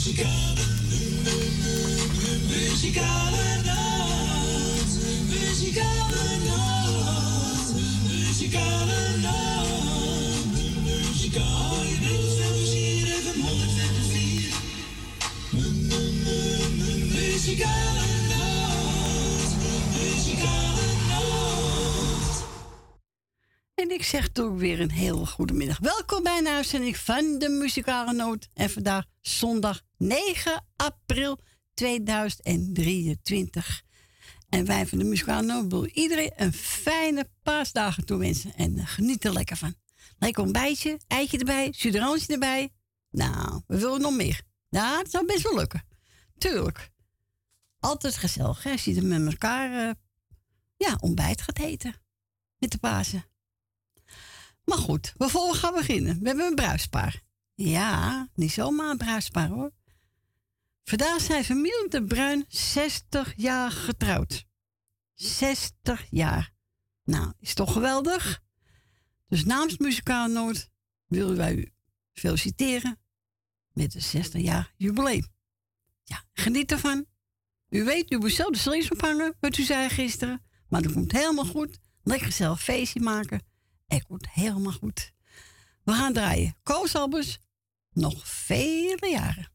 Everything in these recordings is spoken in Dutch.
Muzikale nacht, muzikale nacht, muzikale nacht, muzikale muzikale nacht, muzikale nacht. En ik zeg toch weer een heel goede middag. Welkom bij een uitzending van de Muzikale Noot. En vandaag zondag 9 april 2023. En wij van de Muzikale Noot willen iedereen een fijne paasdagen toewensen. En geniet er lekker van. Lekker ontbijtje, eitje erbij, suderantje erbij. Nou, we willen nog meer. Nou, het zou best wel lukken. Tuurlijk. Altijd gezellig, hè? Als je er met elkaar ontbijt gaat eten. Met de Pasen. Maar goed, we gaan beginnen. We hebben een bruidspaar. Ja, niet zomaar een bruidspaar hoor. Vandaag zijn familie de Bruin 60 jaar getrouwd. 60 jaar. Nou, is toch geweldig? Dus namens Muzikale Noot willen wij u feliciteren met de 60 jaar jubileum. Ja, geniet ervan. U weet, u moet zelf de slees ophangen, wat u zei gisteren. Maar dat komt helemaal goed. Lekker zelf feestje maken. Het komt helemaal goed. We gaan draaien. Koos Albers, nog vele jaren.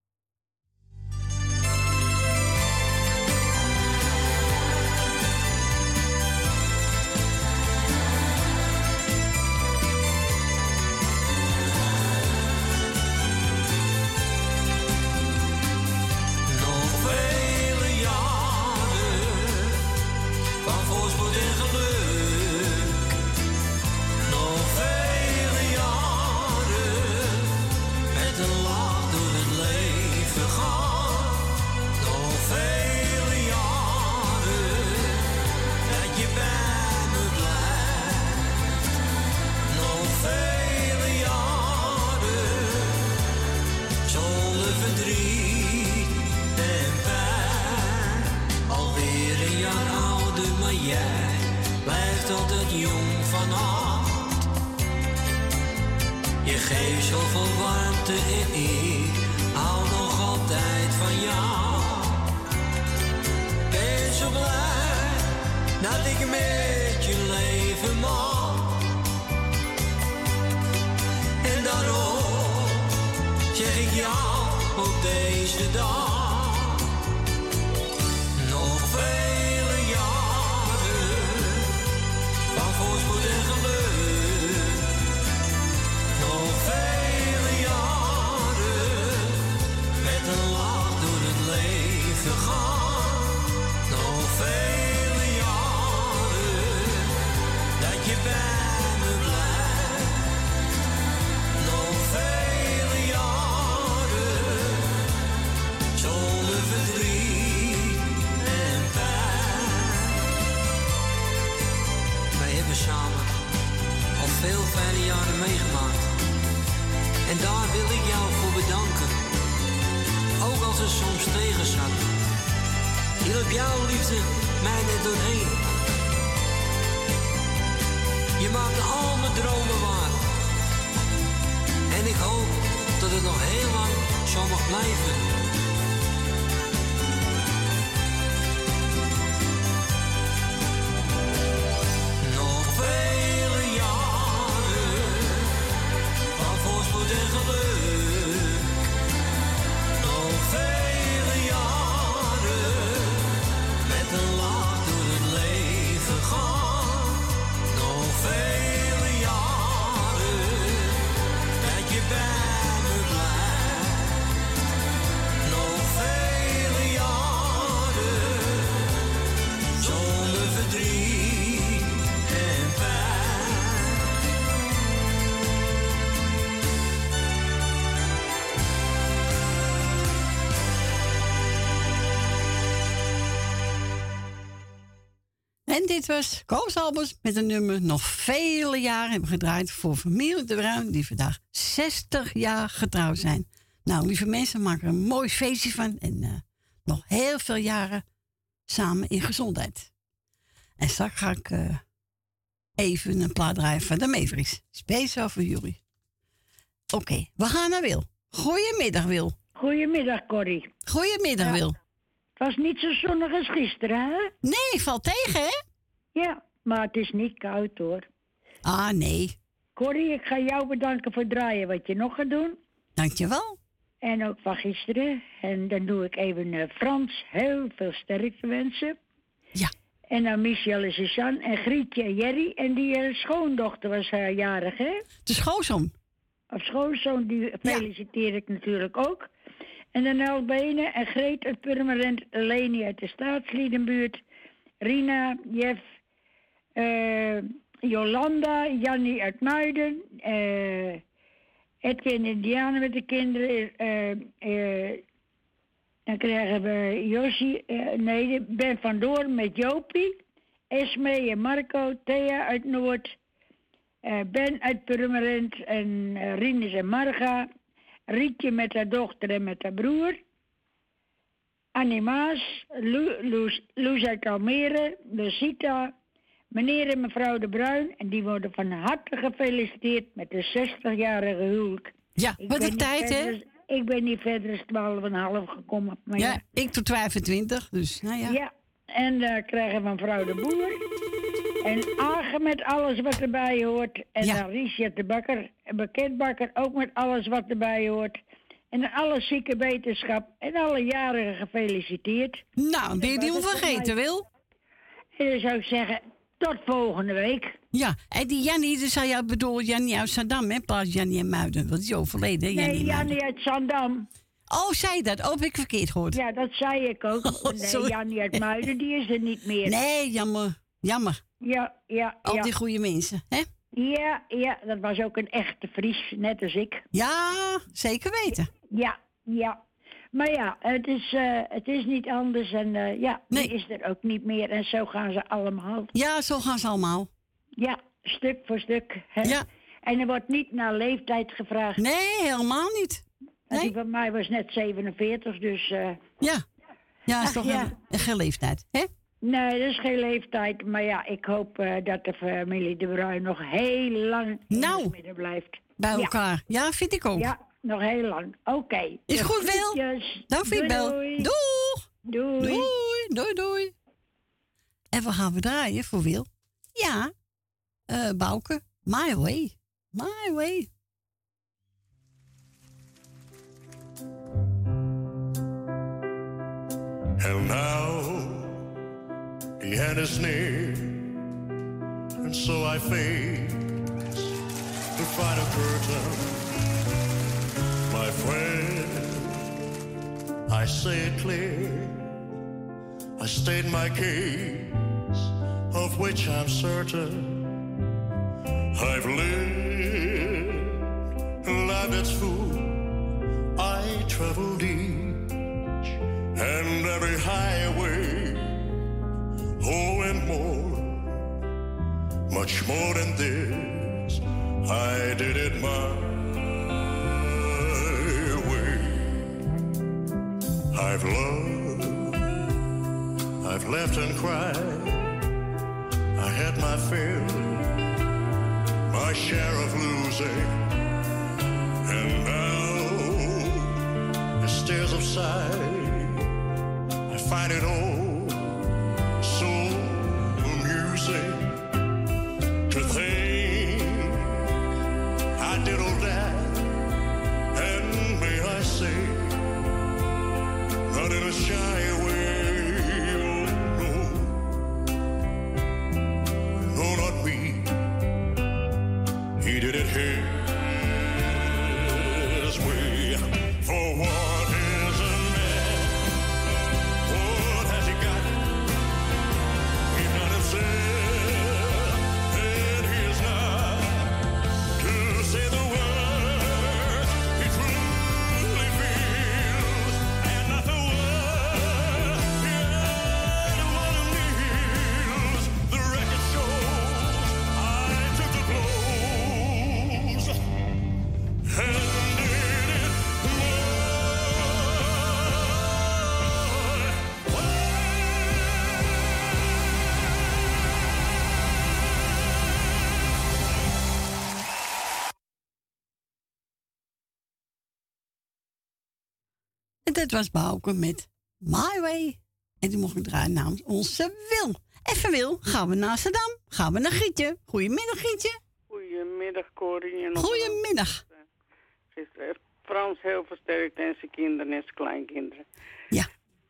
Je geeft zoveel warmte en ik hou nog altijd van jou. Ben zo blij dat ik met je leven mag. En daarom zeg ik jou op deze dag nog vele jaren van voorspoed en geluk. Veel fijne jaren meegemaakt. En daar wil ik jou voor bedanken. Ook als het soms tegen zat. Hielp jouw liefde mij net doorheen. Je maakt al mijn dromen waar. En ik hoop dat het nog heel lang zo mag blijven. En dit was Koos Albers met een nummer nog vele jaren hebben gedraaid voor familie de Bruin die vandaag 60 jaar getrouwd zijn. Nou, lieve mensen, maak er een mooi feestje van en nog heel veel jaren samen in gezondheid. En straks ga ik even een plaat draaien van de Mavericks. Speciaal voor jullie. Oké, we gaan naar Wil. Goedemiddag, Wil. Goedemiddag, Corrie. Goedemiddag, Wil. Het was niet zo zonnig als gisteren, hè? Nee, valt tegen, hè? Ja, maar het is niet koud, hoor. Ah, nee. Corrie, ik ga jou bedanken voor het draaien wat je nog gaat doen. Dankjewel. En ook van gisteren. En dan doe ik even Frans heel veel sterkte wensen. Ja. En dan Michel en Suzanne en Grietje en Jerry. En die schoondochter was jarig, hè? De schoonzoon. Of schoonzoon, die feliciteer ik natuurlijk ook. En dan Elbene en Greet uit Purmerend, Leni uit de Staatsliedenbuurt, Rina, Jeff, Jolanda, Jannie uit Muiden, Edwin en Diana met de kinderen, dan krijgen we Josie, Ben van Doorn met Jopie, Esme en Marco, Thea uit Noord, Ben uit Purmerend en Rinus en Marga, Rietje met haar dochter en met haar broer, Annie Maas, Loes uit Almere, Lucita, meneer en mevrouw De Bruin. En die worden van harte gefeliciteerd met de 60-jarige huwelijk. Ja, wat een tijd, hè? Ik ben niet verder dan 12,5 gekomen. Maar ja, ik tot 25, dus nou ja. Ja, en dan krijgen we mevrouw De Boer. En Agen met alles wat erbij hoort. En dan Richard de Bakker, bekendbakker, ook met alles wat erbij hoort. En alle zieke wetenschap en alle jarigen gefeliciteerd. Nou, ben je die onvergeten, Wil? En dan zou ik zeggen, tot volgende week. Ja, en die Jannie, dus zou jou bedoelen Jannie uit Zandam, hè? Plaats Jannie en Muiden, want die is overleden, hè? Nee, Jannie uit Zandam. Oh, zei dat? Oh, heb ik verkeerd gehoord. Ja, dat zei ik ook. Oh, nee, Jannie uit Muiden, die is er niet meer. Nee, jammer. Jammer. Ja. Al die goede mensen, hè? Ja, dat was ook een echte Fries, net als ik. Ja, zeker weten. Ja. Maar ja, het is niet anders en die is er ook niet meer. En zo gaan ze allemaal. Ja, zo gaan ze allemaal. Ja, stuk voor stuk. Hè? Ja. En er wordt niet naar leeftijd gevraagd. Nee, helemaal niet. Nee. Die van mij was net 47, dus... Ja, is toch geen leeftijd, hè? Nee, dat is geen leeftijd. Maar ja, ik hoop dat de familie De Bruin nog heel lang in het midden blijft. Bij elkaar. Ja, vind ik ook. Ja, nog heel lang. Oké. Is goed, Wil. Dank voor je bel. Doei. Doei. En wat gaan we draaien voor Wil? Ja, Bouke. My way. And now the end is near, and so I face the final curtain. My friend, I say it clear, I state my case, of which I'm certain. I've lived a life that's full, I traveled each and every highway, and more, much more than this, I did it my way. I've loved, I've laughed and cried, I had my fill, my share of losing, and now as tears of sight, I find it all so amusing to think I did all that, and may I say, not in a shy way, oh no, not me. He did it his way. For what is a man? What has he got? He's not himself, and he is not to say the words he truly feels, and not the words En dat was Bouke met My Way. En toen mocht ik draaien namens onze Wil. Even Wil, gaan we naar Amsterdam. Gaan we naar Gietje. Goedemiddag, Gietje. Goedemiddag, Corrie. Goedemiddag. Gisteren heeft Frans heel versterkt en zijn kinderen en zijn kleinkinderen. Ja.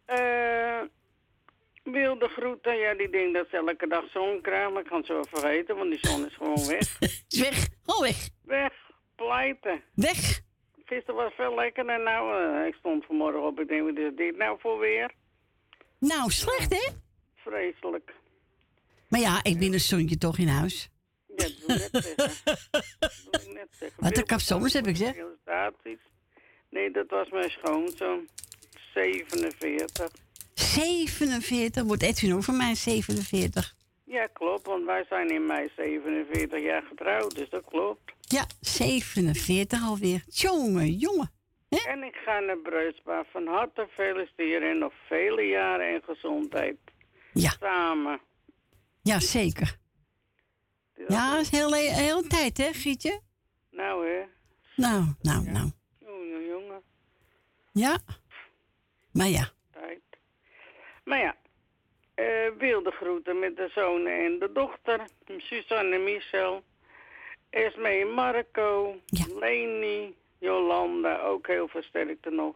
Wilde groeten, ja, die denkt dat ze elke dag zon krijgt, maar ik ga het zo vergeten, want die zon is gewoon weg. Is weg, gewoon weg. Weg, pleiten. Weg. Gisteren was veel lekkerder, nou, ik stond vanmorgen op, ik denk, wat is dit nou voor weer? Nou, slecht, hè? Vreselijk. Maar ja, ik ben een zoontje toch in huis. Ja, dat wil ik net zeggen. Dat wil ik net zeggen. Wat een kapsommers heb ik, zeg. Nee, dat was mijn schoonzoon. 47. 47, wordt Edwin ook van mij 47. Ja, klopt, want wij zijn in mei 47 jaar getrouwd, dus dat klopt. Ja, 47 alweer. Jongen. Hè? En ik ga naar Bruisbaar van harte feliciteren en nog vele jaren en gezondheid. Ja. Samen. Ja, zeker. Ja, dat is heel tijd, hè, Gietje? Nou, hè. Nou. Jongen. Ja. Maar ja. Tijd. Maar ja, wilde groeten met de zoon en de dochter. Suzanne en Michel. Esme en Marco. Ja. Leni. Jolanda, ook heel versterkte nog.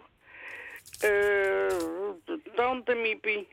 Tante Miepie.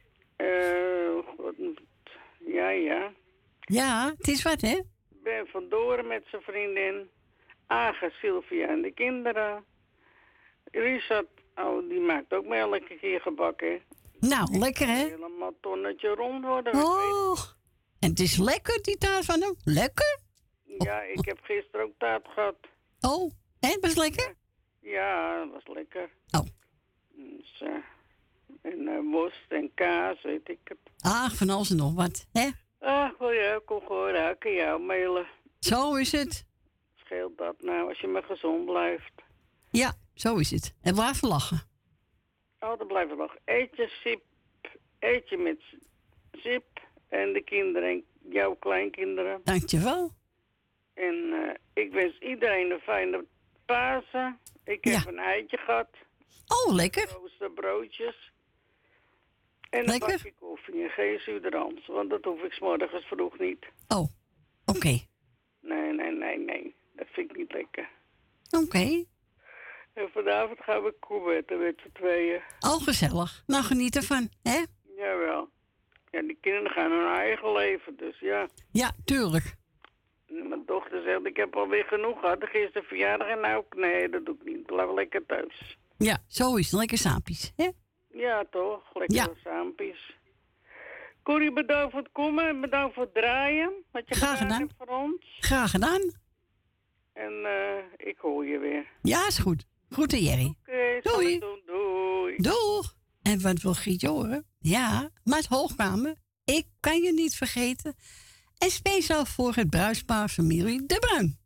Ja. Ja, het is wat, hè? Ben van Doren met zijn vriendin. Aga, Sylvia en de kinderen. Richard, die maakt ook maar elke keer gebak, hè? Nou, lekker, hè? Helemaal tonnetje rond worden. Oh, en het is lekker, die taart van hem. Lekker? Ja, ik heb gisteren ook taart gehad. Oh, en was lekker? Ja, dat was lekker. Oh. Dus, en worst en kaas, weet ik het. Van alles en nog wat, hè? Ja, kom gewoon ruiken jou mailen. Zo is het. Scheelt dat nou, als je maar gezond blijft. Ja, zo is het. En waarvoor lachen? Oh, dan blijft er nog. Eet je met Zip en de kinderen en jouw kleinkinderen. Dankjewel. En ik wens iedereen een fijne Pasen. Ik heb een eitje gehad. Oh, lekker. Broodjes. En een bakje koffie en geen suderans, want dat hoef ik 's morgens vroeg niet. Oh, oké. Nee. Dat vind ik niet lekker. Oké. En vanavond gaan we koebetten met z'n tweeën. Oh, gezellig. Nou, geniet ervan, hè? Jawel. Ja, die kinderen gaan hun eigen leven, dus ja. Ja, tuurlijk. En mijn dochter zegt, ik heb alweer genoeg gehad. Gisteren verjaardag en nou, nee, dat doe ik niet. Blijf lekker thuis. Ja, zo is het. Lekker saapies, hè? Ja, toch? Lekker saampies. Corrie, bedankt voor het komen en bedankt voor het draaien. Wat je Graag gedaan gedaan. hebt voor ons. Graag gedaan. En ik hoor je weer. Ja, is goed. Groeten, Jerry. Oké, doei. Doei. Doeg. En wat wil Gietje horen? Ja, maar het Hoogkamer. Ik kan je niet vergeten. En speciaal voor het bruispaar familie De Bruin.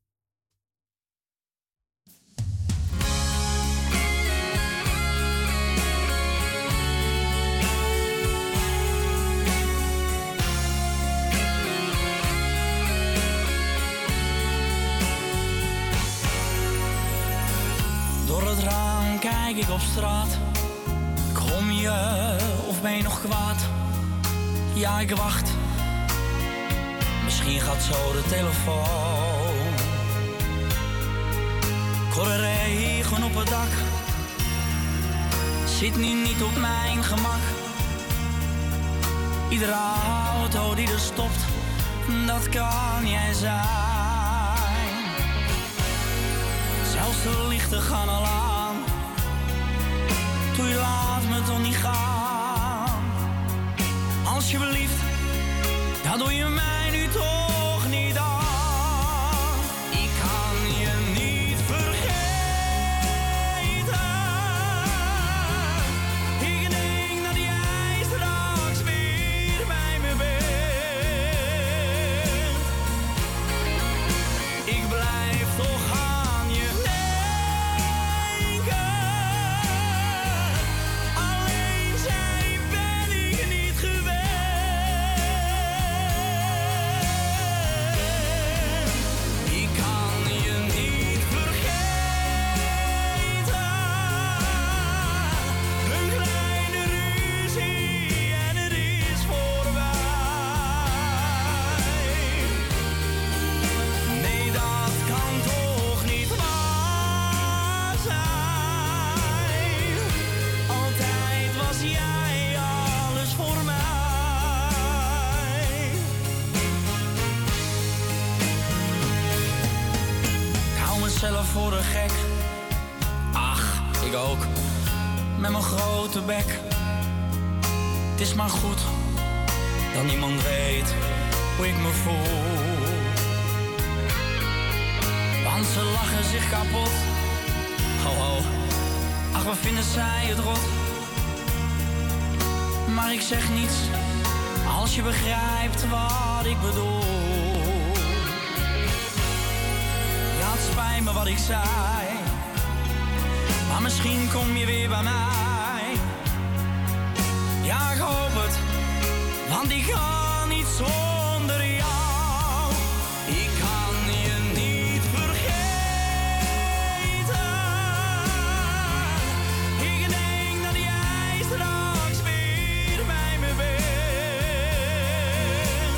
Door het raam kijk ik op straat. Kom je of ben je nog kwaad? Ja, ik wacht. Misschien gaat zo de telefoon. Ik hoor de regen op het dak. Zit nu niet op mijn gemak. Iedere auto die er stopt, dat kan jij zijn. Zelfs de lichten gaan al aan. Doe je laat me toch niet gaan. Alsjeblieft, dat doe je mij nu toch niet aan. Ik kan je niet vergeten. Ik denk dat jij straks weer bij me bent. Ik blijf toch aan je denken. Alleen zijn ben ik niet gewend. voor een gek. Ach, ik ook. Met mijn grote bek. Het is maar goed dat niemand weet hoe ik me voel. Want ze lachen zich kapot. Ho ho, ach wat vinden zij het rot. Maar ik zeg niets, als je begrijpt wat ik bedoel. Ja, het spijt me wat ik zei, maar misschien kom je weer bij mij. Ja, ik hoop het, want ik ga niet zonder jou. Ik kan je niet vergeten. Ik denk dat jij straks weer bij me bent.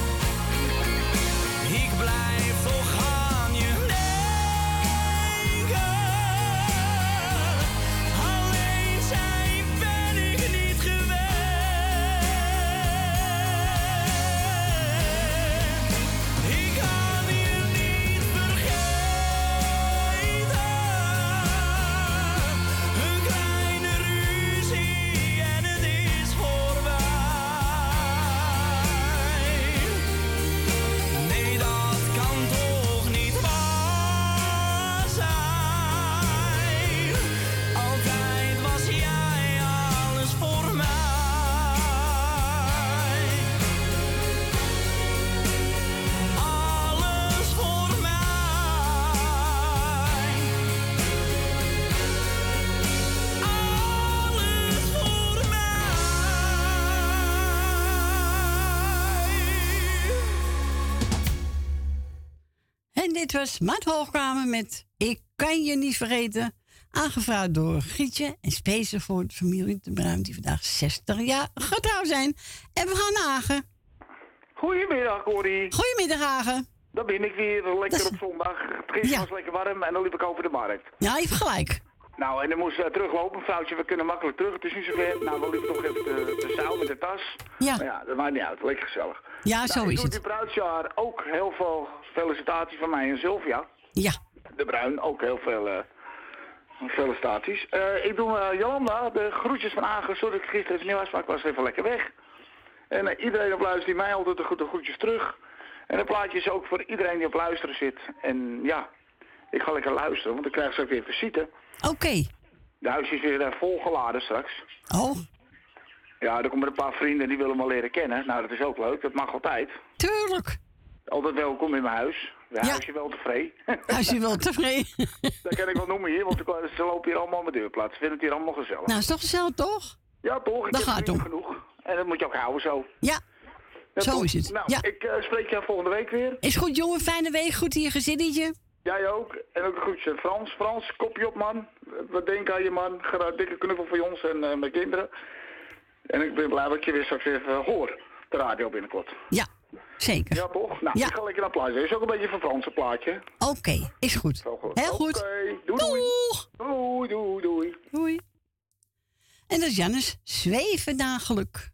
Ik blijf toch aan je denken. Alleen zijn ben ik niet gewend. Ik kan je niet vergeten. Een kleine ruzie en het is voorbij. Nee, dat kan toch niet waar zijn. Altijd was jij alles voor mij. Alles voor mij. Alles voor mij. En dit was Maat Hoogkamer met Ik kan je niet vergeten. Aangevraagd door Grietje en speciaal voor de familie de Bruin die vandaag 60 jaar getrouwd zijn. En we gaan naar Hagen. Goedemiddag, Corrie. Goedemiddag Hagen. Daar ben ik weer, lekker Dat is- op zondag. Gisteren Ja. was het lekker warm en dan liep ik over de markt. Ja, even gelijk. Nou, en dan moest teruglopen. Vrouwtje, we kunnen makkelijk terug. Het is niet zo ver. Nou, we liepen toch even de zaal met de tas. Ja. Maar ja, dat maakt niet uit. Lekker gezellig. Ja, zo Nou, ik is doe het. dit bruidsjaar ook heel veel felicitaties van mij en Sylvia. Ja. De Bruin, ook heel veel felicitaties. Ik doe Jolanda, de groetjes van Agen. Sorry dat ik gisteren even niet was, maar ik was even lekker weg. En iedereen op luisteren die mij altijd de groetjes terug. En het plaatje is ook voor iedereen die op luisteren zit. En ja, ik ga lekker luisteren, want ik krijg straks weer visite. Oké. De huis is weer volgeladen straks. Oh, Ja, er komen een paar vrienden die willen me leren kennen. Nou, dat is ook leuk. Dat mag altijd. tuurlijk. Altijd welkom in mijn huis. Ja, Ja. huis je wel tevreden. Als je wel tevreden. Dat kan ik wel noemen hier, want ze lopen hier allemaal aan mijn deurplaats. Ze vinden het hier allemaal gezellig. Nou, is toch gezellig, toch? Ja, toch? Ik Daar heb gaat het vrienden om. genoeg. En dat moet je ook houden zo. Ja, Ja, zo toch? is het. Nou, Ja. ik spreek jou volgende week weer. Is goed, jongen. Fijne week. Goed in je gezinnetje. Jij ook. En ook een groetje Frans. Frans, kopje op, man. We denken aan je, man. Ga een dikke knuffel voor ons en mijn kinderen. En ik ben blij dat ik je weer straks even hoor. De radio binnenkort. Ja, zeker. Ja, toch? Nou, Ja. ik ga lekker naar plaatje. Is ook een beetje van Frans een plaatje. Oké, is goed. Zo goed. Heel goed. Oké, doei, doei. Doeg. Doei, doei, doei. Doei. En dat is Jannes. Zweven naar geluk.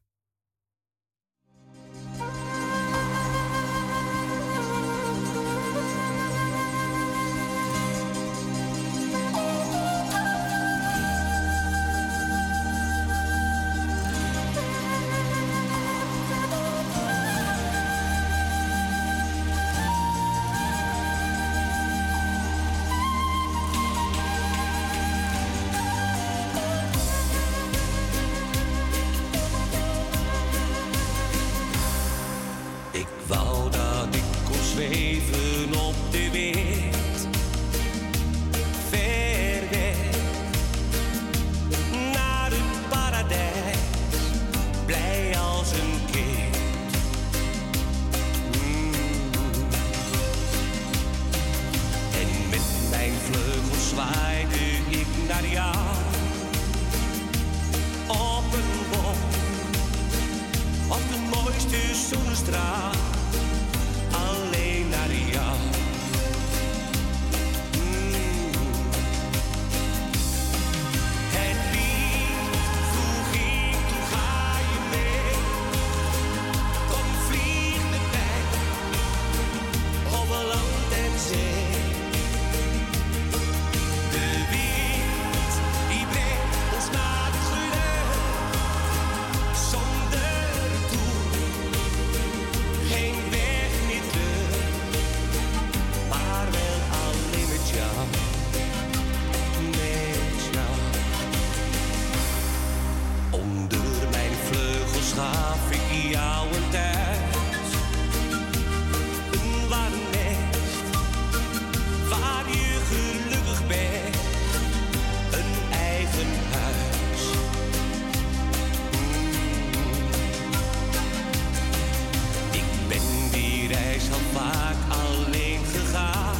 Ik wou dat ik kon zweven op de wind, ver weg, naar het paradijs, blij als een kind. En met mijn vleugels zwaaide ik naar jou, op een boom. Op de mooiste zonnestraal, alleen naar jou. Het lied vroeg ik, toen ga je mee. Kom vlieg met mij, over land en zee. jou een thuis, een warm nest, waar je gelukkig bent, een eigen huis. Ik ben die reis al vaak alleen gegaan,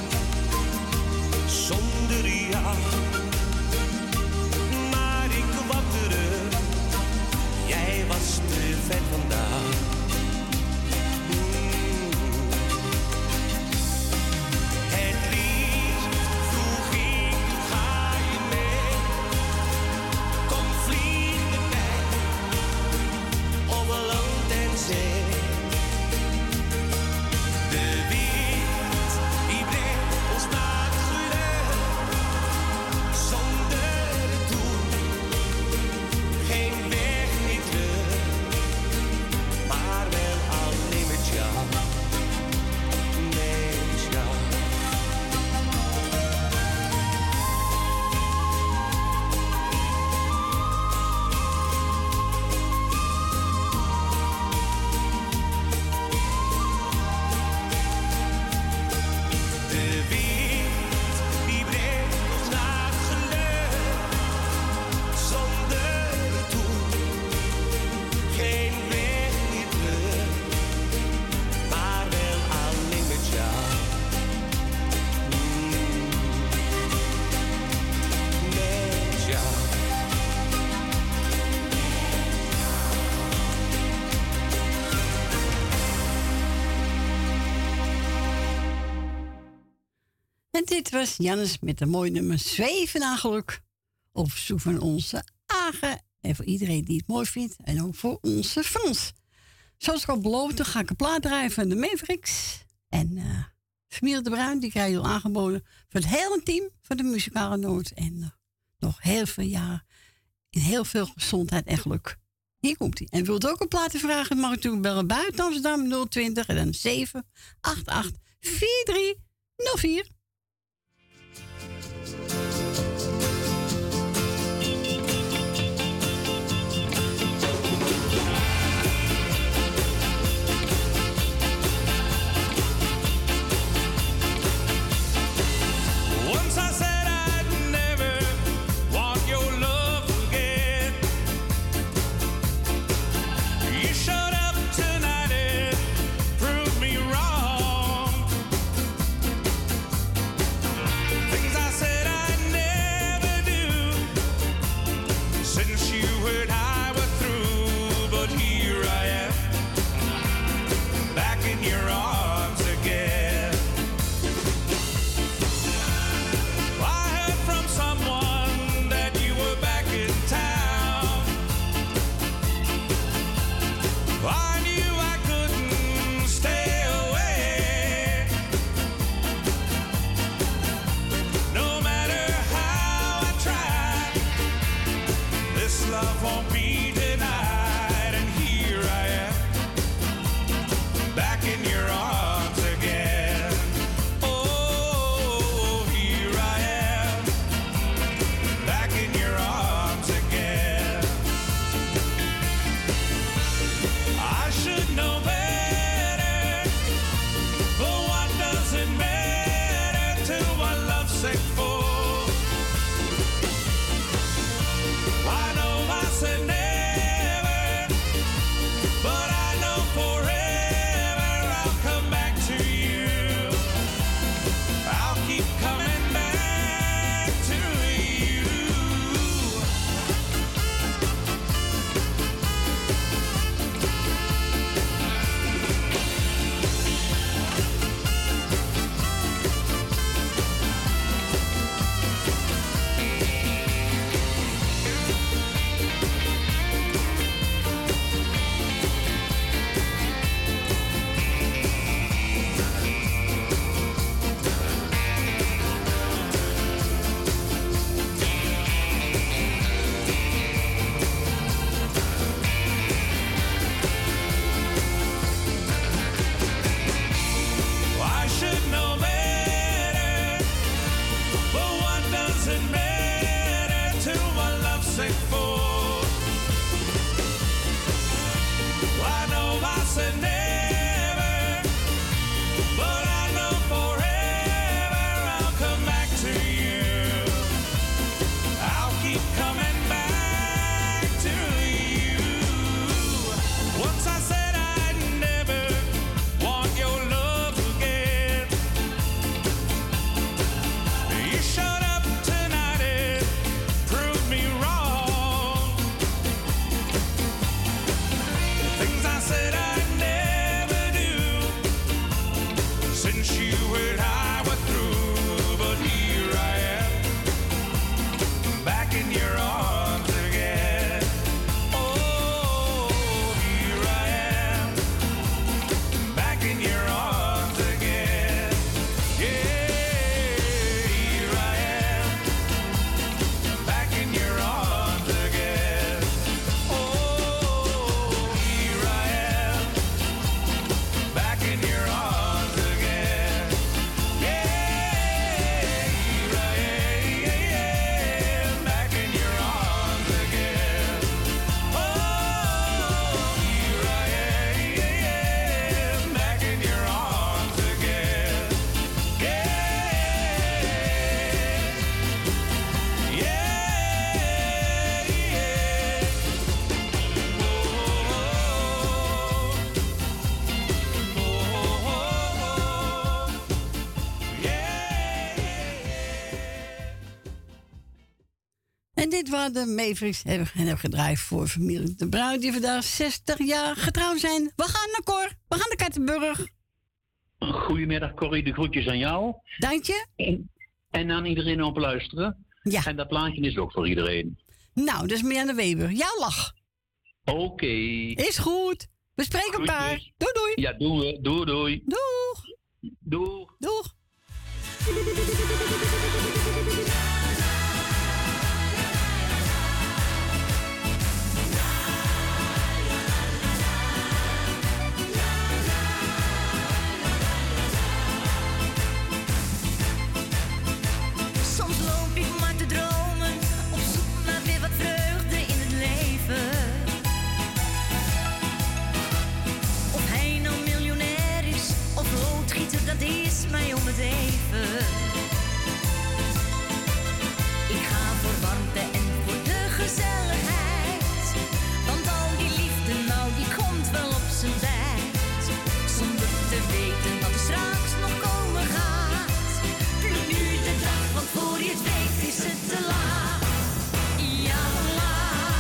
zonder jou. Maar ik kwam terug, jij was te ver vandaan. Het liefst vroeg ik, ga je mee? Kom vlieg met mij, over land en zee. De wind die brengt ons naar het geluk, zonder doel, geen weg meer terug, maar wel alleen met jou, met jou. De wind die brengt ons naar het geluk, zonder doel, geen weg meer terug, maar wel alleen met jou, met jou. En dit was Jannes met de mooie nummer Zweven naar geluk. Op verzoek van onze Agen. En voor iedereen die het mooi vindt. En ook voor onze Frans. Zoals ik al beloofde, ga ik een plaat draaien van de Mavericks. En familie de Bruin, die krijg je al aangeboden. Voor het hele team van de Muzikale Noot. En nog heel veel jaren. In heel veel gezondheid en geluk. Hier komt hij. En wilt u ook een plaat vragen, mag u natuurlijk bellen buiten Amsterdam 020 en dan 788 4304. Once I said I'd never want your love again. You showed up tonight and proved me wrong. Things I said I'd never do, since you heard I was through. But here I am, back in your arms again. I heard from someone that you were back in town. I knew I couldn't stay away. No matter how I try, this love won't be denied. And here I am, back in your arms again. Oh, here I am, back in your arms again. I should know better, but what does it matter to what love's sick for? I know I said never, but I know forever I'll come back to you. I'll keep coming back to you. I should know better, but what does it matter to what love's sick for? I know En dit waren de Mavericks hebben gedraaid voor familie De Bruin... die vandaag 60 jaar getrouwd zijn. We gaan naar Cor. We gaan naar Kattenburg. Goedemiddag Corrie, de groetjes aan jou. Dank je. En aan iedereen op luisteren. Ja. En dat plaatje is ook voor iedereen. Nou, dat is Marianne Weber. Jouw lach. Oké. Is goed. We spreken elkaar. Doei doei. Ja, doen we. Doei doei. Doeg. Doeg. Doeg. Soms loop ik maar te dromen, op zoek naar weer wat vreugde in het leven. Of hij nou miljonair is, of loodgieter, dat is mij om het even. Ik ga voor warmte en voor de gezelligheid, want al die liefde, nou die komt wel op zijn tijd. Zonder te weten wat er straks nog komen gaat. Pluk nu de dag, want voor je het weet is het te laat. Ja, la,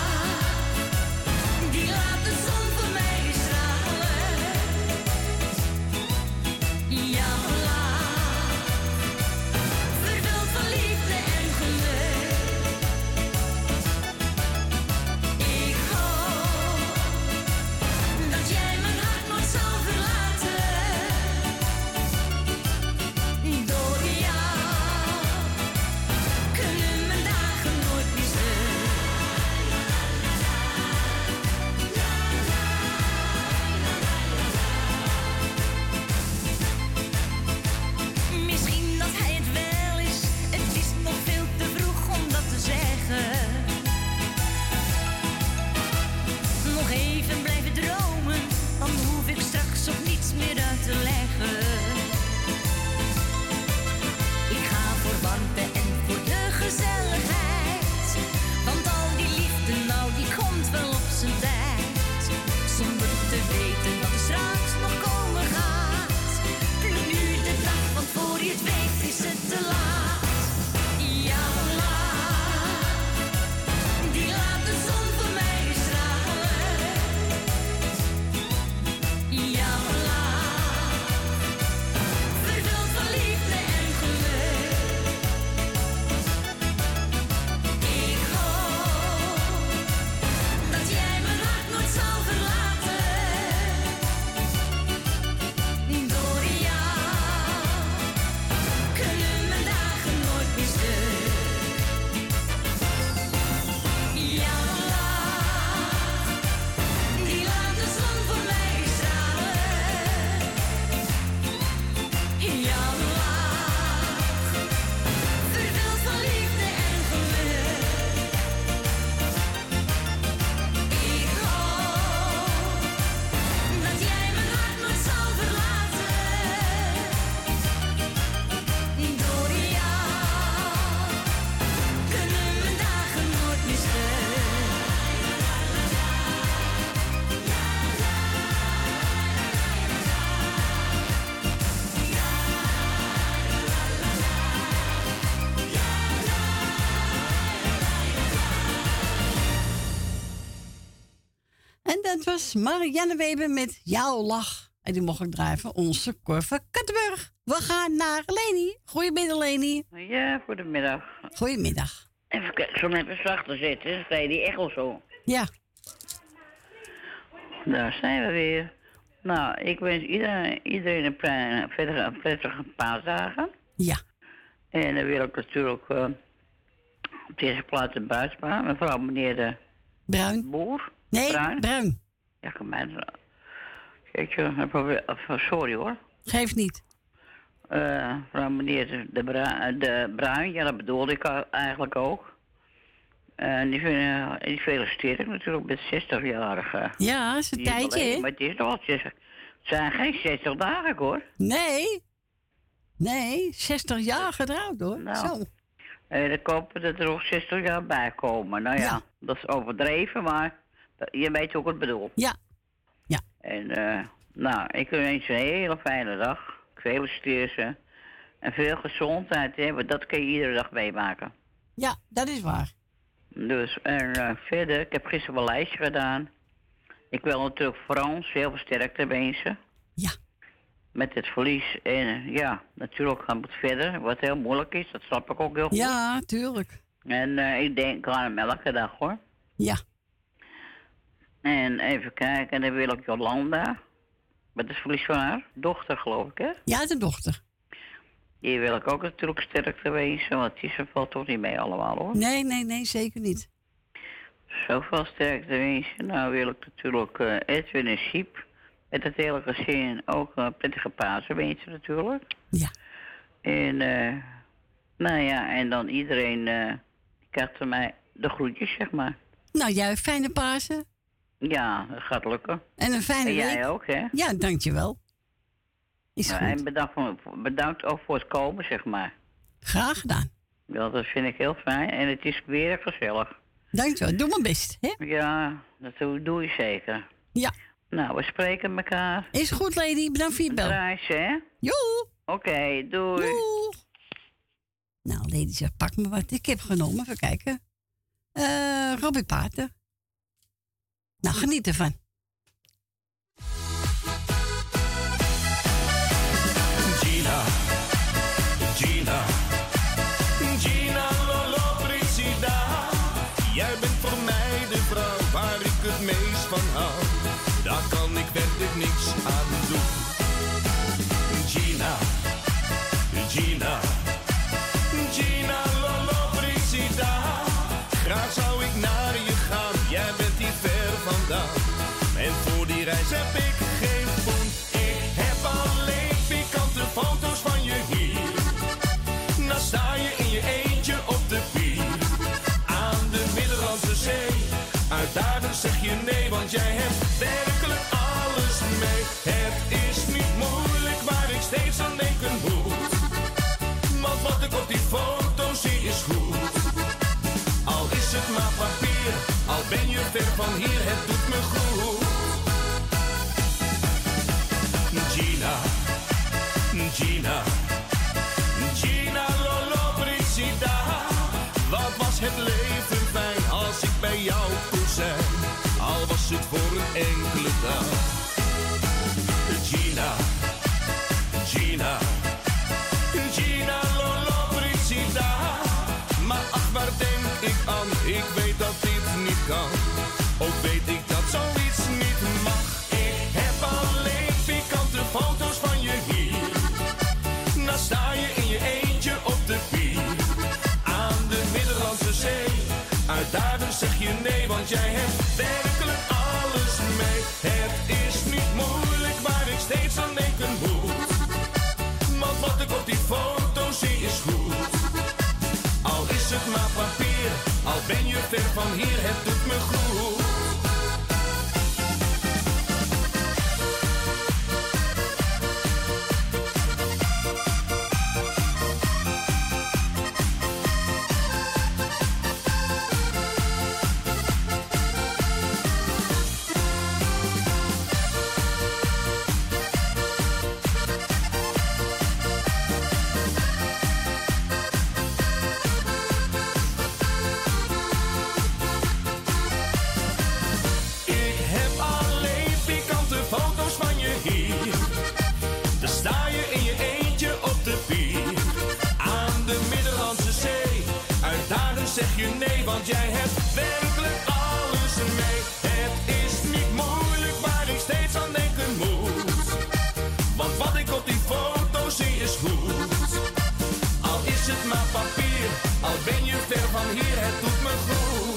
die laat de zon voor mij weer stralen. Ja, la, vervuld van liefde en geluk. Ik hoop dat jij mijn hart nooit zal verlaten. Door jou kunnen mijn dagen nooit meer stuk. Misschien dat hij het wel is, het is nog veel te vroeg om dat te zeggen. Nog even blijven dromen, dan hoef ik straks ook niets meer uit te leggen. Ik ga voor warmte en voor de gezelligheid, want al die liefde, nou die komt wel op zijn tijd. Zonder te weten wat er straks nog komen gaat. Pluk nu de dag, want voor je het weet is het te laat. Ja, la, die laat de zon voor mij weer stralen. Ja, la, vervuld van liefde en geluk. Ik hoop dat jij mijn hart nooit zal verlaten. Door jou kunnen mijn dagen nooit meer stuk. Ja, la, die laat de zon voor mij weer stralen. Ja, la, vervuld van liefde en geluk. Ik hoop dat jij mijn hart nooit zal verlaten. Door jou kunnen mijn dagen nooit meer stuk. En dat was Marianne Weber met Jouw Lach. En die mocht ik draaien van onze Cor van Kattenburg. We gaan naar Leni. Goedemiddag, Leni. Ja, goedemiddag. Goedemiddag. Even kijken, ik zal hem even zachter zetten. Dan sta je die echo zo. Ja. Daar zijn we weer. Nou, ik wens iedereen een prettige paasdagen. Ja. En dan wil ik natuurlijk op deze plaats een buitspraak. Mevrouw meneer de Bruin. Boer. Nee, Bruin. Ja, kan mij. Kijk, sorry hoor. Geeft niet. Mevrouw meneer de Bruin, ja dat bedoelde ik eigenlijk ook. Die feliciteer ik natuurlijk met 60-jarige. Ja, is een tijdje, hè? Maar het is nog 60. Het zijn geen 60 dagen, hoor. Nee. Nee, 60 jaar getrouwd, hoor. Nou, Zo. Dan kopen dat er nog 60 jaar bij komen. Nou ja, dat is overdreven, maar je weet ook wat ik bedoel. Ja. Ja. En nou, ik wens je een hele fijne dag. Ik feliciteer ze. En veel gezondheid, hè, want dat kun je iedere dag meemaken. Ja, dat is waar. Dus, en verder, ik heb gisteren wel een lijstje gedaan. Ik wil natuurlijk Frans heel veel sterkte wensen. Ja. Met het verlies. En ja, natuurlijk gaan we het verder. Wat heel moeilijk is, dat snap ik ook heel goed. Ja, tuurlijk. En ik denk aan hem elke dag, hoor. Ja. En even kijken, dan wil ik Jolanda. Met het verlies van haar dochter, geloof ik, hè? Ja, de dochter. Die wil ik ook natuurlijk sterkte wensen, want die valt toch niet mee allemaal, hoor. Nee, zeker niet. Zoveel sterkte wensen. Nou wil ik natuurlijk Edwin en Siep met het hele gezin ook prettige Pasen wensen natuurlijk. Ja. En nou ja, en dan iedereen krijgt van mij de groetjes, zeg maar. Nou, jij fijne Pasen. Ja, dat gaat lukken. En een fijne week. En jij ook, hè? Ja, dankjewel. Is goed. En bedankt ook voor het komen, zeg maar. Graag gedaan. Ja, dat vind ik heel fijn. En het is weer gezellig. Dankjewel. Doe mijn best, hè? Ja, dat doe je zeker. Ja. Nou, we spreken elkaar. Is goed, lady. Bedankt voor je bel. Reisje, hè? Joe. Oké, doei. Doei. Nou, lady zegt, pak me wat ik heb genomen. Even kijken. Robbie Pater. Nou, geniet ervan. Gina, Gina, Gina Lollobrigida. Jij bent voor mij de vrouw waar ik het meest van hou. Daar kan ik werkelijk niks aan doen. Gina, Gina, Gina Lollobrigida. Graag zou ik naar je gaan, jij bent hier ver vandaan. En voor die reis heb ik geen poen. Ik heb alleen pikante foto's van je hier. Dan sta je in je eentje op de pier. Aan de Middellandse Zee. Uitdagend zeg je nee, want jij hebt werkelijk alles mee. Het is niet moeilijk waar ik steeds aan denken moet. Want wat ik op die foto zie is goed. Al is het maar papier, al ben je ver van hier, het doet me goed. Gina, Gina, Gina Lollobrigida. Wat was het leven fijn als ik bij jou kon zijn, al was het voor een enkele dag. Gina, Gina, Gina Lollobrigida. Maar ach, waar denk ik aan? Ik weet dat dit niet kan. Ook weet ik dat zoiets niet mag. Ik heb alleen pikante foto's van je hier. Dan sta je in je eentje op de pier. Aan de Middellandse Zee. Uitdagend zeg je nee, want jij hebt werkelijk alles mee. Het is niet moeilijk waar ik steeds aan denken moet. Want wat ik op die foto zie is goed. Al is het maar papier, al ben je ver van hier, het doet me goed. Zeg je nee, want jij hebt werkelijk alles mee. Het is niet moeilijk waar ik steeds aan denken moet. Want wat ik op die foto zie is goed. Al is het maar papier, al ben je ver van hier, het doet me goed.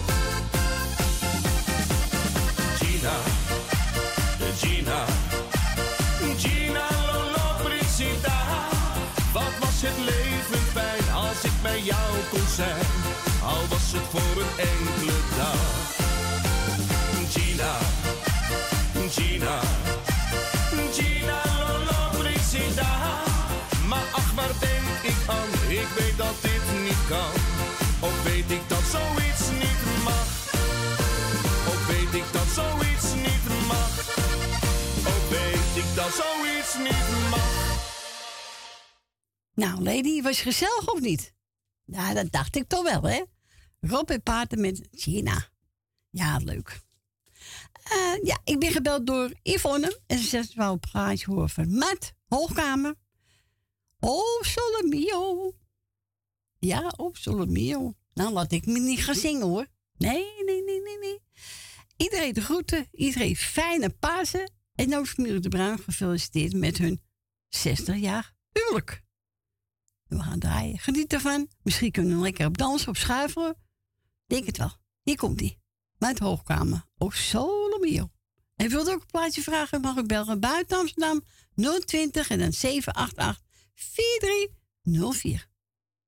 Gina, Gina, Gina Lollobrigida. Wat was het leven fijn als ik bij jou kon zijn, al was het voor een enkele dag. Gina, Gina, Gina Lollobrigida. Maar ach, waar denk ik aan? Ik weet dat dit niet kan. Of weet ik dat zoiets niet mag? Of weet ik dat zoiets niet mag? Of weet ik dat zoiets niet mag? Nou, lady, was je gezellig of niet? Nou, dat dacht ik toch wel, hè? Rob en Pater met Gina. Ja, leuk. Ja, ik ben gebeld door Yvonne. En ze zegt, wou een praatje horen van Matt Hoogkamer. Oh, Sole Mio. Ja, oh, Sole Mio. Nou, laat ik me niet gaan zingen, hoor. Nee. Iedereen de groeten. Iedereen fijne Pasen. En nou Familie de Bruin gefeliciteerd met hun 60 jaar huwelijk. En we gaan draaien. Geniet ervan. Misschien kunnen we lekker op dansen, op schuifelen. Denk het wel. Hier komt ie. Met Hoogkamer. Oh, Sole Mio. En wilt ook een plaatje vragen? Mag ik bellen buiten Amsterdam 020 en dan 788 4304.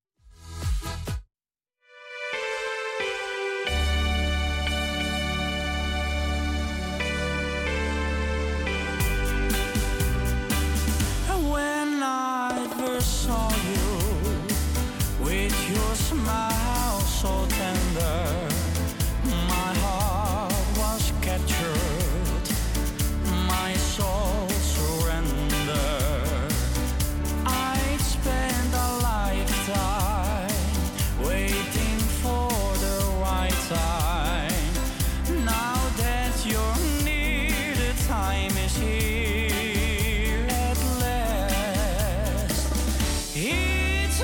When I first saw you with your smile so tender, my heart was captured, my soul surrendered. I'd spend a lifetime waiting for the right time. Now that you're near, the time is here at last. It's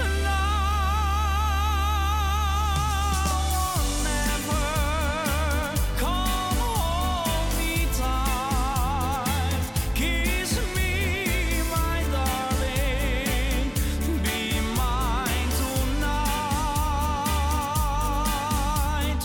now or never. Come hold me tight, kiss me, my darling, be mine tonight.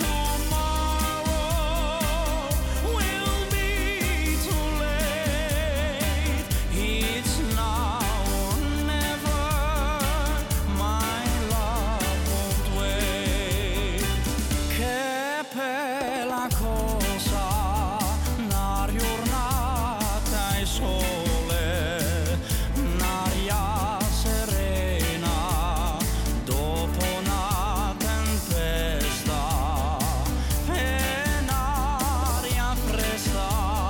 Tomorrow will be too late. It's now or never. My love won't wait. Che bella cosa, una giornata e sole, un'aria serena dopo una tempesta, e un'aria fresca,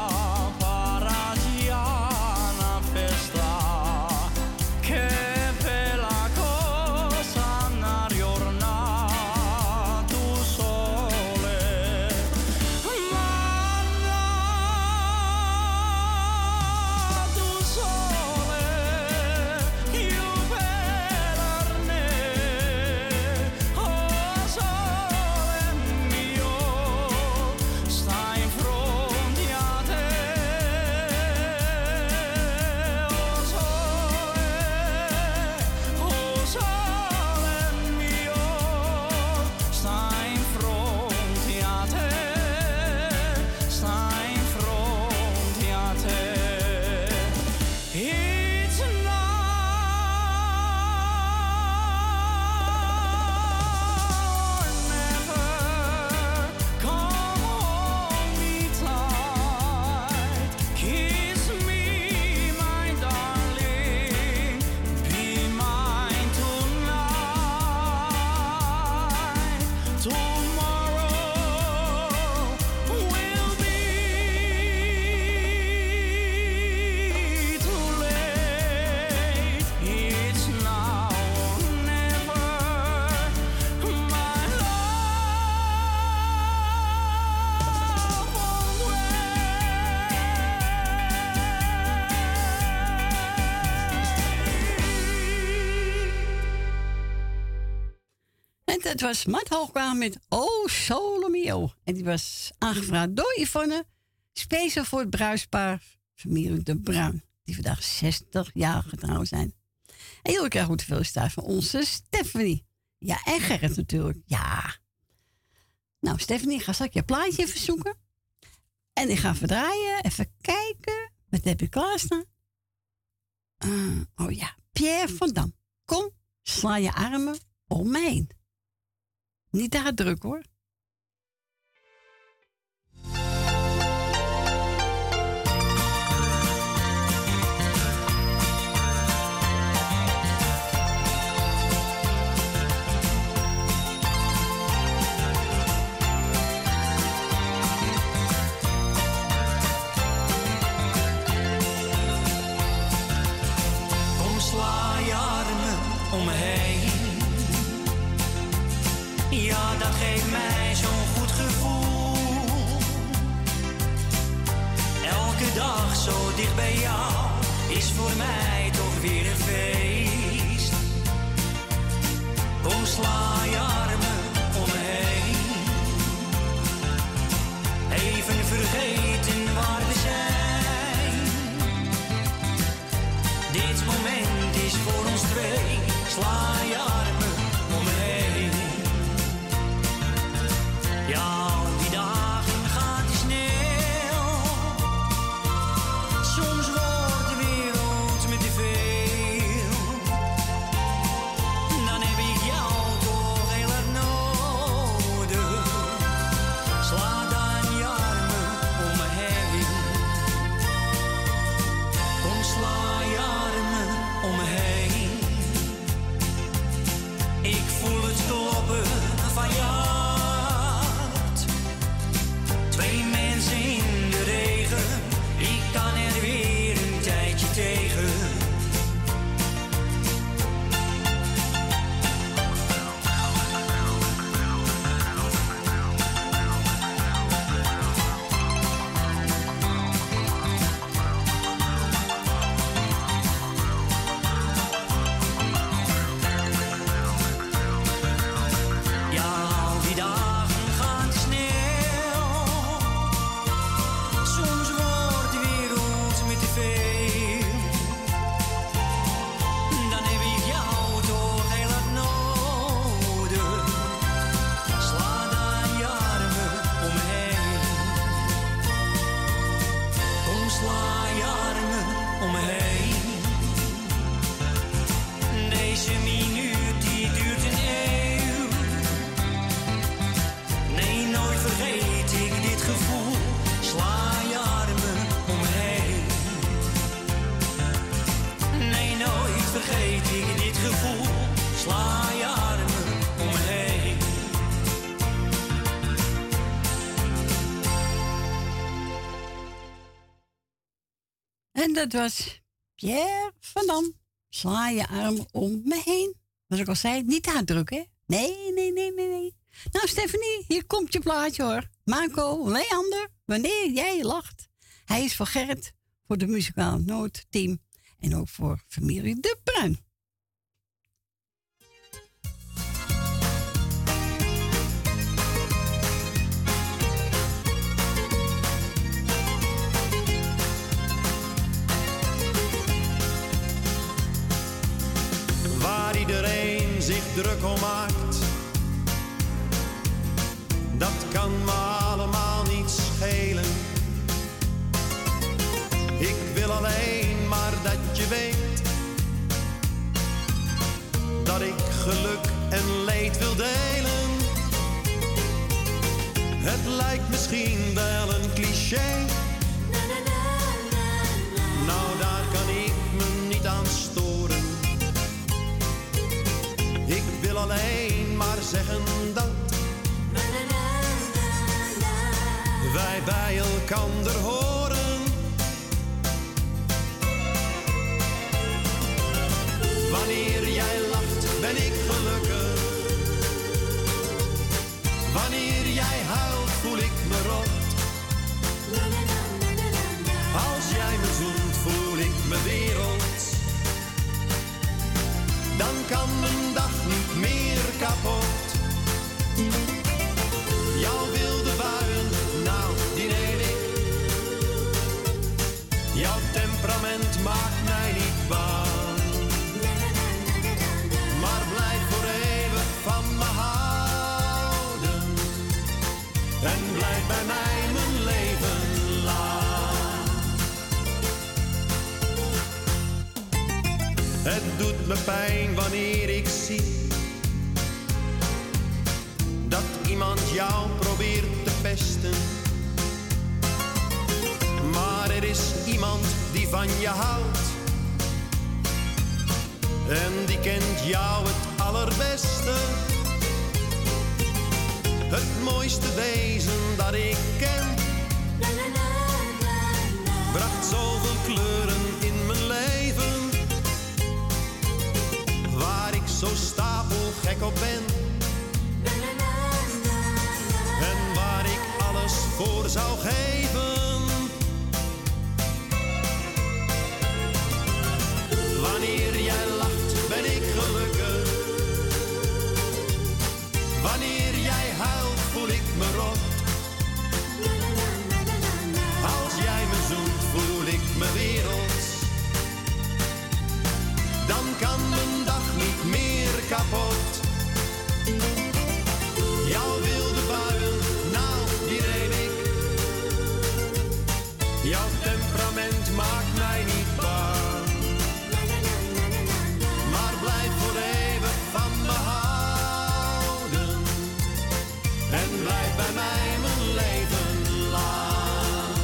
paradiana festa. Che bella cosa, una giornata sole, tu sole, io pelarne, oh sole mio, stai in fronte a te, oh sole mio, stai in fronte a te, stai in fronte a te. It's now or never. Come hold me tight, kiss me, my darling, be mine tonight. Tomorrow will be too late. It's now or never. My love won't En dat was Matt Hoogkamer met Oh Sole Mio. En die was aangevraagd door Yvonne. Speciaal voor het bruidspaar Familie de Bruin. Die vandaag 60 jaar getrouwd zijn. En jullie krijgen goed veel staat van onze Stephanie. Ja, en Gerrit natuurlijk. Ja. Nou, Stephanie, ga straks je plaatje even zoeken. En ik ga verdraaien. Even kijken. Wat heb ik klaarstaan? Oh ja, Pierre van Dam. Kom, sla je armen om me heen. Niet te hard druk hoor. Kom, sla je armen om me heen. Ja, dat geeft geeft mij zo'n goed gevoel. Elke dag zo dicht bij jou is voor mij toch weer een feest. Kom, sla je armen om me heen. Even vergeten waar we zijn. Dit moment is voor ons twee. Sla je armen om me heen. Ja, die dagen gaan te snel. Soms wordt de wereld me te veel. Dan heb ik jou toch heel erg nodig. Sla dan je armen om me heen. Kom, sla je armen om me heen. Ik voel het kloppen van je hart. Twee mensen in de regen. Ik kan er weer een tijdje tegen. Ja, die dagen gaan te snel. Soms wordt de wereld me te veel. Dan heb ik jou toch heel erg nodig. Sla dan je armen om me heen. Kom, sla je armen om me heen. Deze minuut die duurt een eeuw. Nee, nooit vergeet ik dit gevoel. Sla je armen om me heen. Nee, nooit vergeet ik dit gevoel. Sla je armen om me heen. En dat was Pierre van Dam. Sla je arm om me heen. Wat ik al zei, niet te hard drukken, hè? Nee. Nou, Stephanie, hier komt je plaatje, hoor. Marco, Leander, wanneer jij lacht. Hij is voor Gerrit, voor de muzikaal Noordteam en ook voor familie De Bruin. Waar iedereen zich druk om maakt, dat kan me allemaal niet schelen. Ik wil alleen maar dat je weet dat ik geluk en leed wil delen. Het lijkt misschien wel een cliché, nou daar kan ik me niet aan storen. Ik wil alleen maar zeggen dat wij bij elkander horen. Wanneer jij lacht ben ik gelukkig. Wanneer jij huilt voel ik me rot. Als jij me zoent voel ik me wereld. Dan kan mijn dag niet meer kapot. Jouw wilde buien, nou die neem ik. Jouw temperament maakt mij niet bang. Maar blijf voor eeuwig van me houden. En blijf bij mij mijn leven lang. Het doet me pijn wanneer ik zie dat iemand jou probeert te pesten. Maar er is iemand die van je houdt. En die kent jou het allerbeste. Het mooiste wezen dat ik ken. Bracht zoveel kleuren in mijn leven. Waar ik zo stapelgek op ben. voor zou geven. Wanneer jij lacht ben ik gelukkig. Wanneer jij huilt voel ik me rot. Als jij me zoent voel ik me werelds. Dan kan mijn dag niet meer kapot. Jouw wilde buien, nou die neem ik. Jouw temperament maakt mij niet bang. Maar blijf voor eeuwig van me houden. En blijf bij mij mijn leven lang.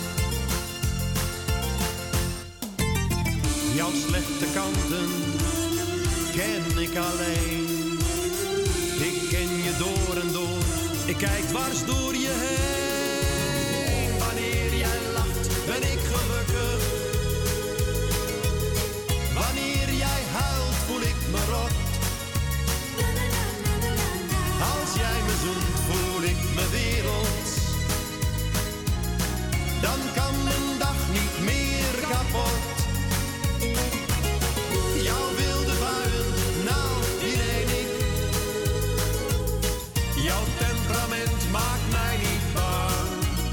Jouw slechte kanten ken ik alleen. Ik ken je door en door, ik kijk dwars door je heen. Wanneer jij lacht ben ik gelukkig. Wanneer jij huilt voel ik me rot. Als jij me zoent voel ik me werelds. Dan kan mijn dag niet meer kapot. Jouw wilde buien, nou die neem ik. Jouw temperament maakt mij niet bang.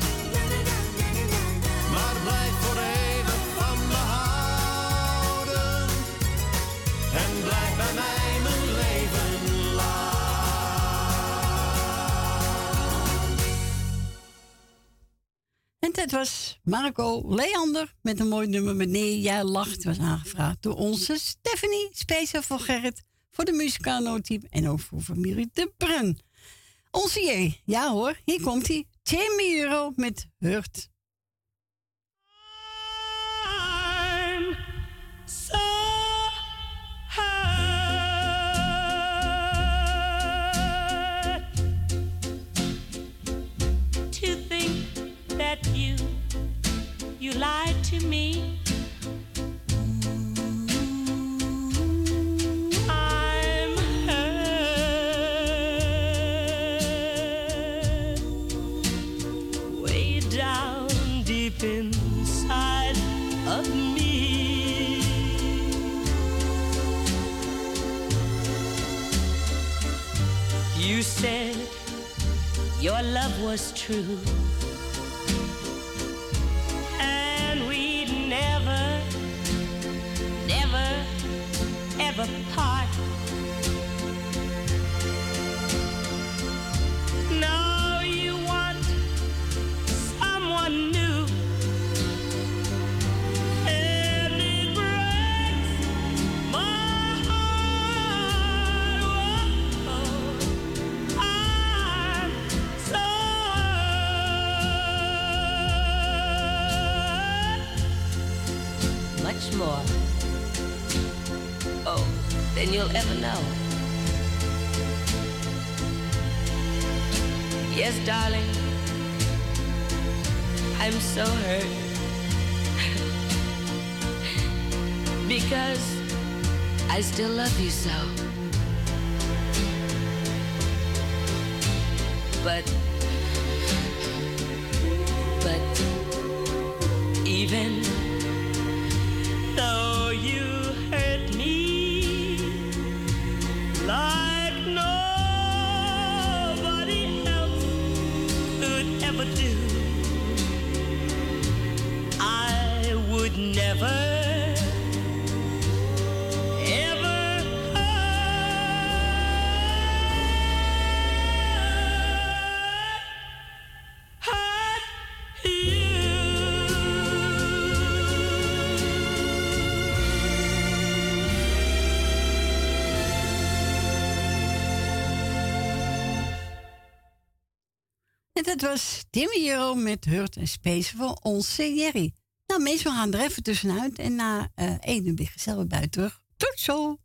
Maar blijf voor eeuwig van me houden. En blijf bij mij mijn leven lang. En dat was Marco Leander met een mooi nummer Wanneer jij lacht. Was aangevraagd door onze Stephanie. Speciaal voor Gerrit, voor de muzikaalnootteam en ook voor familie De Brun. Onze J, ja hoor, hier komt hij. Jamie Euro met Hurt. I'm so hurt to think that you lied to me. I'm hurt way down deep inside of me. You said your love was true, and we'd never, never, ever part. Now you want someone new, and it breaks my heart. Oh, I'm so hurt. Much more, oh, than you'll ever know. Yes, darling, I'm so hurt because I still love you so. But even though you hurt me like nobody else could ever do, I would never, ever hurt you. En dat was Timmy Euro met Hurt en Space voor onze Jerry. Nou mensen, we gaan er even tussenuit en na 1 uur ben ik gezellig bij terug. Tot zo!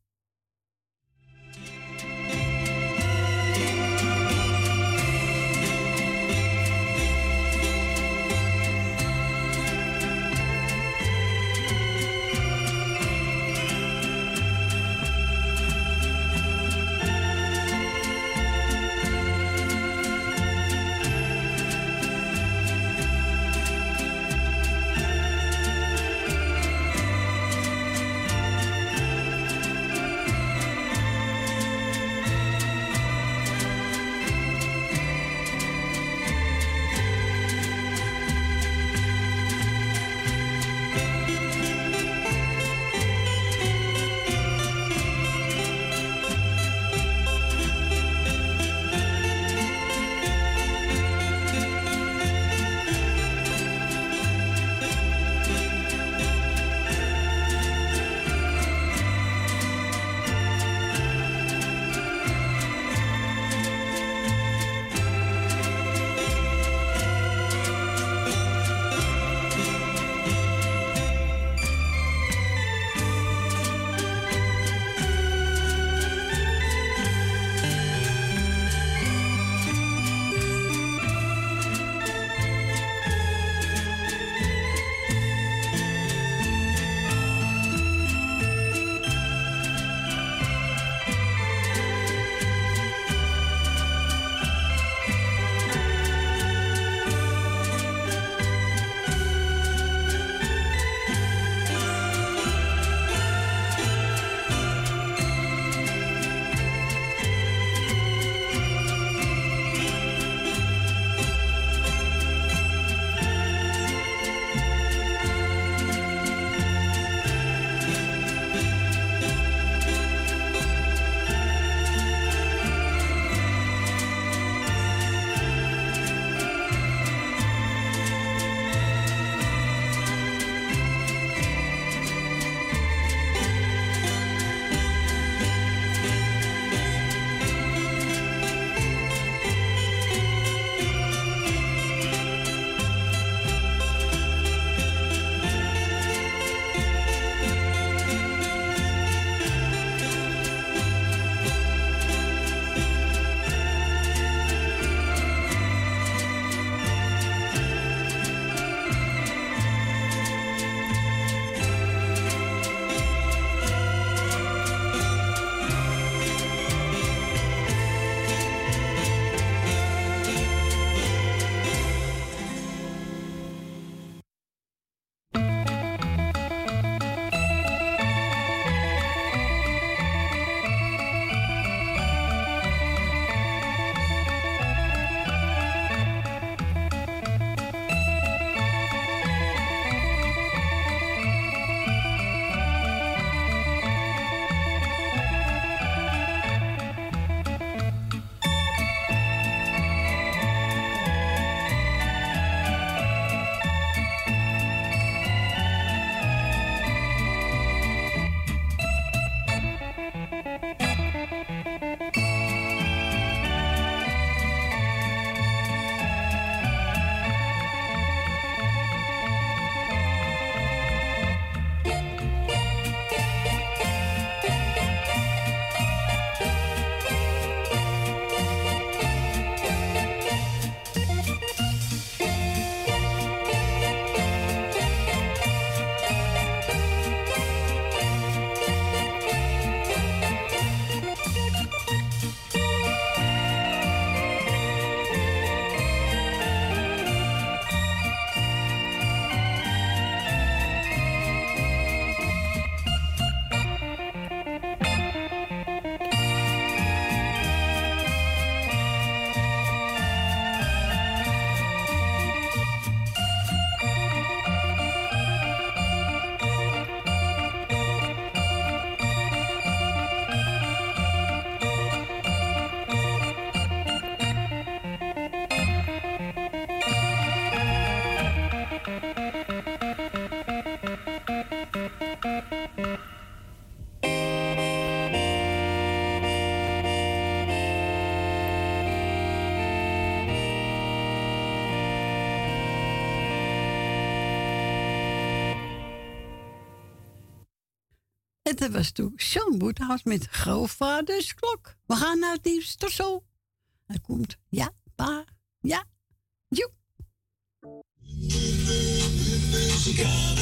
En dat was toen John Woodhouse met Grootvaders klok. We gaan naar het nieuws. Tot zo. Hij komt. Ja, pa. Ja. Joep. Muzikale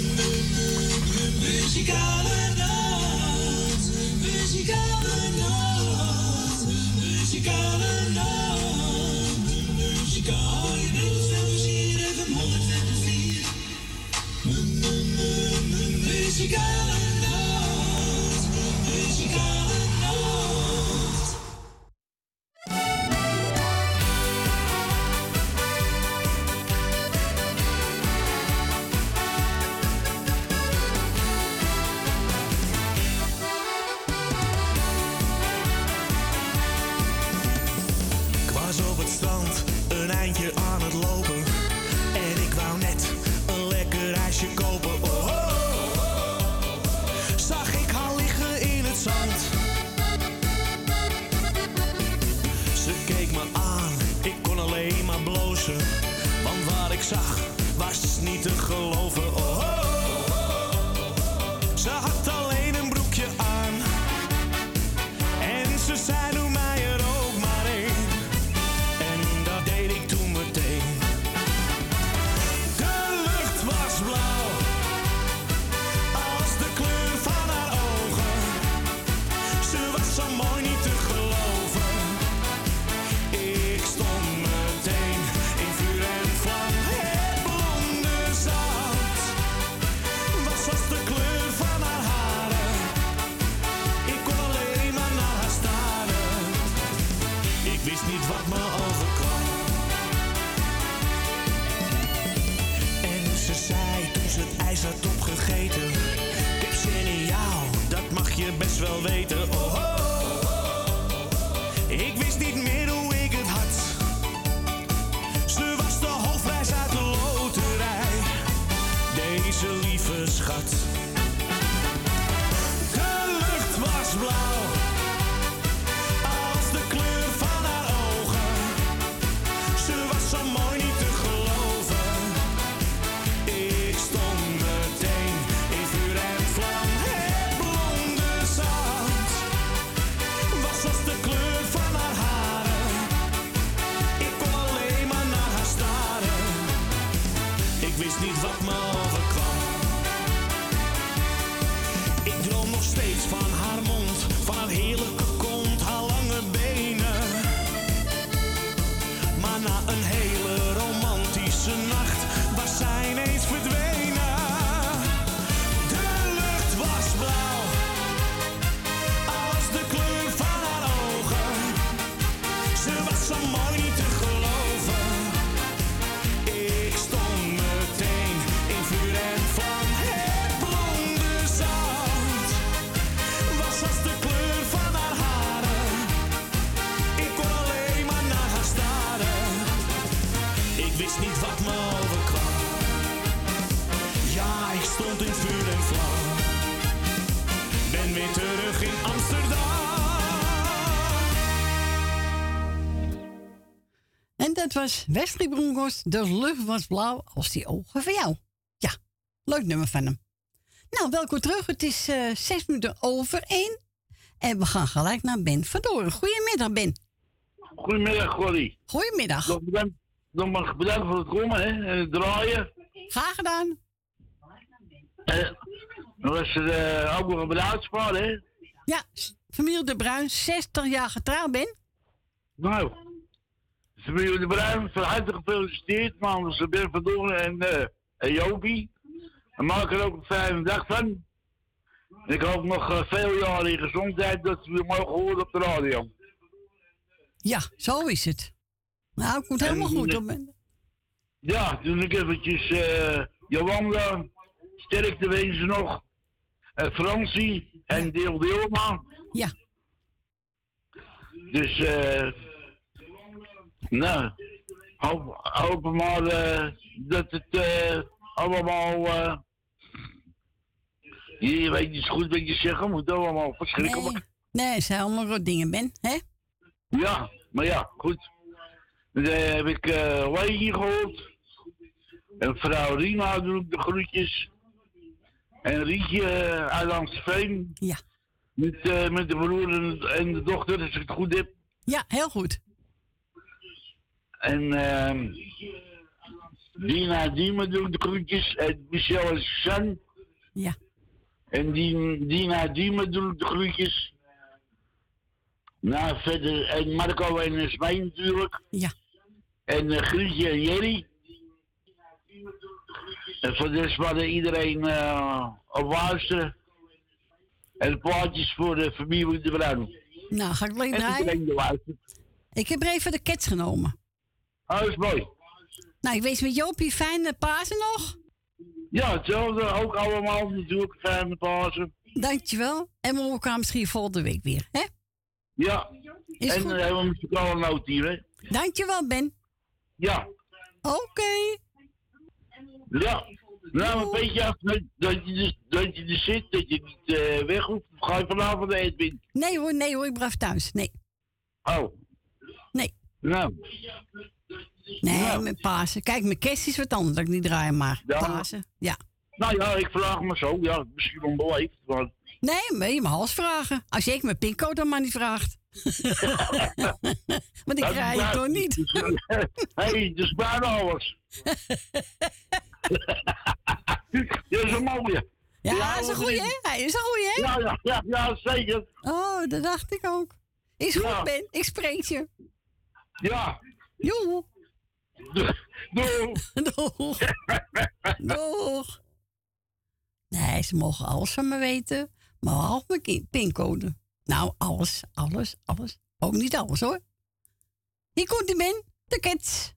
nacht. Muzikale nacht. Muzikale nacht. Muzikale nacht. Hier even 104. Muzikale nacht. Muzikale nacht. Ik was op het strand, een eindje aan het lopen. En ik wou net een lekker ijsje kopen. Oh, oh. Zag ik haar liggen in het zand. Ze keek me aan, ik kon alleen maar blozen. Want wat ik zag, was niet te geloven. Oh, oh. Ze had alleen een broekje aan. En ze zei, doe mij er ook maar één. En dat deed ik toen meteen. De lucht was blauw, als de kleur van haar ogen. Ze was zo mooi niet te geloven. Ik stond meteen in vuur en vlam. Het blonde zand was als de kleur van haar haren. Ik kon alleen maar naar haar staren. Ik wist niet wat me overkwam. En ze zei toen ze het ijs had opgegeten: ik heb zin in jou, dat mag je best wel weten. Oh, oh. Ik wist niet meer hoe ik het had. Ze was de hoofdprijs uit de loterij, deze lieve schat. De lucht was blauw, als de kleur van haar ogen. Ze was zo mooi niet te geloven. Ik stond meteen in vuur en vlam. Het blonde zand was als de kleur van haar haren. Ik kon alleen maar naar haar staren. Ik wist niet wat me overkwam. Ik droom nog steeds van haar mond, van haar heerlijke kont, haar lange benen. Maar na een hele romantische nacht was zij ineens verdwenen. De lucht was blauw, als de kleur van haar ogen. Ze was zo mooi niet te geloven. Ik stond meteen in vuur en vlam. Het blonde zand was als de kleur van haar haren. Ik kon alleen maar naar haar staren. Ik wist niet wat me overkwam. Ja, ik stond in vuur en vlam. Ben weer terug in Amsterdam. En dat was Wesley Bronkhorst. De lucht was blauw als die ogen van jou. Ja, leuk nummer van hem. Nou, welkom terug. Het is 6 minuten over 1. En we gaan gelijk naar Ben van Doorn. Goedemiddag, Ben. Goedemiddag, Corrie. Goedemiddag. Nog bedankt voor het komen hè, en het draaien. Graag gedaan. Dan was er ook nog een bruidspaar, hè? Ja, familie De Bruin, 60 jaar getrouwd, Ben. Nou, familie De Bruin, van harte gefeliciteerd, man. Ze Ben van Doorn en Jopie. We maken er ook een fijne dag van. En ik hoop nog veel jaren in gezondheid dat we mogen horen op de radio. Ja, zo is het. Nou, komt helemaal goed op. Ja, toen ik eventjes Jolanda, sterkte wensen nog. Fransie en Deel Deelman. Ja. Dus, nou, hopen maar dat het allemaal, je weet niet goed wat je zeggen moet, allemaal verschrikkelijk. Nee, het zijn allemaal wat dingen, Ben, hè? Ja, maar ja, goed. Dan heb ik Leijie gehoord. En vrouw Rina doe ik de groetjes. En Rietje uit Amstelveen. Ja. Met de broer en de dochter, als ik het goed heb. Ja, heel goed. En Dina Diemen doet de groetjes. En Michel en Suzanne. Ja. En Dina Diemen doet de groetjes. Nou, verder. En Marco en Smijn natuurlijk. Ja. En Grietje en Jerry. En voor de rest hadden iedereen op luisteren. En plaatjes voor de familie De Bruin. Nou, ga ik alleen draaien. Ik heb er even de Cats genomen. Oh, dat is mooi. Nou, ik wees met Jopie fijne Pasen nog. Ja, hetzelfde. Ook allemaal natuurlijk fijne Pasen. Dankjewel. En we elkaar misschien volgende week weer, hè? Ja. Is en goed. dan hebben we een muzikale noot hier, hè? Dankjewel, Ben. Ja. Oké. Ja. Nou, een beetje af dat je er zit, dat je niet weg hoeft. Ga je vanavond naar Edwin? Nee hoor, ik blijf thuis. Nee. Oh. Nee. Nou. Nee, nou. met Pasen. Kijk, mijn kerst is wat anders dat ik niet draai, maar Ja. Pasen, ja. Nou ja, ik vraag me zo. Ja, misschien onbeleefd, maar... Nee, maar je mag alles vragen. Als je mijn pincode dan maar niet vraagt. Want ik krijg het toch niet. Hé, dat is bijna alles. Dat is een mooie. Ja, dat is een goeie, hè? Hij is een goeie, hè? Ja, zeker. Oh, dat dacht ik ook. Is goed, Ben. Ik spreek je. Ja. Joe. Doeg. Doeg. Doeg. Nee, ze mogen alles van me weten. Maar behalve mijn pincode. Nou, alles. Ook niet alles, hoor. Hier komt die Ben. De Cats.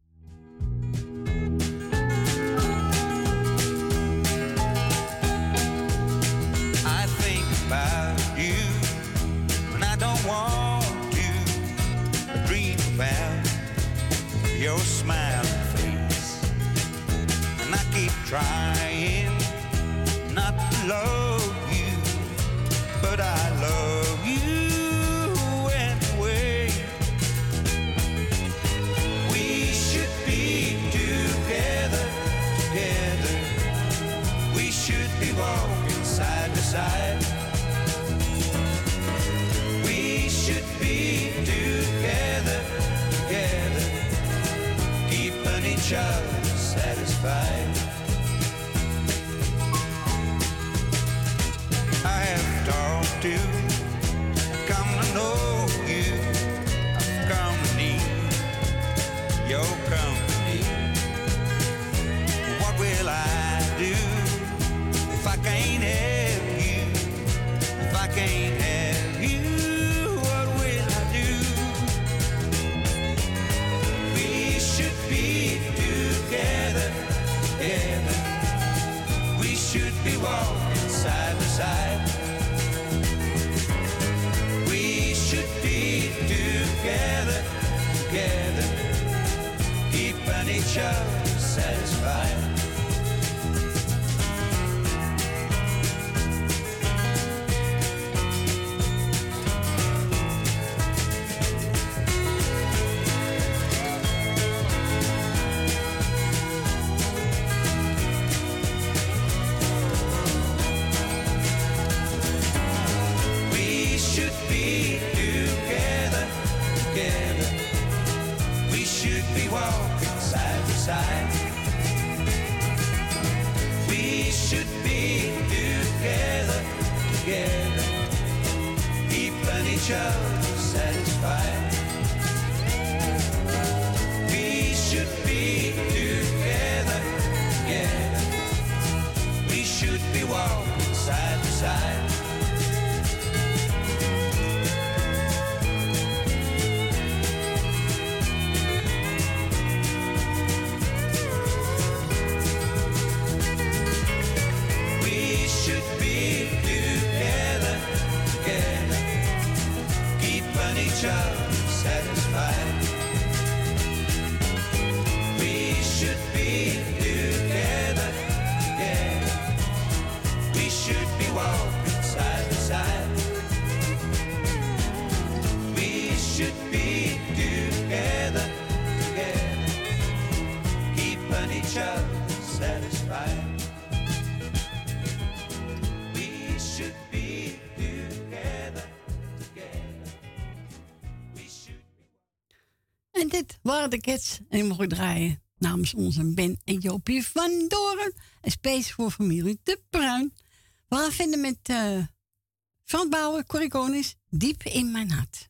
I think about you when I don't want to. I dream about your smiling face, and I keep trying not to love you, but I love you anyway. We should be together. We should be walking side by side. We should be together, keeping each other satisfied. I have talked to, come to know you, I've come to need your company. What will I do if I can't have you? If I can't have you, what will I do? We should be together. We should be walking side by side. We should be together, keeping each other satisfied. We should be together. We should be walking side by side. We should be together, keeping each other satisfied. We should be together, we should be walking side by side. We should be together, keeping each other satisfied. We should be together, we should be walking side by side. We should be together, keeping each other satisfied. waren de Cats en die mogen draaien namens ons en Ben en Jopie van Doren. En speciaal voor familie De Bruin. We gaan vinden met Frans Bauer, Corrie Konings, Diep in mijn hart.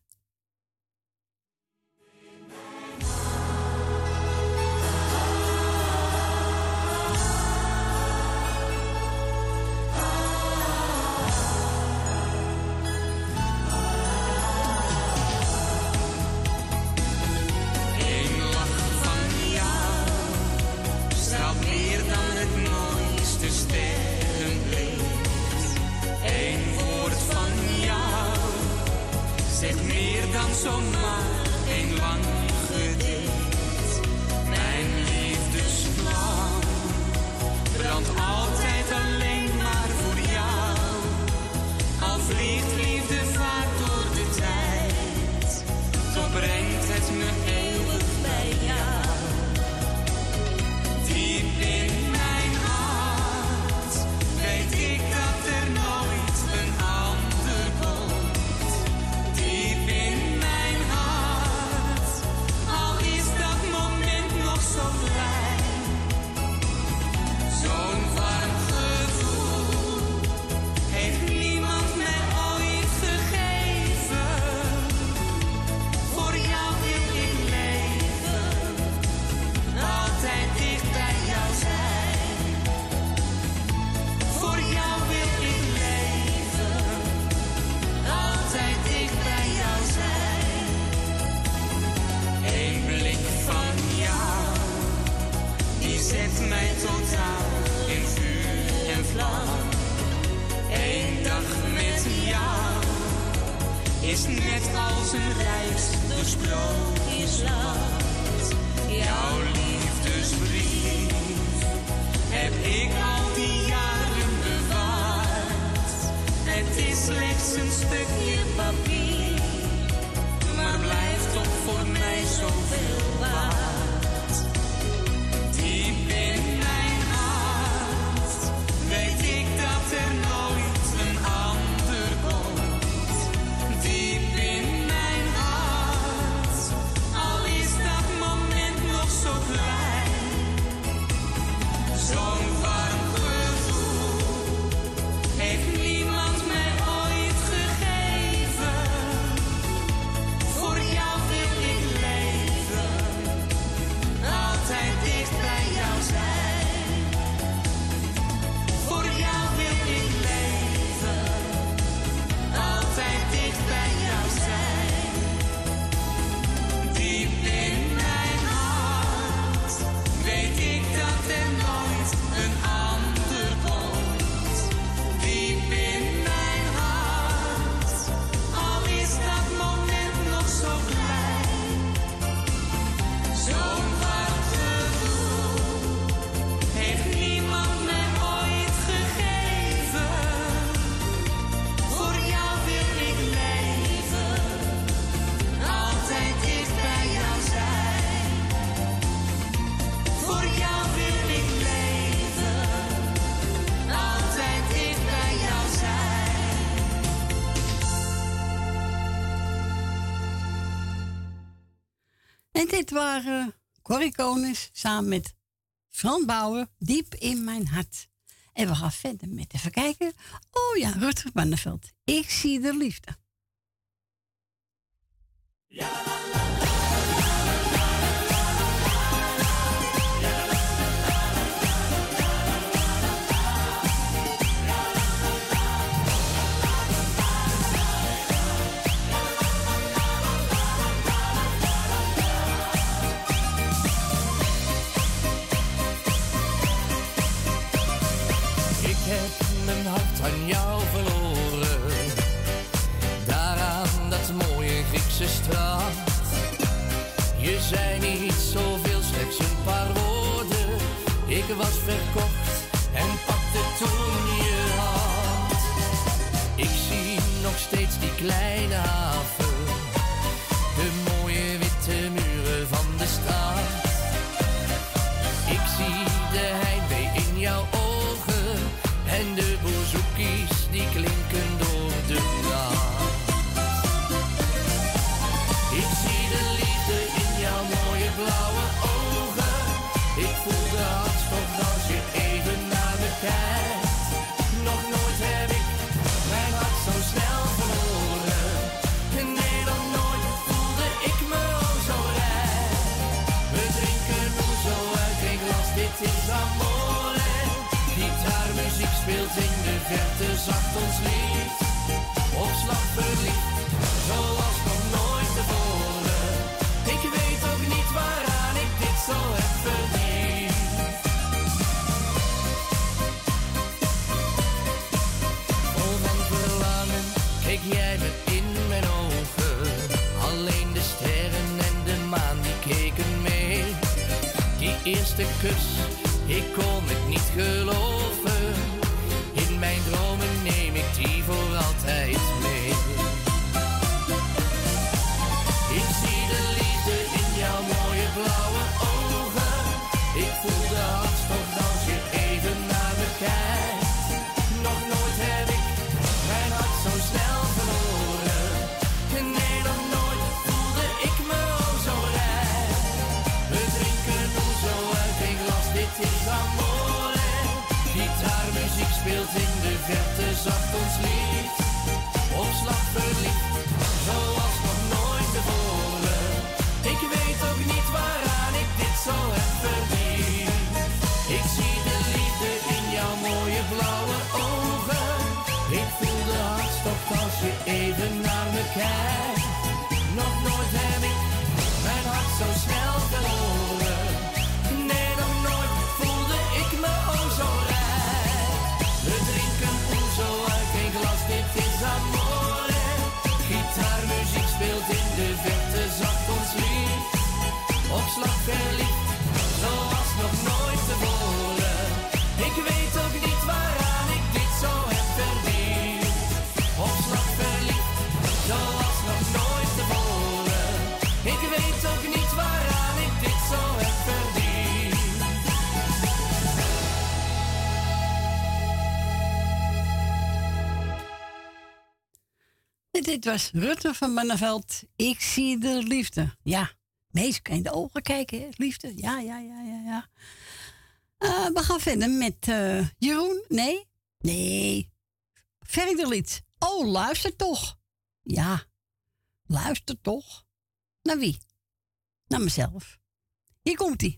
Zeg meer dan zomaar een lang gedicht. Mijn liefdesvlam brandt altijd alleen maar voor jou. Al vliegt liefde vaak door de tijd, toch brengt het me eeuwig bij jou. Diep in mijn hart weet ik dat er nooit een ander komt. Diep in mijn hart, al is dat moment nog zo klein. Zo'n warm gevoel heeft niemand mij ooit gegeven. Voor jou wil ik leven, altijd dicht bij jou zijn. Voor jou wil ik leven, altijd dicht bij jou zijn. Eén blik van jou, die zet mij totaal in vuur en vlam. Eén dag met jou is net als een reis door sprookjesland. Jouw liefdesbrief heb ik al die jaren bewaard. Het is slechts een stukje papier, maar blijft toch voor mij zoveel waard. Diep in mijn hart weet ik dat er nooit een ander komt. Diep in mijn hart, al is dat moment nog zo klein. Zo'n warm gevoel heeft niemand mij ooit gegeven. Voor jou wil ik leven, altijd dicht bij jou zijn. Voor jou wil ik leven, altijd dicht bij jou zijn. Diep in mijn hart weet ik dat er nooit een ander komt. Diep in mijn hart, al is dat moment nog zo klein. Zo'n warm gevoel heeft niemand mij ooit gegeven. Voor jou wil ik leven, altijd dicht bij jou zijn. Voor jou wil ik leven, altijd dicht bij jou zijn. En dit waren Corrie Konings samen met Frans Bauer, Diep in mijn hart. En we gaan verder met even kijken. Oh ja, Rutger Barneveld. Ik zie de liefde. Ik heb mijn hart aan jou verloren, daar aan dat mooie Griekse strand. Je zei niet zoveel, slechts een paar woorden. Ik was verkocht en pakte toen je hand. Ik zie nog steeds die kleine haven, de mooie witte muren van de stad. Ik zie de heimwee in jouw ogen en de bouzouki's die klinken door de nacht. Ik zie de liefde in jouw mooie speelt in de verte zacht ons lied. Op slag verliefd, zoals nog nooit tevoren. Ik weet ook niet waaraan ik dit zo heb verdiend. Vol van verlangen keek jij me in mijn ogen. Alleen de sterren en de maan die keken mee. Die eerste kus, ik kon het niet geloven. In mijn dromen neem ik die voor altijd mee. Ik zie de liefde in jouw mooie blauwe ogen. Ik voel de hartstocht als je even naar me kijkt. Nog nooit heb ik mijn hart zo snel verloren. Nee, nog nooit voelde ik me zo rijk. We drinken zo uit een glas, dit is amore. Gitaarmuziek speelt in de verte zacht ons lied. Op slag verliefd, zoals nog nooit tevoren. Ik weet ook niet waaraan ik dit zo heb verdiend. Ik zie de liefde in jouw mooie blauwe ogen. Ik voel de hartstocht als je even naar me kijkt. Nog nooit heb ik mijn hart zo snel verloren. Nee, nog nooit voelde ik me zo rijk. We drinken zo uit een glas, dit is amore. Gitaarmuziek speelt in de verte zacht ons lied. Op slag verliefd, zoals nog nooit tevoren. Ik weet ook niet waaraan ik dit zo heb verdiend. Op slag verliefd, zoals nog nooit tevoren. Ik weet ook niet waaraan ik dit zo heb verdiend. Dit was Rutte van Manneveld. Ik zie de liefde. Ja, meest kan je in de ogen kijken, hè? Liefde. Ja. We gaan verder met Jeroen. Nee. Verderlied. Oh, luister toch. Ja, luister toch. Naar wie? Naar mezelf. Hier komt-ie.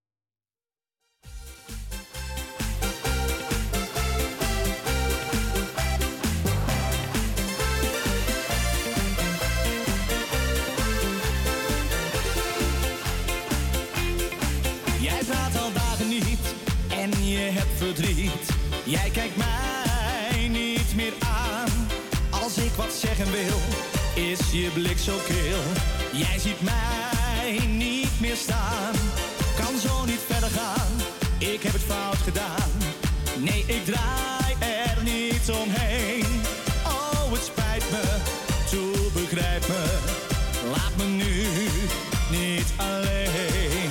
Jij praat al dagen niet en je hebt verdriet. Jij kijkt mij niet meer aan. Als ik wat zeggen wil, is je blik zo kil. Jij ziet mij niet meer staan. Kan zo niet verder gaan, ik heb het fout gedaan. Nee, ik draai er niet omheen. Oh, het spijt me, toe begrijp me. Laat me nu niet alleen.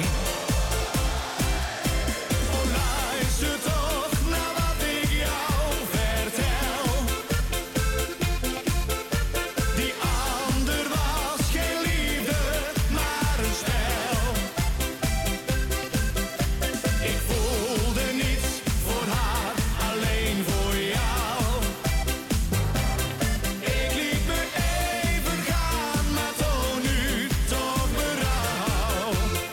Luister toch naar wat ik jou vertel. Die ander was geen liefde, maar een spel. Ik voelde niets voor haar, alleen voor jou. Ik liet me even gaan, maar toon nu toch berouw.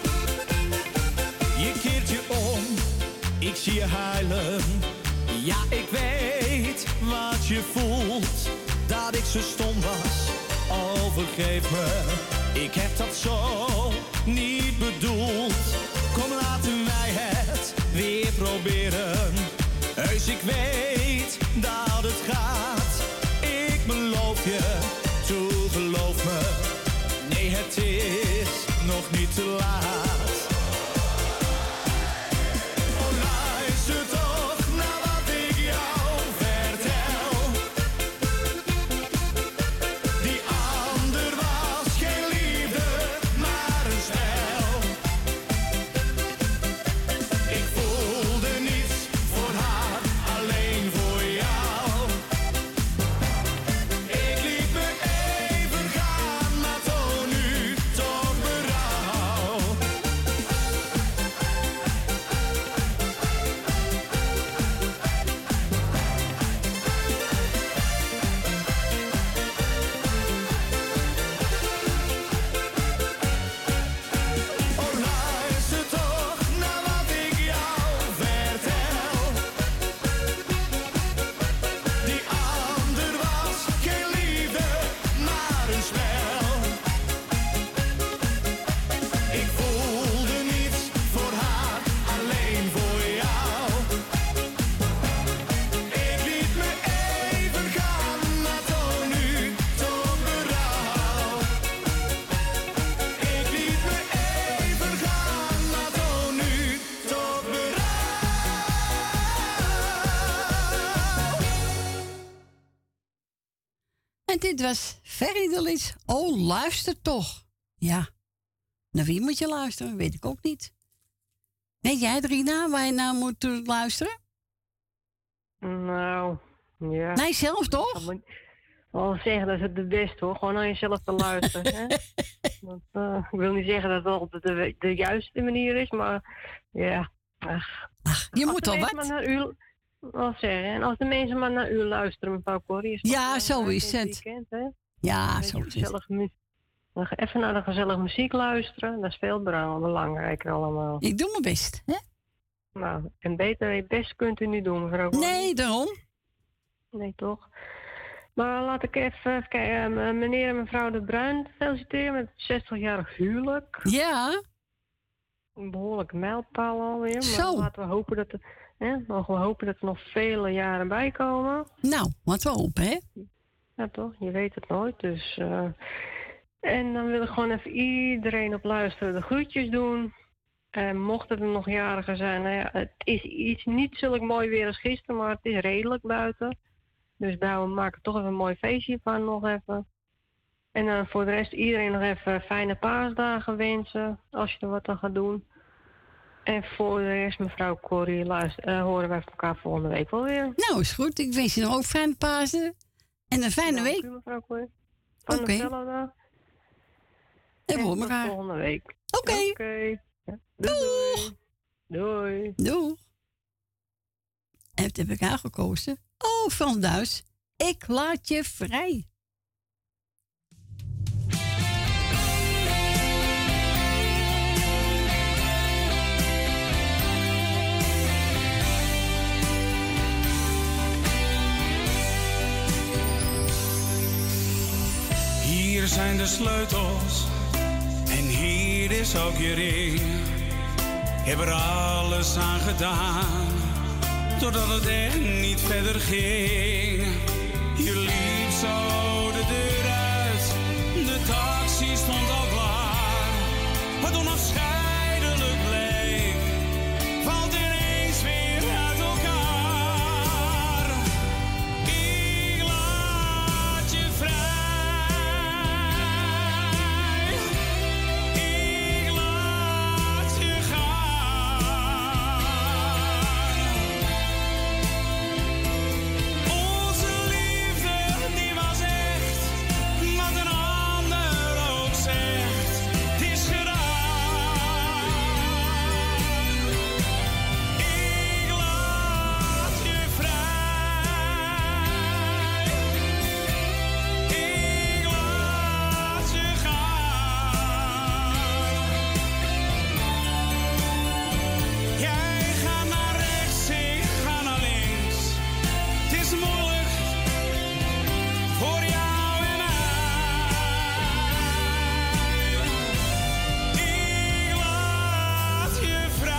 Je keert je om, ik zie je huilen. Ja, ik weet wat je voelt. Dat ik zo stom was, oh vergeef me. Ik heb dat zo niet bedoeld. Kom, laten wij het weer proberen. Heus, ik weet dat het gaat. Ik beloof je, toe geloof me. Nee, het is nog niet te laat. Luister toch naar wat ik jou vertel. Die ander was geen liefde, maar een spel. Ik voelde niets voor haar, alleen dit was Ferry de Lis. Oh, luister toch. Ja. Naar wie moet je luisteren? Weet ik ook niet. Weet jij, Rina, waar je naar moet luisteren? Nou, ja. Nee, zelf toch? Ik wil zeggen, dat is het de beste hoor. Gewoon naar jezelf te luisteren. Hè? Want, ik wil niet zeggen dat het altijd de juiste manier is, maar ja. Ach, je moet al wat. En als de mensen maar naar u luisteren, mevrouw Corrie. Ja, zo is het. Weekend, hè? Ja, zo is het. Even naar de gezellige muziek luisteren, dat is veel belangrijker allemaal. Ik doe mijn best, hè? Nou, en beter, best kunt u niet doen, mevrouw Corrie. Nee, daarom. Nee, toch? Maar laat ik even kijken, meneer en mevrouw De Bruin feliciteren met het 60-jarig huwelijk. Ja. Een behoorlijke mijlpaal alweer. Maar zo. Laten we hopen dat mogen we hopen dat er nog vele jaren bij komen. Nou, laten we hopen, hè? Ja, toch? Je weet het nooit, dus... En dan wil ik gewoon even iedereen op luisteren de groetjes doen. En mocht het er nog jarigen zijn, nou ja, het is niet zulk mooi weer als gisteren, maar het is redelijk buiten. Dus we maken toch even een mooi feestje van nog even. En dan voor de rest iedereen nog even fijne paasdagen wensen, als je er wat aan gaat doen. En voor de rest, mevrouw Corrie, horen wij elkaar volgende week wel weer. Nou, is goed. Ik wens je nog ook fijne Pasen. En een fijne week. Dank u, mevrouw Corrie. Van hetzelfde. En we horen elkaar. Volgende week. Oké. Ja. Doeg. Doei. Doeg. En wat heb ik aangekozen? Oh, Frans Duits. Ik laat je vrij. Hier zijn de sleutels en hier is ook je ring. Ik heb er alles aan gedaan, totdat het echt niet verder ging. Je liep zo de deur uit, de taxi stond al klaar. Wat onafscheidelijk bleek, valt ineens weer uit elkaar. Ik laat je vrij, ik laat je gaan. Onze liefde die was echt, wat een ander ook zegt, het is gedaan. Ik laat je vrij, ik laat je gaan. Jij gaat naar rechts, ik ga naar links. Het is moeilijk voor jou en mij. Ik laat je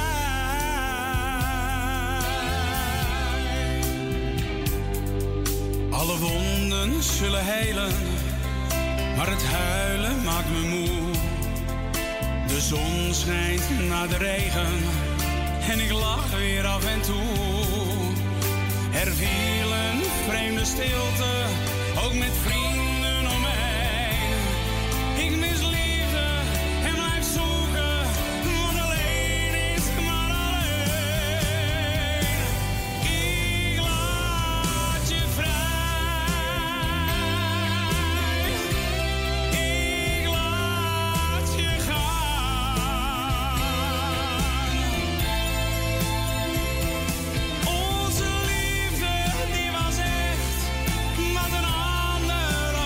vrij. Alle wonden zullen helen, maar het huilen maakt me moe. De zon schijnt na de regen en ik lach weer af en toe. Er viel een vreemde stilte, ook met vrienden om me heen. Ik mis liefde en blijf zoeken, want alleen is maar alleen. Ik laat je vrij, ik laat je gaan. Onze liefde die was echt, wat een ander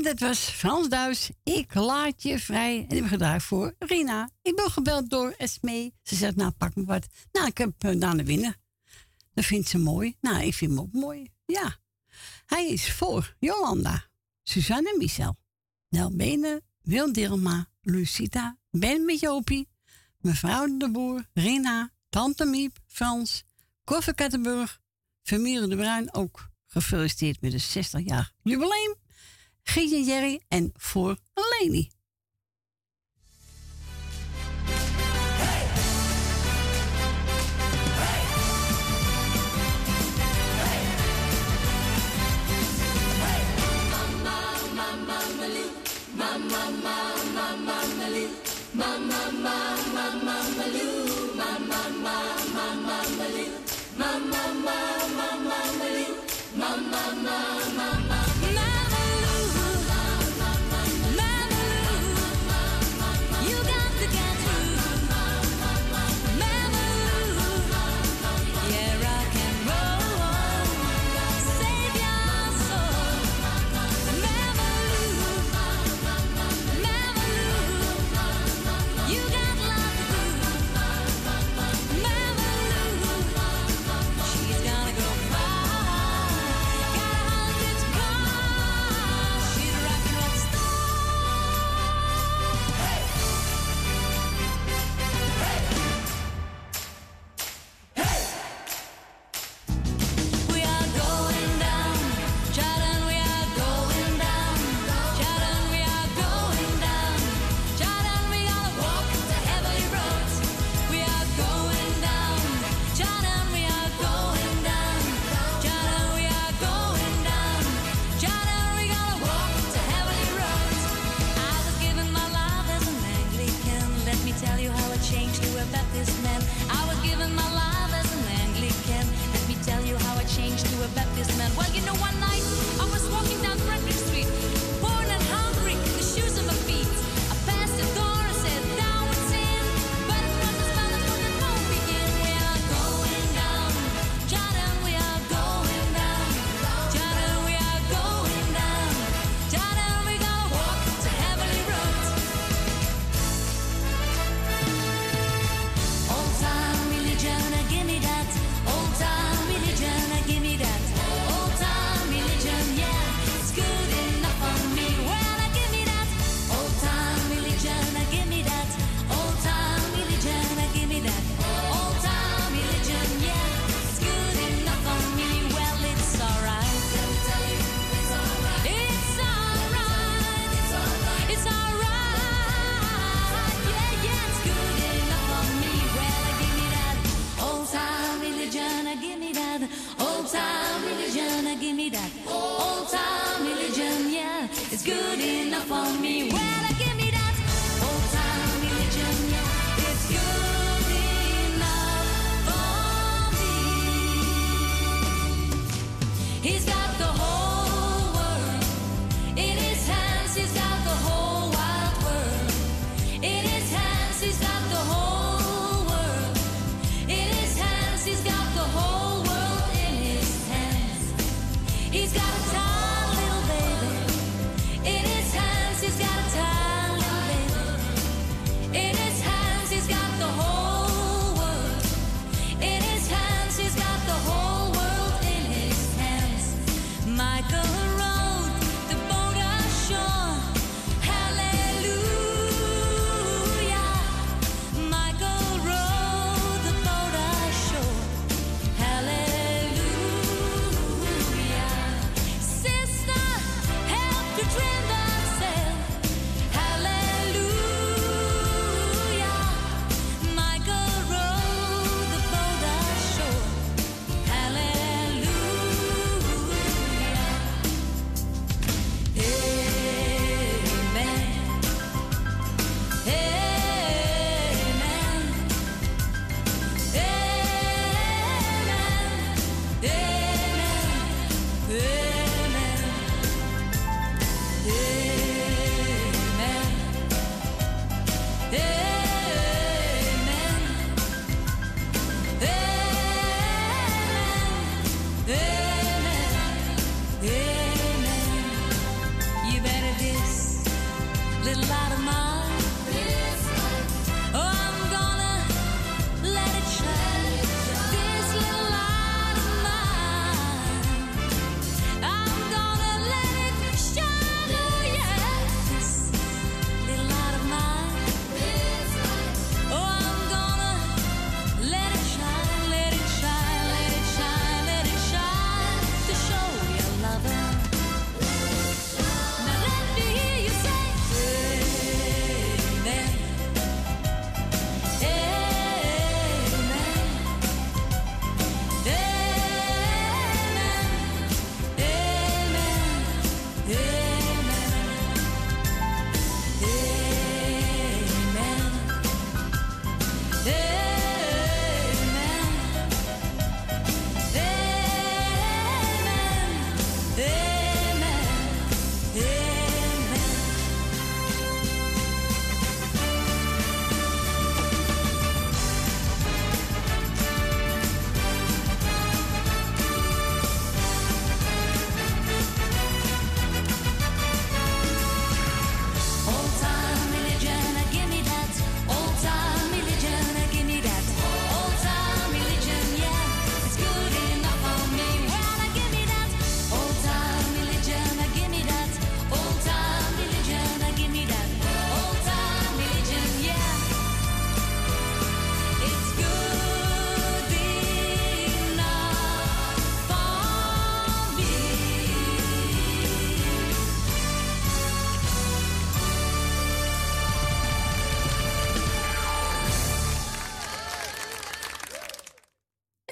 dat was Frans Duis. Ik laat je vrij. En die hebben gedraaid voor Rina. Ik ben gebeld door Esmee. Ze zegt, nou, pak me wat. Nou, ik heb Daan de Winner. Dat vindt ze mooi. Nou, ik vind hem ook mooi. Ja. Hij is voor Jolanda, Suzanne en Michel, Nel Benen, Wil Dilma, Lucita, Ben met Jopie, mevrouw de Boer, Rina, tante Miep, Frans, Koffer Kattenburg, familie de Bruin ook gefeliciteerd met een 60-jarig jubileum. Giet en Jerry en voor Leni. He's got a tiny little baby in his hands. He's got a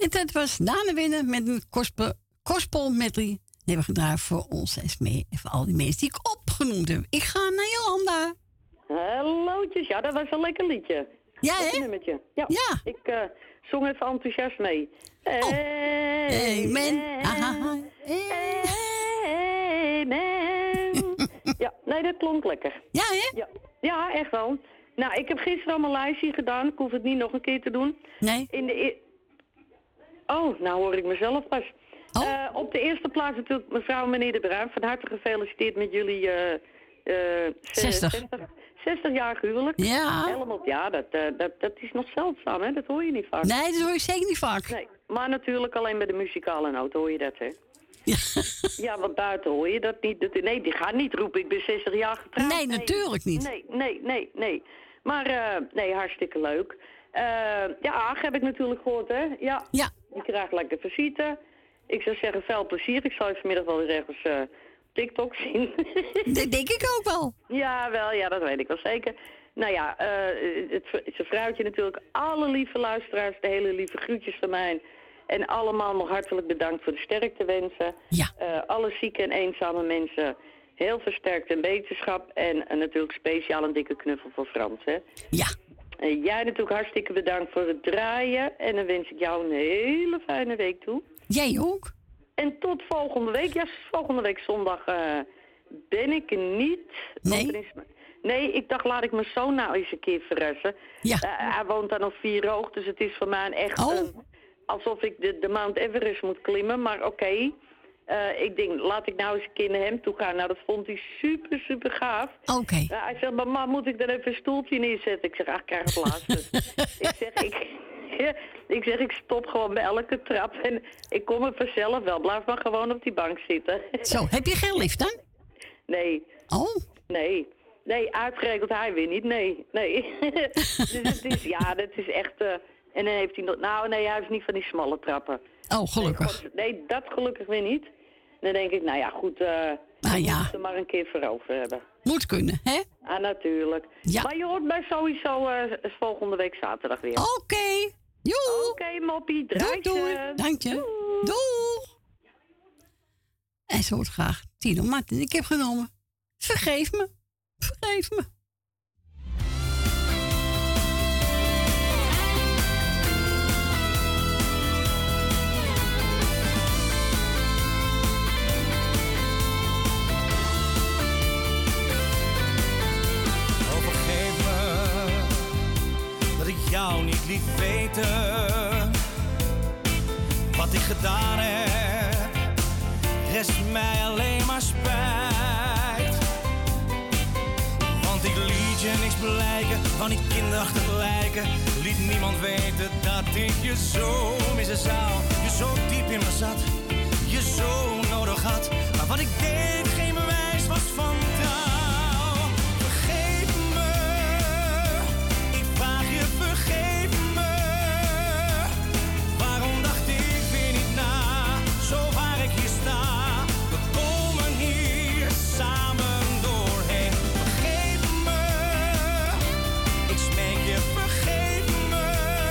En dat was Daan Winnen met een gospel medley. Die hebben we gedraaid voor ons Esmee en voor al die mensen die ik opgenoemd heb. Ik ga naar Jolanda. Hallootjes, ja, dat was een lekker liedje. Ja, hè? Nummertje. Ja. Ik zong even enthousiast mee. Amen. Amen. Ja, nee, dat klonk lekker. Ja, hè? Ja, echt wel. Nou, ik heb gisteren al mijn lijstje gedaan. Ik hoef het niet nog een keer te doen. Nee. Oh, nou hoor ik mezelf pas. Op de eerste plaats natuurlijk mevrouw en meneer De Bruin. Van harte gefeliciteerd met jullie 60-jarig huwelijk. Ja. Helemaal, ja, dat is nog zeldzaam, hè? Dat hoor je niet vaak. Nee, dat hoor je zeker niet vaak. Nee, maar natuurlijk alleen bij de muzikale noot hoor je dat, hè? Ja, ja, want buiten hoor je dat niet. Nee, die gaat niet roepen, ik ben 60 jaar getrouwd. Nee, natuurlijk niet. Nee. Maar, nee, hartstikke leuk. Ja, Aag heb ik natuurlijk gehoord, hè? Ja. Die krijgt lekker visite. Ik zou zeggen, veel plezier. Ik zal je vanmiddag wel weer ergens TikTok zien. Dat denk ik ook wel. Ja, dat weet ik wel zeker. Nou ja, zijn vrouwtje natuurlijk. Alle lieve luisteraars, de hele lieve groetjes van mij. En allemaal nog hartelijk bedankt voor de sterkte wensen. Ja. Alle zieke en eenzame mensen, heel versterkt en beterschap. En natuurlijk speciaal een dikke knuffel voor Frans, hè? Ja. En jij natuurlijk hartstikke bedankt voor het draaien. En dan wens ik jou een hele fijne week toe. Jij ook. En tot volgende week. Ja, volgende week zondag ben ik er niet. Nee, ik dacht, laat ik mijn zoon nou eens een keer verrassen. Ja. Hij woont daar nog 4 hoog, dus het is voor mij echt alsof ik de Mount Everest moet klimmen. Maar oké. Ik denk, laat ik nou eens een keer naar hem toe gaan. Nou, dat vond hij super gaaf. Oké. Hij zegt, mama, moet ik dan even een stoeltje neerzetten? Ik zeg, ach, krijg plaats. Ik zeg, ik stop gewoon bij elke trap. En ik kom er vanzelf wel. Blijf maar gewoon op die bank zitten. Zo, heb je geen lift dan? Nee. Oh? Nee, uitgerekend hij weer niet. Nee. Dus het is, dat is echt... en dan heeft hij nog... Nou, nee, hij heeft niet van die smalle trappen. Oh, gelukkig. Nee, dat gelukkig weer niet. Dan denk ik, nou ja, goed... we moeten er maar een keer voor over hebben. Moet kunnen, hè? Ah, natuurlijk. Ja. Maar je hoort mij sowieso volgende week zaterdag weer. Oké. Joe. Oké, moppie. Doei. Dank je. Doeg. En ze hoort graag Tino Martin. Ik heb genomen. Vergeef me. Jou niet liet weten wat ik gedaan heb, rest mij alleen maar spijt. Want ik liet je niks blijken van die kinderachtige lijken. Liet niemand weten dat ik je zo missen zou. Je zo diep in me zat, je zo nodig had. Maar wat ik deed geen bewijs was van trouw. Vergeef me, waarom dacht ik weer niet na, zo waar ik hier sta, we komen hier samen doorheen. Vergeef me, ik smeek je, vergeef me,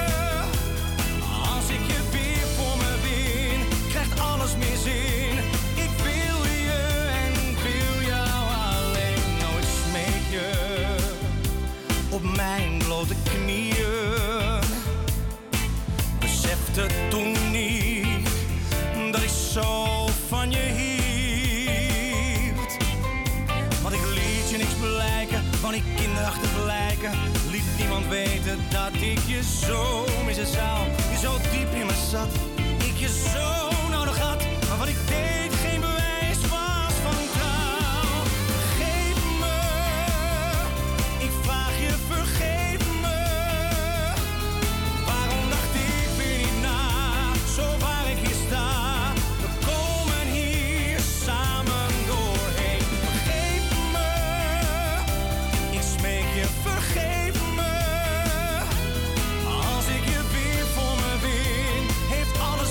als ik je weer voor me win, krijgt alles meer zin. Ik wil je en wil jou alleen, nou ik smeek je, op mijn blote knieën. Besefte toen niet dat ik zo van je hield. Want ik liet je niks blijken van die kinderachtige lijken. Liet niemand weten dat ik je zo missen zou. Je zo diep in me zat, ik je zo nodig had. Maar wat ik deed geen bewijs was van trouw. Vergeef me, ik vraag je vergeef. Vergeef me, als ik je weer voor me win, heeft alles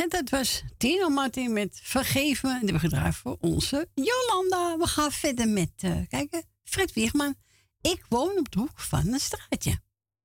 En dat was Tino Martin met Vergeef me. En die hebben we gedraaid voor onze Jolanda. We gaan verder met, kijken, Fred Wiegman. Ik woon op de hoek van een straatje.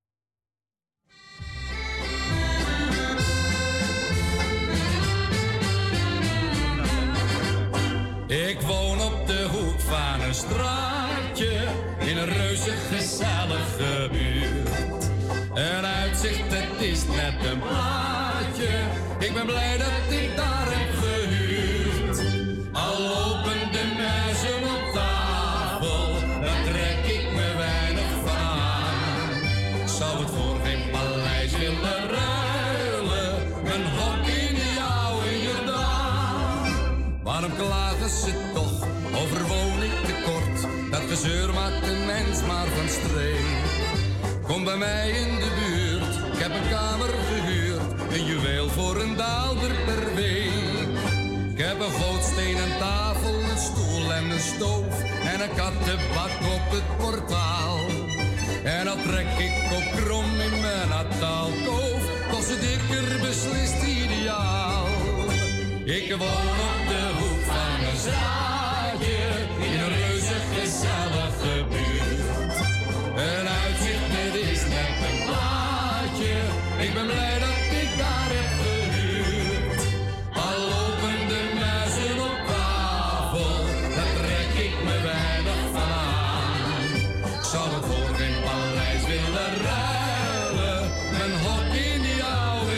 Ik woon op de hoek van een straatje in een reuze gezellige buurt. Een uitzicht, het is net een plaatje. Ik ben blij dat ik daar heb gehuurd. Al lopen de muizen op tafel, daar trek ik me weinig van aan. Zou het voor geen paleis willen ruilen, mijn hok in die oude Jordaan. Waarom klagen ze toch over woningtekort? Dat gezeur maakt een mens maar van streek. Kom bij mij in de buurt, ik heb een kamer gehuurd, een juweel voor een daalder per week. Ik heb een gootstenen tafel, een stoel en een stoof en een kattenbak op het portaal. En dan trek ik op krom in mijn nataalkoof, toch zit ik er beslist ideaal. Ik woon op de hoek van een straatje, in een reuze gezellige buurt. Een uitzicht, het is net een plaatje, ik ben blij dat ik daar heb gehuurd. Al lopen de muizen op tafel, daar trek ik me weinig van aan. Ik zou het voor geen paleis willen ruilen, mijn hok in die oude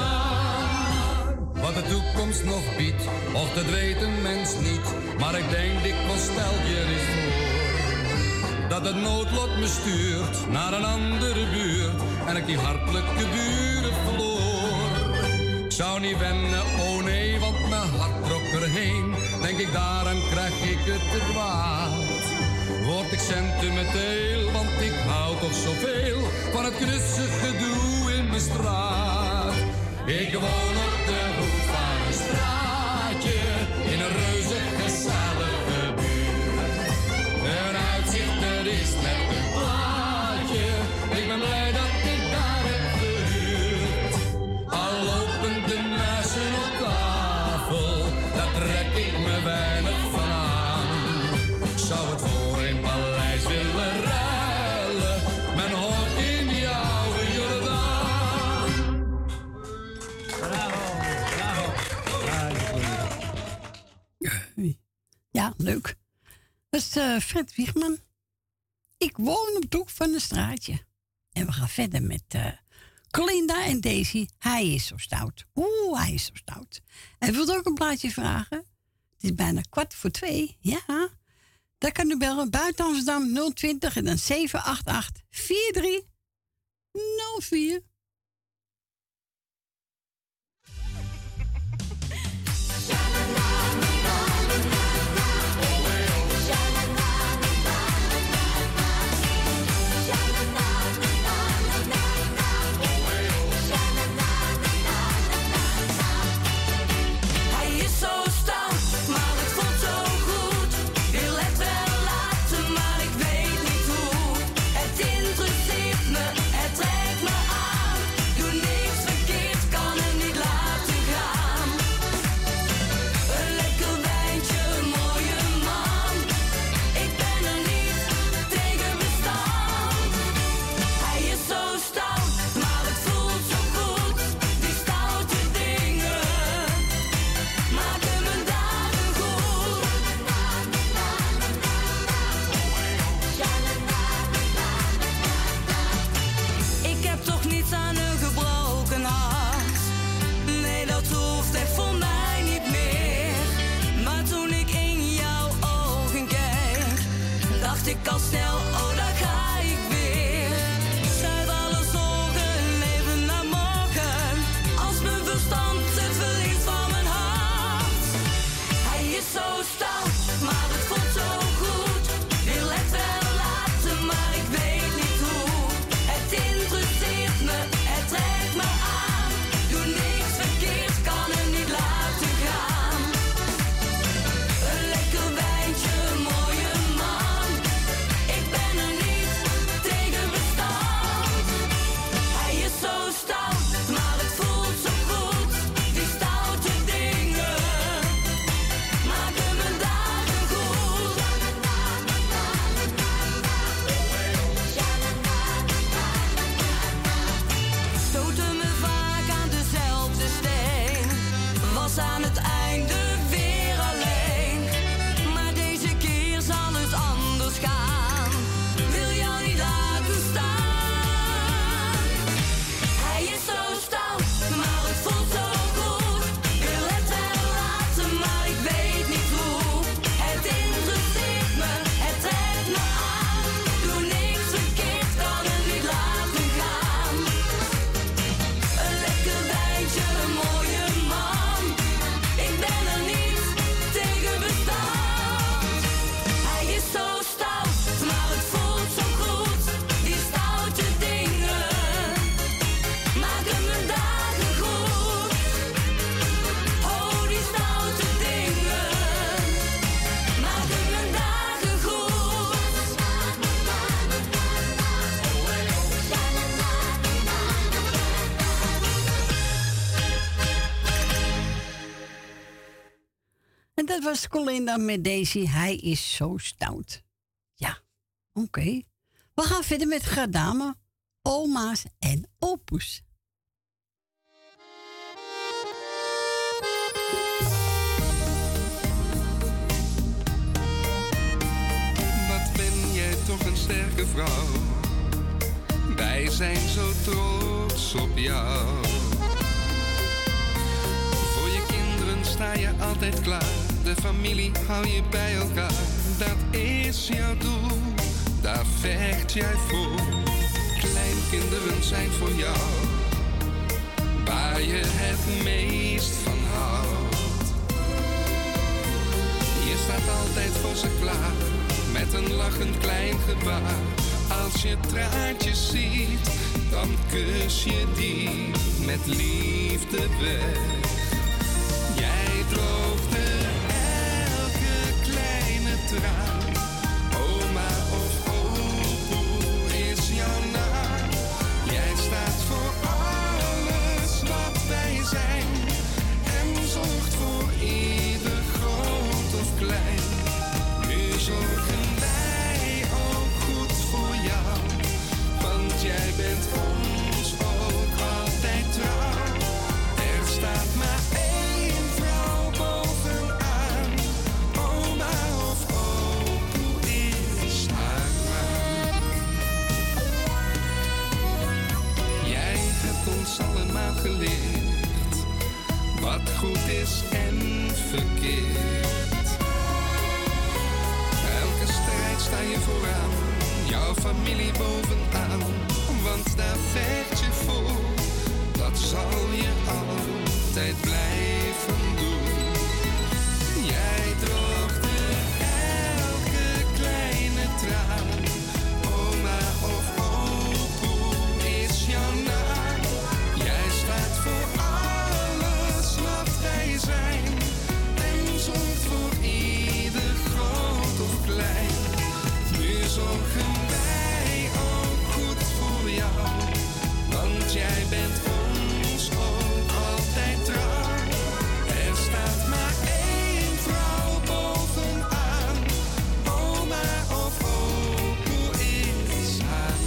Jordaan. Wat de toekomst nog biedt, och dat weet een mens niet, maar ik denk dikwijls stel je eens voor dat het noodlot me stuurt naar een andere buurt en ik die hartelijke buren verloor. Ik zou niet wennen, oh nee, want mijn hart trok erheen. Denk ik daaraan krijg ik het te kwaad. Word ik sentimenteel, want ik hou toch zoveel van het knusse gedoe in mijn straat. Ik woon op de hoek van een straatje in een reuze gezellige buurt. Een uitzicht, het is net een plaatje, ik ben blij dat ik daar heb gehuurd. Al lopen de muizen op tafel, daar trek ik me weinig van aan. Ik zou het voor een paleis willen ruilen, mijn hok in die oude Jordaan. Bravo, bravo. Ja, leuk. Dat is Fred Wiegman. Ik woon op de hoek van een straatje. En we gaan verder met Colinda en Daisy. Hij is zo stout. Oeh, hij is zo stout. En wilt ook een plaatje vragen? Het is bijna 2:15. Ja. Dan kan u bellen buiten Amsterdam 020 en dan 788 4304. Hij is zo stout, maar het voelt zo goed. Wil het wel laten, maar ik weet niet hoe. Het interesseert me, het trekt me aan. En dat was Colinda met Daisy. Hij is zo stout. Ja, oké. We gaan verder met Gadame, oma's en opoes. Wat ben jij toch een sterke vrouw. Wij zijn zo trots op jou. Voor je kinderen sta je altijd klaar. De familie hou je bij elkaar. Dat is jouw doel, daar vecht jij voor. Kleinkinderen zijn voor jou waar je het meest van houdt. Je staat altijd voor ze klaar met een lachend klein gebaar. Als je traantjes ziet, dan kus je die met liefde weg. Jij droogde elke kleine traan. Oma of opoe is jouw naam. Jij staat voor alles wat wij zijn en zorgt voor ieder groot of klein. Nu zorgen wij ook goed voor jou, want jij bent ons ook altijd trouw. Er staat maar één vrouw bovenaan. Oma of opoe is haar naam. Jij hebt ons allemaal geleerd wat goed is en verkeerd. Elke strijd sta je vooraan, jouw familie bovenaan, want daar vecht je voor. Dat zal je altijd blijven doen. Jij droogde elke kleine traan. Oma of opoe is jouw naam. Jij staat voor alles wat wij zijn en zorgt voor ieder groot of klein. Nu zorgen wij ook goed voor jou, want jij bent ons ook altijd trouw. Er staat maar één vrouw bovenaan. Oma of opoe is haar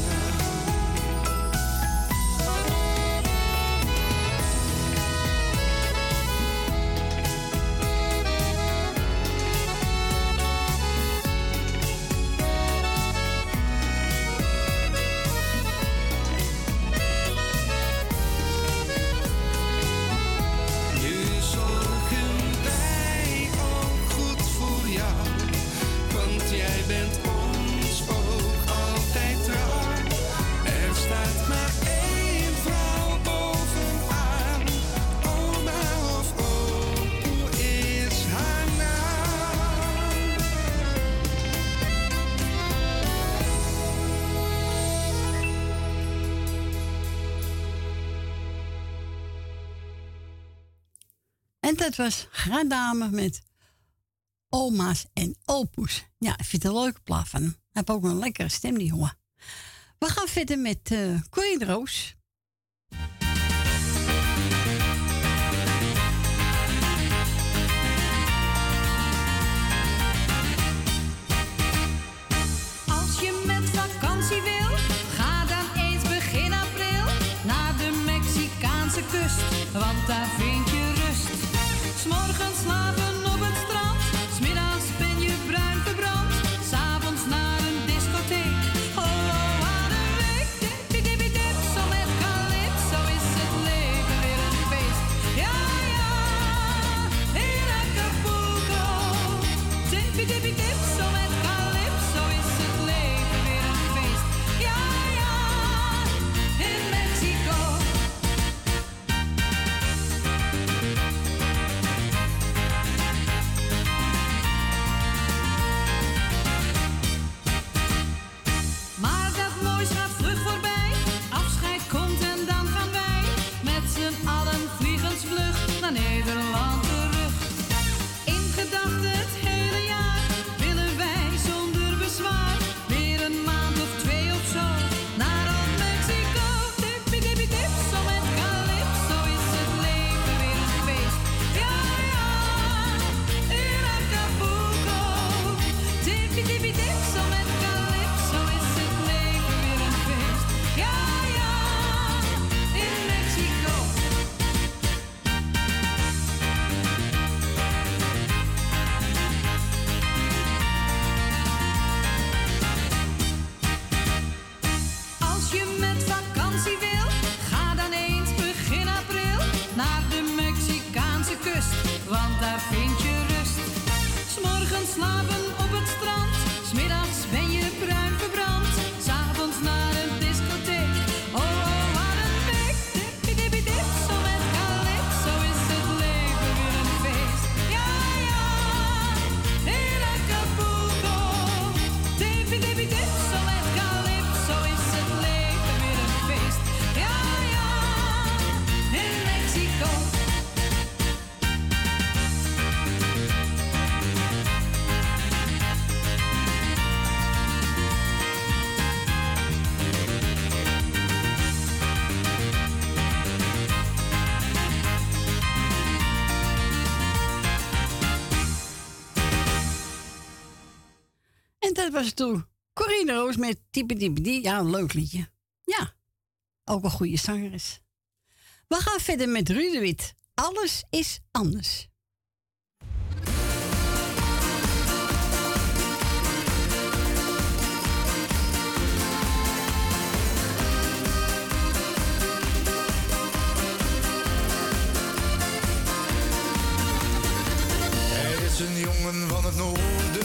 Nu zorgen wij ook goed voor jou, want jij bent ons ook altijd trouw. Er staat maar één vrouw bovenaan. Oma of opoe is haar naam. En dat was Gadame met oma's en opoes. Ja, ik vind het een leuke plaat van hem. Hij heeft ook een lekkere stem, die jongen. We gaan verder met Corrie de Roos. Als je met vakantie wil, ga dan eens begin april naar de Mexicaanse kust, want daar vind je rust. 's Morgens slapen op het strand, 's middags ben je bruin verbrand, 's avonds naar een discotheek. Oh, wat een week, dippie-dippie-dip, zo met calypso is het leven weer een feest. Ja, ja, in Acapulco. Dippie-dippie-dip, zo met calypso is het leven weer een feest. Ja, ja, in Mexico. slapen op het strand. 's Middags ben je bruin verbrand. 's Avonds naar een discotheek. Oh, oh, wat een week. Dippie-dippie-dip, zo met calypso is het leven weer een feest. Ja, ja, in Acapulco. Dippie-dippie-dip, zo met calypso is het leven weer een feest. Ja, ja, in Mexico. En dat was toen Corine Roos met Type Type Die. Ja, een leuk liedje. Ja, ook een goede zangeres. We gaan verder met Ruud de Wit. Alles is anders. Er is een jongen van het noorden,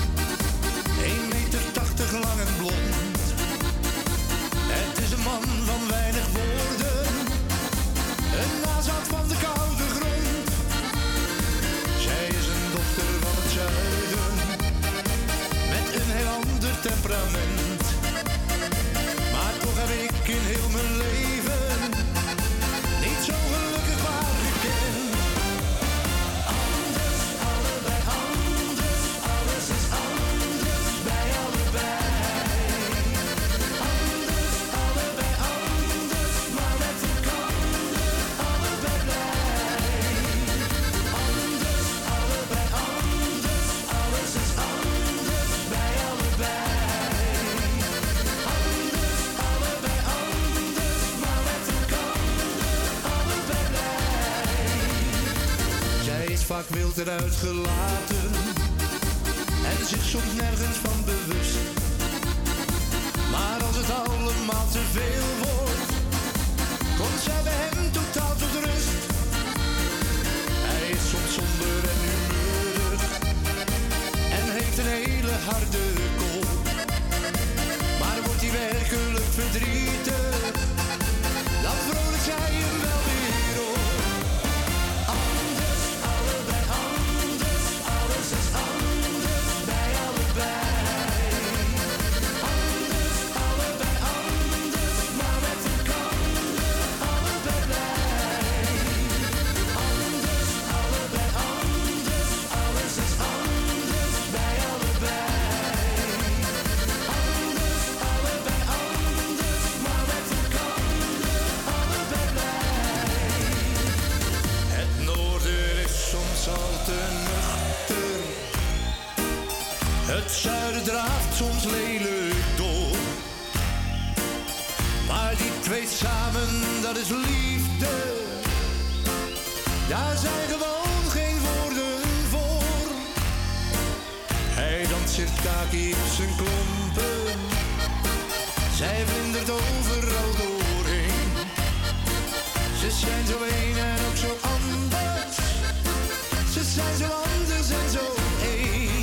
1,80 meter lang en blond. Het is een man van weinig woorden, een nazaat van de koude grond. Zij is een dochter van het zuiden, met een heel ander temperament. Maar toch heb ik in heel mijn leven niet zo gelukkig waar gekend. Anders, allebei anders, alles is anders bij allebei. Anders, allebei anders, maar met elkaar allebei blij. Anders, allebei anders, alles is anders bij allebei. Anders, allebei anders, maar met elkaar allebei blij. Zij is vaak wild eruit gelaten en zich soms nergens van bewust. Maar als het allemaal te veel wordt, komt zij bij hem totaal tot rust. Hij is soms somber en humeurig en heeft een hele harde kop. Maar wordt hij werkelijk verdrietig, dan vrolijk zij hem wel weer op. Anders, allebei anders, alles is anders bij allebei. Anders, allebei anders, maar met elkaar allebei blij. Anders, allebei anders, alles is anders bij allebei. Anders, allebei anders, maar met elkaar allebei blij. Het noorden is soms al te nuchter, het zuiden draaft soms lelijk door. Maar die twee samen, dat is liefde, daar zijn gewoon geen woorden voor. Hij danseert kaki op zijn klompen, zij vlindert overal doorheen. Ze zijn zo een en ook zo anders, ze zijn zo anders en zo één.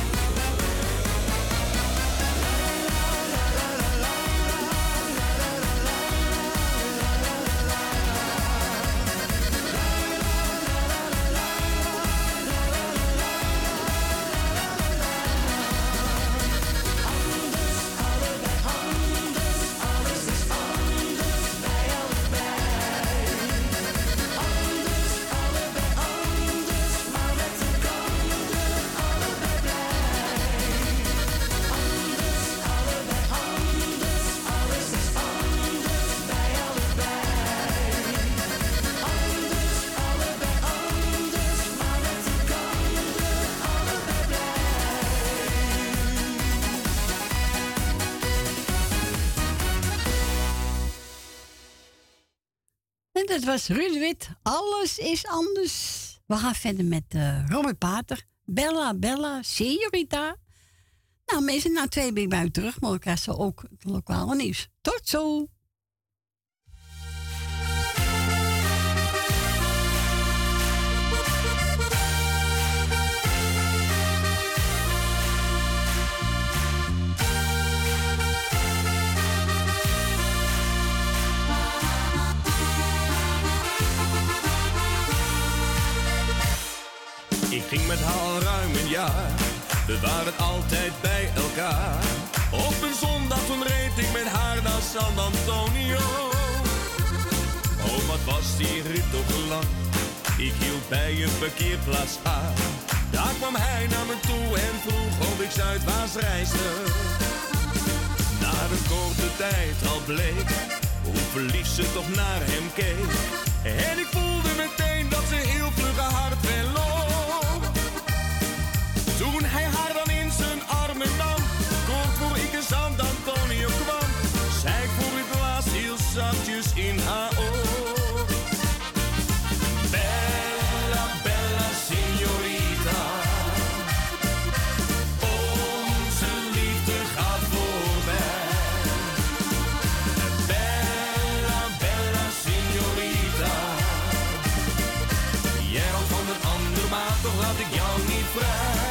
En dat was Ruud de Wit. Alles is anders. We gaan verder met Robert Pater. Bella, Bella, Señorita. Nou mensen, na 2 ben ik bij u terug. Maar ik krijg zo ook het lokale nieuws. Tot zo! Ik ging met haar al ruim een jaar. We waren altijd bij elkaar. Op een zondag toen reed ik met haar naar San Antonio. Oh, wat was die rit toch lang. Ik hield bij een parkeerplaats aan. Daar kwam hij naar me toe en vroeg of ik zuidwaarts reisde. Na een korte tijd al bleek hoe verliefd ze toch naar hem keek. En ik voelde meteen dat ze heel vlug hard verloor. Toen hij haar dan in zijn armen nam, kort voor ik in San Antonio kwam, zei ik voor het laatst heel zachtjes in haar oor. Bella, bella signorita, onze liefde gaat voorbij. Bella, bella signorita, jij houdt van een ander, maar toch laat ik jou niet vrij.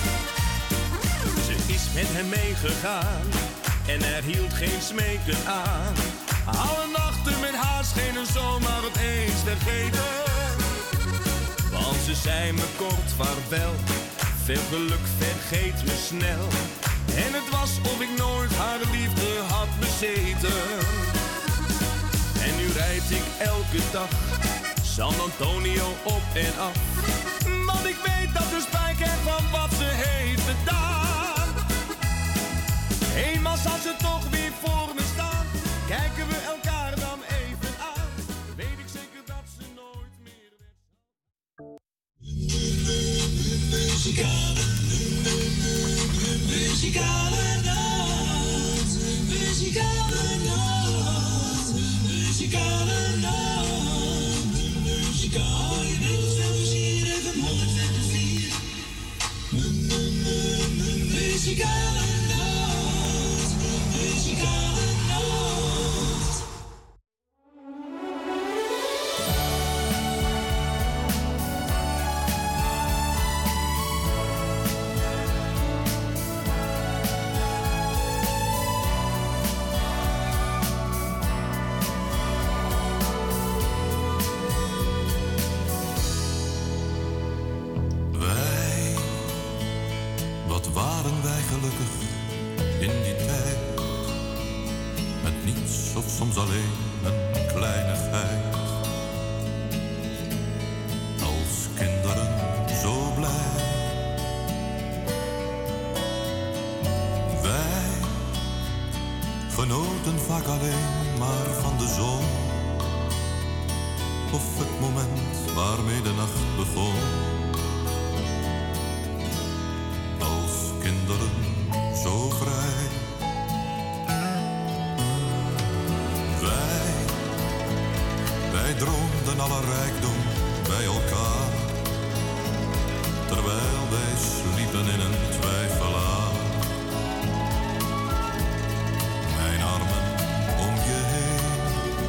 Ze is met hem meegegaan en er hield geen smeken aan. Alle nachten met haar schenen zomaar opeens vergeten. Want ze zei me kort vaarwel, veel geluk vergeet me snel. En het was of ik nooit haar liefde had bezeten. En nu rijd ik elke dag San Antonio op en af. Want ik weet dat ze spijt heeft van wat ze heeft gedaan. Eenmaal zal ze toch weer voor me staan. Kijken we elkaar dan even aan, weet ik zeker dat ze nooit meer Muzikale nacht, muzikale nacht, muzikale nacht, muzikale muzikale nacht, muzikale nacht. Waren wij gelukkig in die tijd, met niets of soms alleen een kleinigheid. Als kinderen zo blij. Wij genoten vaak alleen maar van de zon, of het moment waarmee de nacht begon. Kinderen zo vrij. Wij droomden alle rijkdom bij elkaar, terwijl wij sliepen in een twijfelaar. Mijn armen om je heen.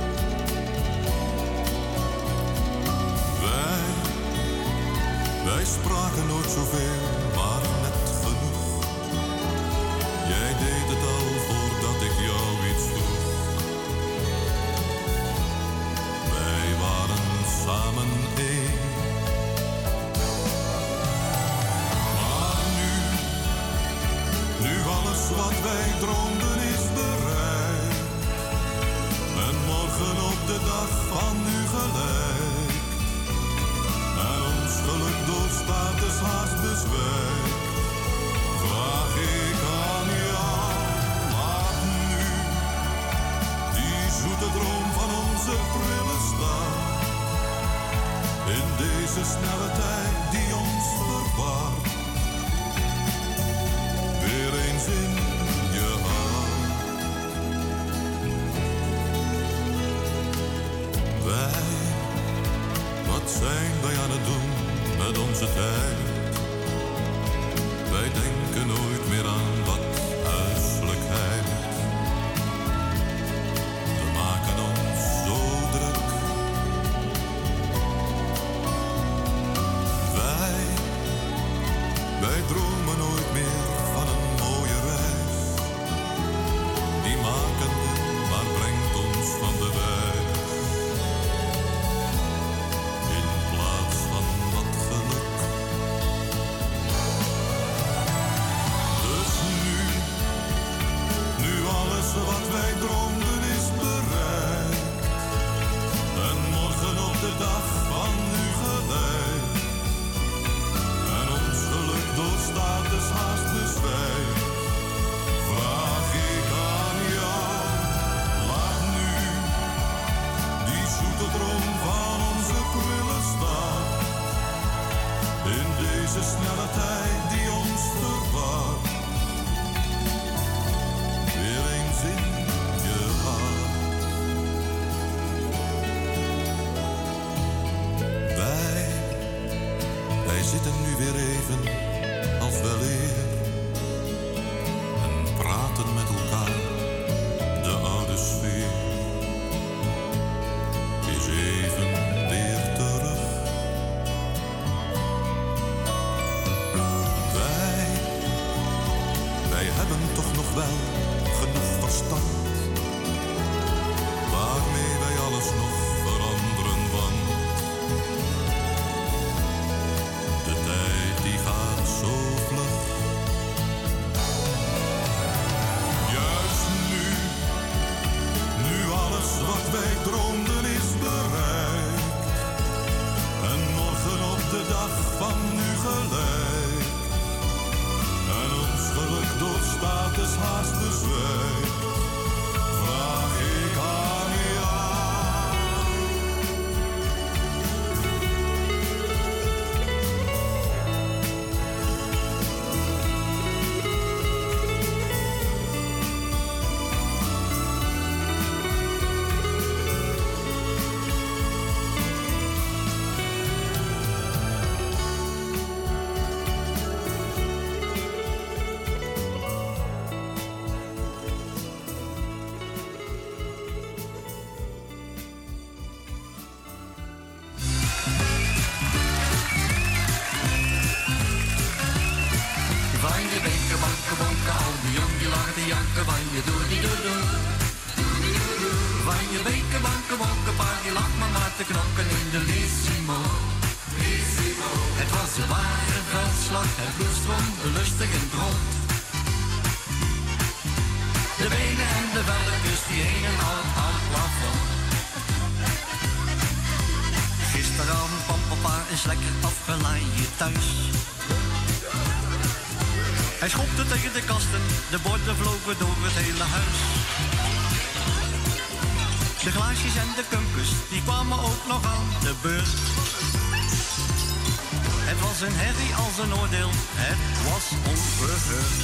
Wij spraken nooit zoveel, maar net genoeg. Jij deed het al voordat ik jou iets vroeg. Wij waren samen één. Maar nu alles wat wij droomden is bereikt. En morgen op de dag van nu gelijk. En ons geluk door status haast bezwijkt. Vraag ik aan jou, laat nu die zoete droom van onze prille stad. In deze snelle tijd die ons verwaart, weer eens in je hart. Wij, wat zijn wij aan het doen met onze tijd? Wij denken nooit meer aan wat huiselijkheid. We maken ons zo druk. Wij dromen nooit meer van een mooie reis. Die maken we, maar brengt ons van de wijs. In plaats van wat geluk zitten nu weer even als weleer en praten met elkaar. De oude sfeer is even weer terug. Wij hebben toch nog wel genoeg verstand waarmee wij alles nog veranderen, want de tijd die gaat zo vlug. Juist nu alles wat wij droomden is bereikt en morgen op de dag van nu gelijk en ons geluk door status haast bezwijkt. Vraag ik aan een herrie als een oordeel, het was onverheurd.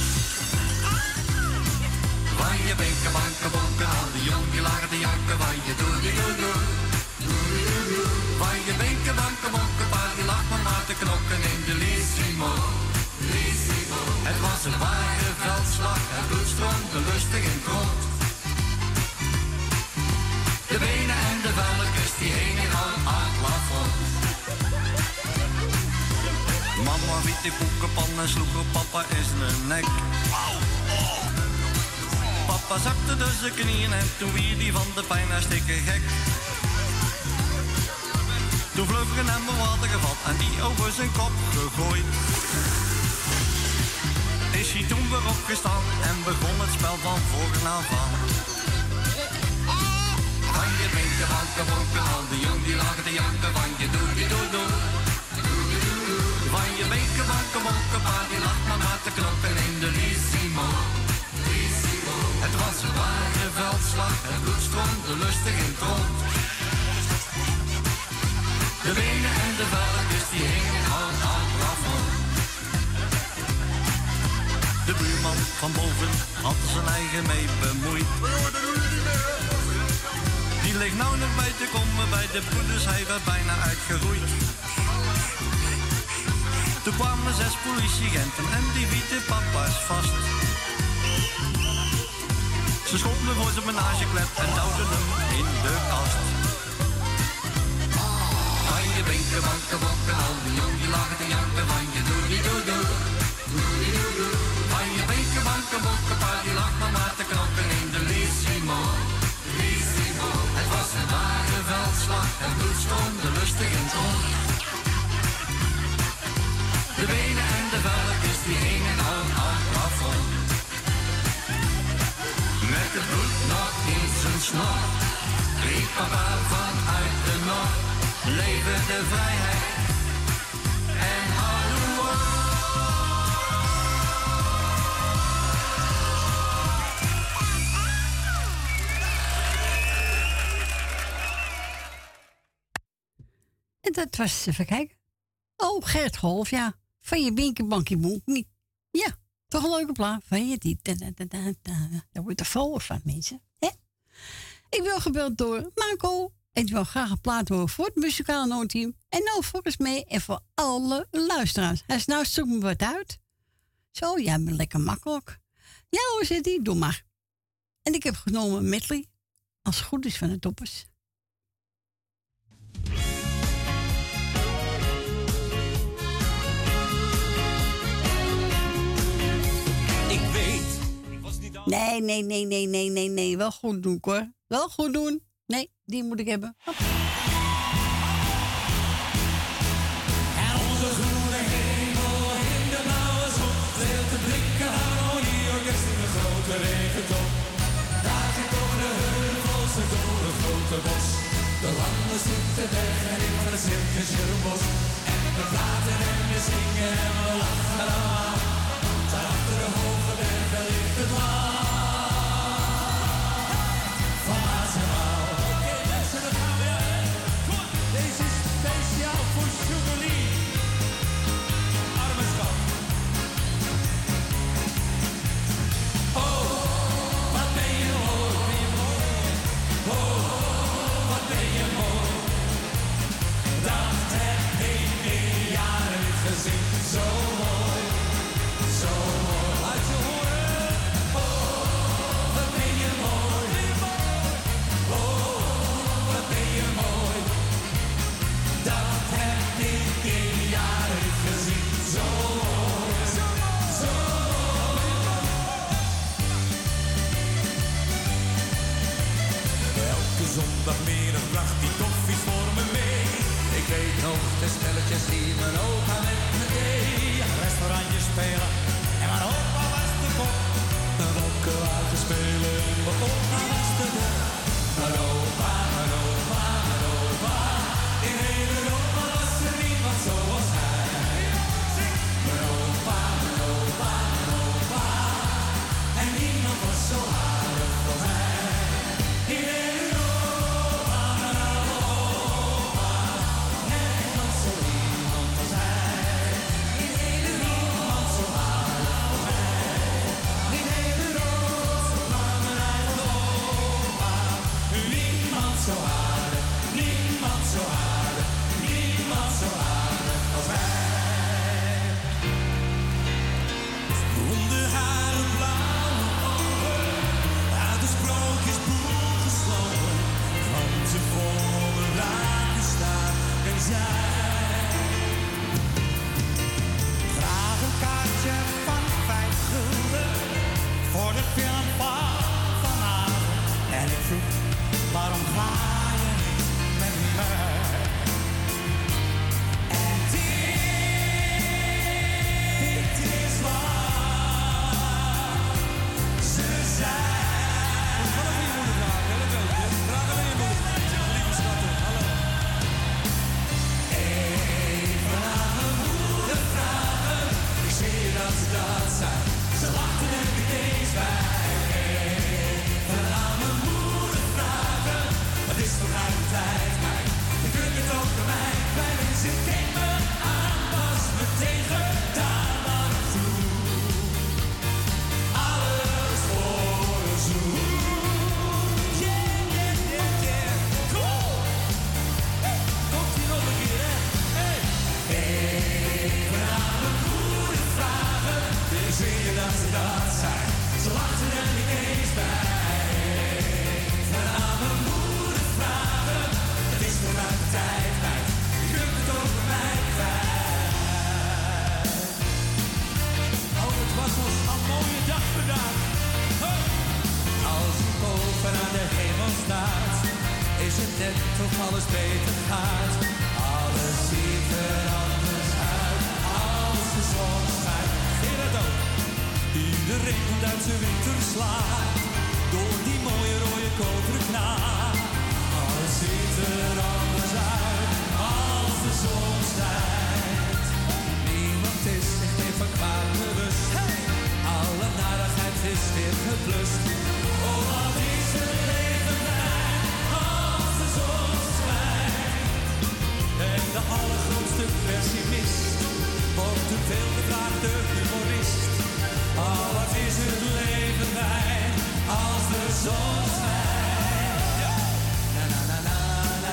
Van je benken, banken, bonken, al die jong die lagen te janken, van je doe. Van je benken, banken, bonken, paar die lag maar te knokken in de Lissimo. Het was een ware veldslag, het bloed stroomde lustig in het rond. De benen en de velkens die hingen aan het plafond. Mama wiet die koekenpan en sloeg op papa in zijn nek. Papa zakte dus de knieën en toen wier die van de pijn hartstikke gek. Toen vlug een emmer water gevat en die over zijn kop gegooid. Is hij toen weer opgestaan en begon het spel van vooraan van. Van je benken, banken, bonken, al die jong die lagen te janken, van je doe. Van je benken, banken, bonken, paar die lag maar te knoppen in de Lissimo. Het was een ware veldslag, het bloed stroomde lustig in het rond. De benen en de velkens die hingen aan het plafond. De buurman van boven had zijn eigen mee bemoeid. Die ligt nou nog bij te komen bij de broeders, hij werd bijna uitgeroeid. Toen kwamen 6 politieagenten en die wieten papa's vast. Ze schopten voor zijn menageklep en duwden hem in de kast. Van je benken, banken, bokken, al die jong die lagen te janken, van je doe. Van je benken, banken, bokken, paar die lag maar te knokken in de Lissimo. Het was een ware veldslag, het bloed stroomde lustig in het rond. De benen en de velkens die hingen aan het plafond. Met het bloed nog in zijn snor, riep papa vanuit de noord. Leven de vrijheid en hallo. En dat was, even kijken. Oh, Gert Golf, ja. Van je binkie, bankie, bonkie. Ja, toch een leuke plaat. Van je die. Daar wordt er vol van, mensen. Hè? Ik wil gebeld door Marco Ik wil graag een plaat horen voor het muzikale noodteam. En nou volgens mij en voor alle luisteraars. Hij is nou zoek me wat uit. Zo, jij bent lekker makkelijk. Ja hoor, zit die, doe maar. En ik heb genomen medley. Als het goed is van de Toppers. Ik weet. Ik was niet Nee. Wel goed doen, hoor. Wel goed doen. Nee, die moet ik hebben. Hop. En onze groene hemel in de blauwe zon. Veel te blikken harmonieorkest in de grote regenton. Daar zit over de heuvels en door het grote bos. De landen zitten weg en in van het circusbos. En we praten en we zingen en we lachen allemaal. Daar achter de hoge bergen ligt het land. Van Maas en Waal. Oké mensen, dan gaan we uit. Goed, deze is speciaal voor Sugar Lee. Arme schat. Oh, wat ben je mooi. Oh, wat ben je mooi. Dat heb ik in jaren niet gezien. Zo mooi, zo mooi. Laat je horen. Oh, wat ben je mooi. Oh, wat ben je mooi. Dat heb ik in jaren niet gezien. Zo mooi, zo mooi. Elke zondagmiddag bracht die koffies voor me mee. Ik weet nog de spelletjes die mijn opa met me deed. Restaurantjes spelen en mijn opa was de kok. Een wolkenwagen spelen en mijn opa was de dok. Mijn opa, mijn opa, mijn opa. In heel Europa was er niemand zoals hij. Mijn opa, mijn opa, mijn opa. En niemand was zo aardig als hij. In heel Europa, mijn opa. Nergens zo iemand als hij. In heel Europa, zo aardig als hij. In heel Europa, mijn eigen opa. Niemand zo aardig, niemand zo aardig, niemand zo aardig als wij. Blonde haren, blauwe ogen, uit de sprookjesboek gesloten. Van ze voor me raken staan en zij. Graag een kaartje van 5 gulden voor de film van vanavond. En ik vroeg, waarom ga je niet met mij? En dit is waar ze zijn. Wat kan ik van je moeder vragen? Let ook, vraag aan je moeder. Lieve schatten, hallo. Even aan mijn moeder vragen. Ik zie je dat ze dat zijn. Ze lachten er niet eens bij. Even aan mijn moeder vragen. Wat is toch uit de tijd, meid? Je kunt het ook bij mij kwijt. Ze keek me aan, was me tegen, daar naar toe. Alles voor een zoen. Yeah, yeah, yeah, yeah. Cool. Komt hier nog een keer, hè? Hey. Even aan mijn moeder vragen. Ik zie je dat ze dat zijn. Ze lachten er niet eens bij. Even aan mijn moeder vragen. Het is nog uit de tijd, meid. Je kunt het ook bij mij kwijt. Oh, het was ons een mooie dag vandaag. Huh. Als ik bovenaan de hemel staat, is het net of alles beter gaat. Alles ziet er anders uit als de zon schijnt. Zie je dat ook? Iedereen komt uit zijn winterslaap door die mooie rode koperen knaap. Alles ziet er anders uit als de zon schijnt. Niemand is zich meer van kwaad bewust. Hey! Alle narigheid is weer geblust. Oh, wat is het leven fijn als de zon schijnt. En de allergrootste pessimist wordt de veelgevraagde humorist. Oh, wat is het leven fijn als de zon schijnt. Ja. Na na na na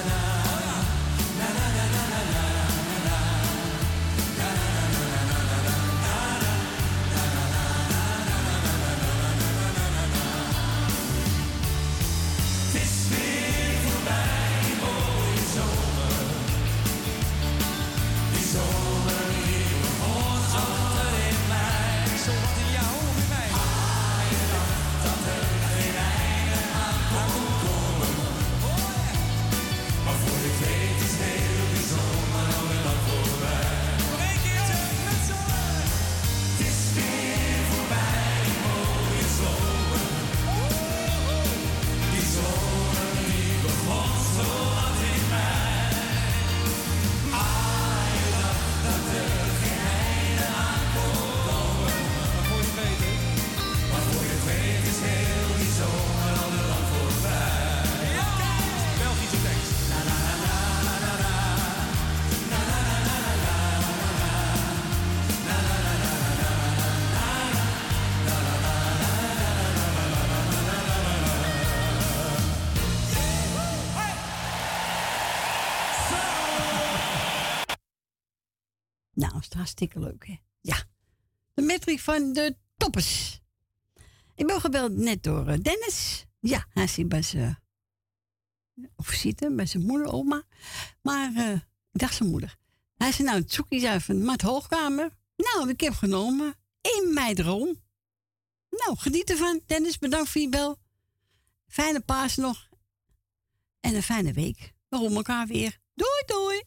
Nou, is het hartstikke leuk, hè? Ja. De metrie van de toppers. Ik ben gebeld net door Dennis. Ja, hij zit bij zijn... Of zitten bij zijn moeder, oma. Maar ik dacht zijn moeder. Hij zei nou, het zoekjes uit van Mart Hoogkamer. Nou, ik heb genomen. In mijn droom. Nou, geniet ervan. Dennis, bedankt voor je bel. Fijne paas nog. En een fijne week. We horen elkaar weer. Doei, doei.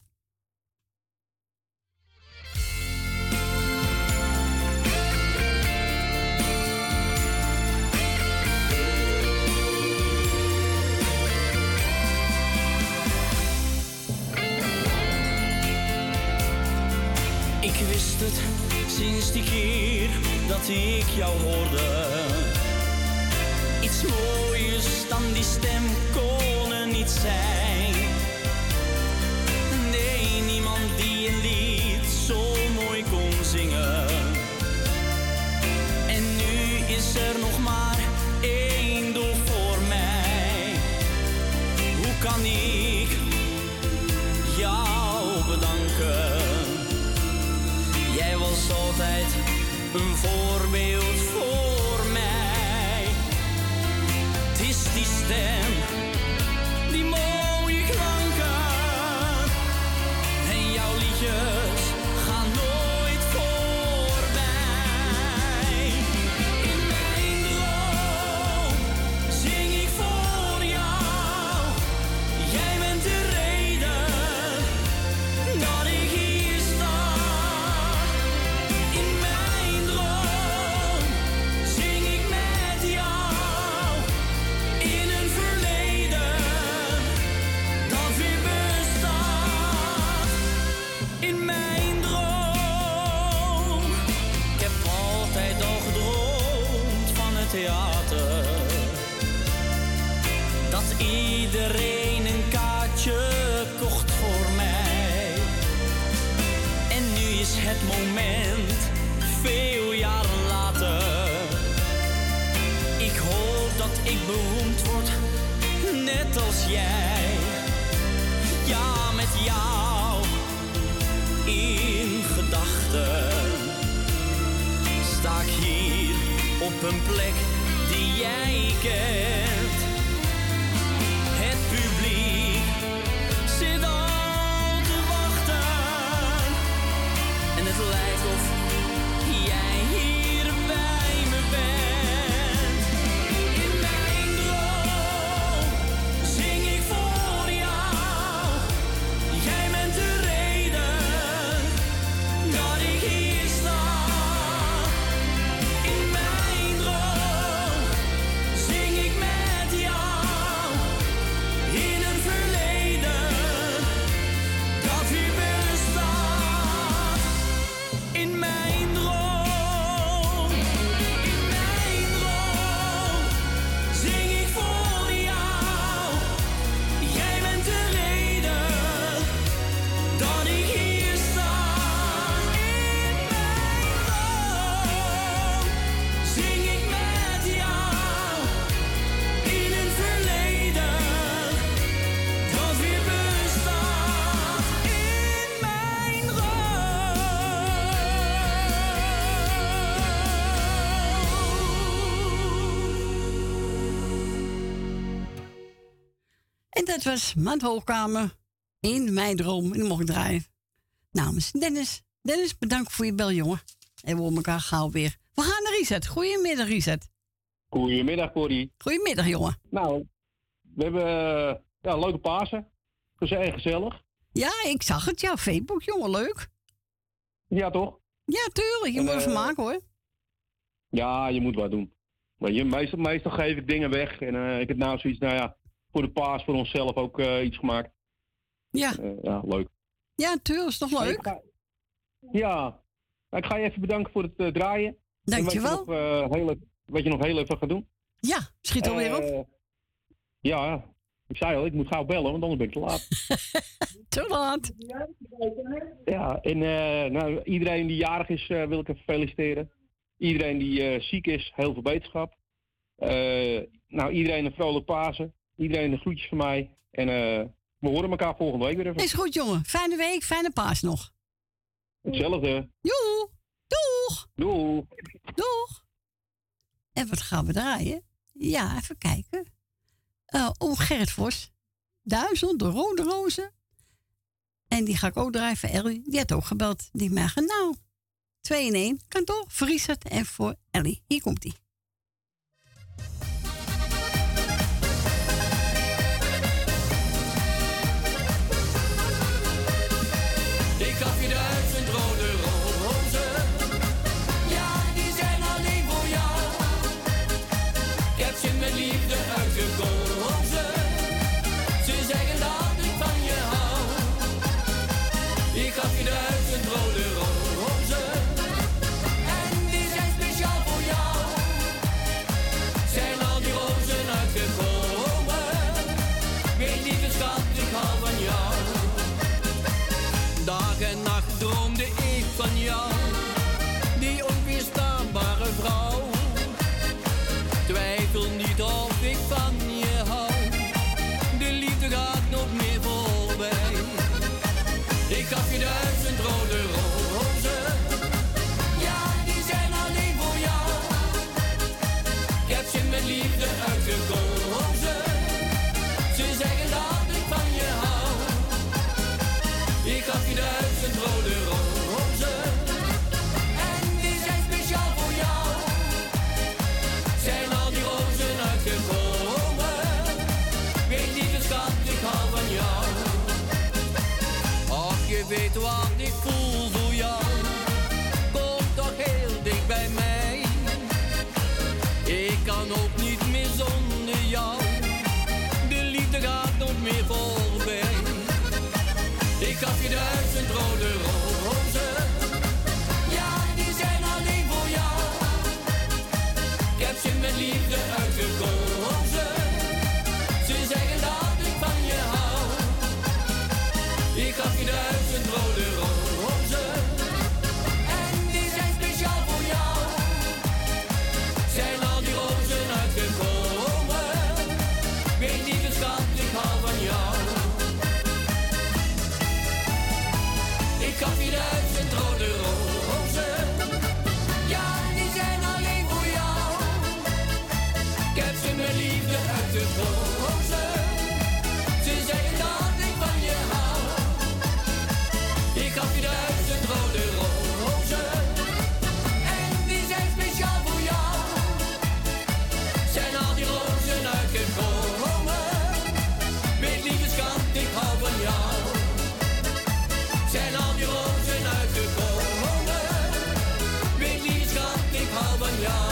Ik wist het sinds die keer dat ik jou hoorde. Iets mooiers dan die stem kon er niet zijn. Nee, niemand die een lied zo mooi kon zingen. En nu is er nog maar één doel voor mij. Hoe kan ik jou bedanken? Jij was altijd een voorbeeld voor mij. Het is die stem, die mooie klanken. En jouw liedjes gaan nooit voorbij. In mijn droom zing ik voor jou. Jij bent de reden dat ik hier sta. In mijn droom zing ik met jou in een verleden dat weer bestaat. In mijn droom, ik heb altijd al gedroomd van het theater. Dat iedereen een kaartje kocht voor mij. En nu is het moment, veel jaren later. Ik hoop dat ik beroemd word, net als jij. Ja, met jou in gedachten. Sta ik hier op een plek die jij kent. Het publiek zit al te wachten. En het lijkt of jij hier bij me bent. In mijn droom zing ik voor jou. Jij bent de reden dat ik hier sta. In mijn droom zing ik met jou in een verleden dat weer bestaat. In mijn droom zing ik voor jou. Jij bent de reden dat ik hier sta. In mijn droom zing ik met jou in een verleden dat weer bestaat. In mijn En dat was Mart Hoogkamer in mijn droom. En dan mocht ik draaien. Namens Dennis. Dennis, bedankt voor je bel, jongen. En we horen elkaar gauw weer. We gaan naar Richard. Goedemiddag, Richard. Goedemiddag, Corrie. Goedemiddag, jongen. Nou, we hebben leuke Pasen. Gezellig. Ja, ik zag het. Ja, Facebook, jongen. Leuk. Ja, toch? Ja, tuurlijk. Je moet even maken, hoor. Ja, je moet wat doen. Maar meestal geef ik dingen weg. En ik heb nou zoiets, voor de paas voor onszelf ook iets gemaakt. Ja. Ja, leuk. Ja, tuurlijk. Is toch leuk? Ik ga je even bedanken voor het draaien. Dankjewel. Wat je nog heel even gaat doen. Ja, schiet alweer op. Ja, ik zei al, ik moet gauw bellen, want anders ben ik te laat. Te laat. Ja, en iedereen die jarig is, wil ik even feliciteren. Iedereen die ziek is, heel veel beterschap. Iedereen een vrolijk Pasen. Iedereen de groetjes van mij. En we horen elkaar volgende week weer even. Is goed, jongen. Fijne week, fijne paas nog. Hetzelfde. Joe. Doeg. Doeg. Doeg. En wat gaan we draaien? Ja, even kijken. Om Gerrit Vos. 1000, de Rode Rozen. En die ga ik ook draaien voor Ellie. Die had ook gebeld. Die mij nou, 2 in 1. Kan toch? Voor Richard en voor Ellie. Hier komt ie. Ik gaf je 1000 rode rozen. Ja, die zijn alleen voor jou. Ik heb ze met liefde uitgekozen. Ze zeggen dat ik van je hou. Ik gaf je 1000 rode rozen. En die zijn speciaal voor jou. Zijn al die rozen uitgekomen. Weet lieve schat, ik hou van jou. Dag en nacht droomde ik van jou, die onweerstaanbare vrouw. Twijfel niet of ik van je hou, de liefde gaat nog meer voorbij. Ik gaf je 1000 rode rozen, ja, die zijn alleen voor jou. Ik heb ze met liefde uitgekozen, ze zeggen dat ik van je hou. Ik gaf je 1000 rode rozen. En die zijn speciaal voor jou. Zijn al die rozen uitgekomen. Weet lieve schat, ik hou van jou. Of je weet wat ik voel voor jou. Kom toch heel dicht bij mij. Ik kan ook niet meer zonder jou. De liefde gaat nog meer voorbij. Ik gaf je 1000 rode rozen. Ja, die zijn alleen voor jou. Ik heb ze met liefde uitgekozen. Ze zeggen dat ik van je hou. Ik gaf je 1000 rode rozen. En die zijn speciaal voor jou. Zijn al die rozen uitgekomen. Weet lieve schat, ik hou van jou. Ik gaf je 1000 rode rozen. Ja, die zijn alleen voor jou. Ik heb ze met liefde uitgekozen. Ze zeggen dat ik van je hou. Ik gaf je 1000 rode rozen. En die zijn speciaal voor jou. Zijn al die rozen uitgekomen. Weet lieve schat, ik hou van jou. Zijn al die rozen uitgekomen. Weet lieve schat, ik hou van jou.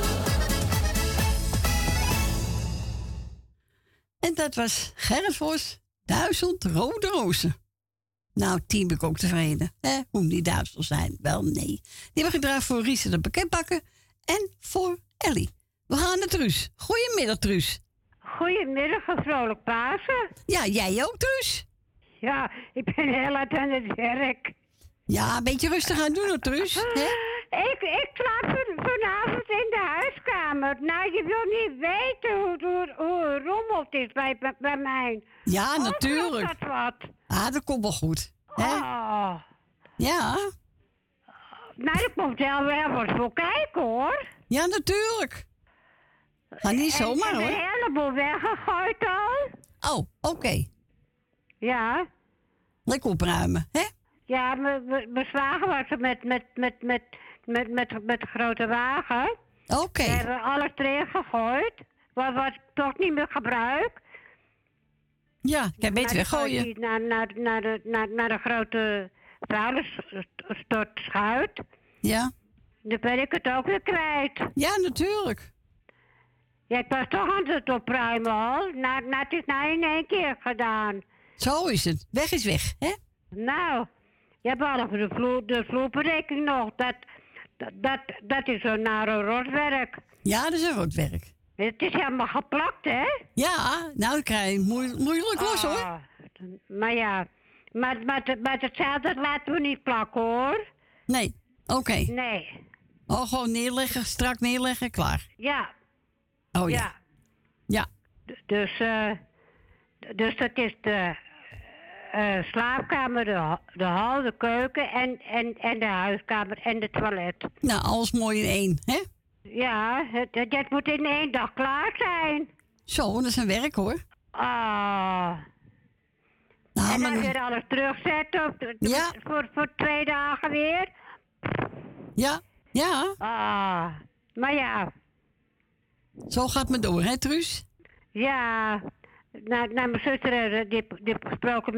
En dat was Gerrit Vos, 1000 rode rozen. Nou, 10 ben ik ook tevreden. Hoe die 1000 zijn? Wel, nee. Die hebben gedraaid voor Riese de pakketbakken en voor Ellie. We gaan naar Truus. Goedemiddag, Truus. Goedemiddag en vrolijk Pasen. Ja, jij ook, Truus? Ja, ik ben heel hard aan het werk. Ja, een beetje rustig aan doen, Truus. Ik slaap vanavond in de huiskamer. Nou, je wil niet weten hoe rommelt is bij mij. Ja, natuurlijk. Dat wat. Ah, dat komt wel goed. Oh. Ja. Nou, er komt wel wat voor kijken, hoor. Ja, natuurlijk. Ga niet zomaar, hoor. Een heleboel weggegooid al. Oh, oké. Ja. Lekker opruimen, hè? Ja, mijn zwager was er met de grote wagen. Oké. We hebben alles erin gegooid. Wat ik toch niet meer gebruik. Ja, ik heb beter weggooien. Naar de grote vuilnisstortschuit. Ja. Dan ben ik het ook weer kwijt. Ja, natuurlijk. Ja, ik was toch aan het opruimen al. Het is nou in 1 keer gedaan. Zo is het. Weg is weg, hè? Nou, je hebt behalve de vloerberekening nog. Dat is een nare rotwerk. Ja, dat is een rotwerk. Het is helemaal geplakt, hè? Ja, nou, dan krijg je moeilijk los, hoor. Maar ja, maar hetzelfde laten we niet plakken, hoor. Nee, oké. Nee. Oh, gewoon neerleggen, strak neerleggen, klaar. Ja. Oh ja. Ja. Dus dat is slaapkamer, de hal, de keuken en de huiskamer en de toilet. Nou, alles mooi in één, hè? Ja, het moet in 1 dag klaar zijn. Zo, dat is een werk, hoor. Ah. Nou, en dan maar... weer alles terugzetten voor 2 dagen weer. Ja, ja. Ah, maar ja. Zo gaat het door, hè, Truus? Ja. Nou, mijn zuster die heeft gesproken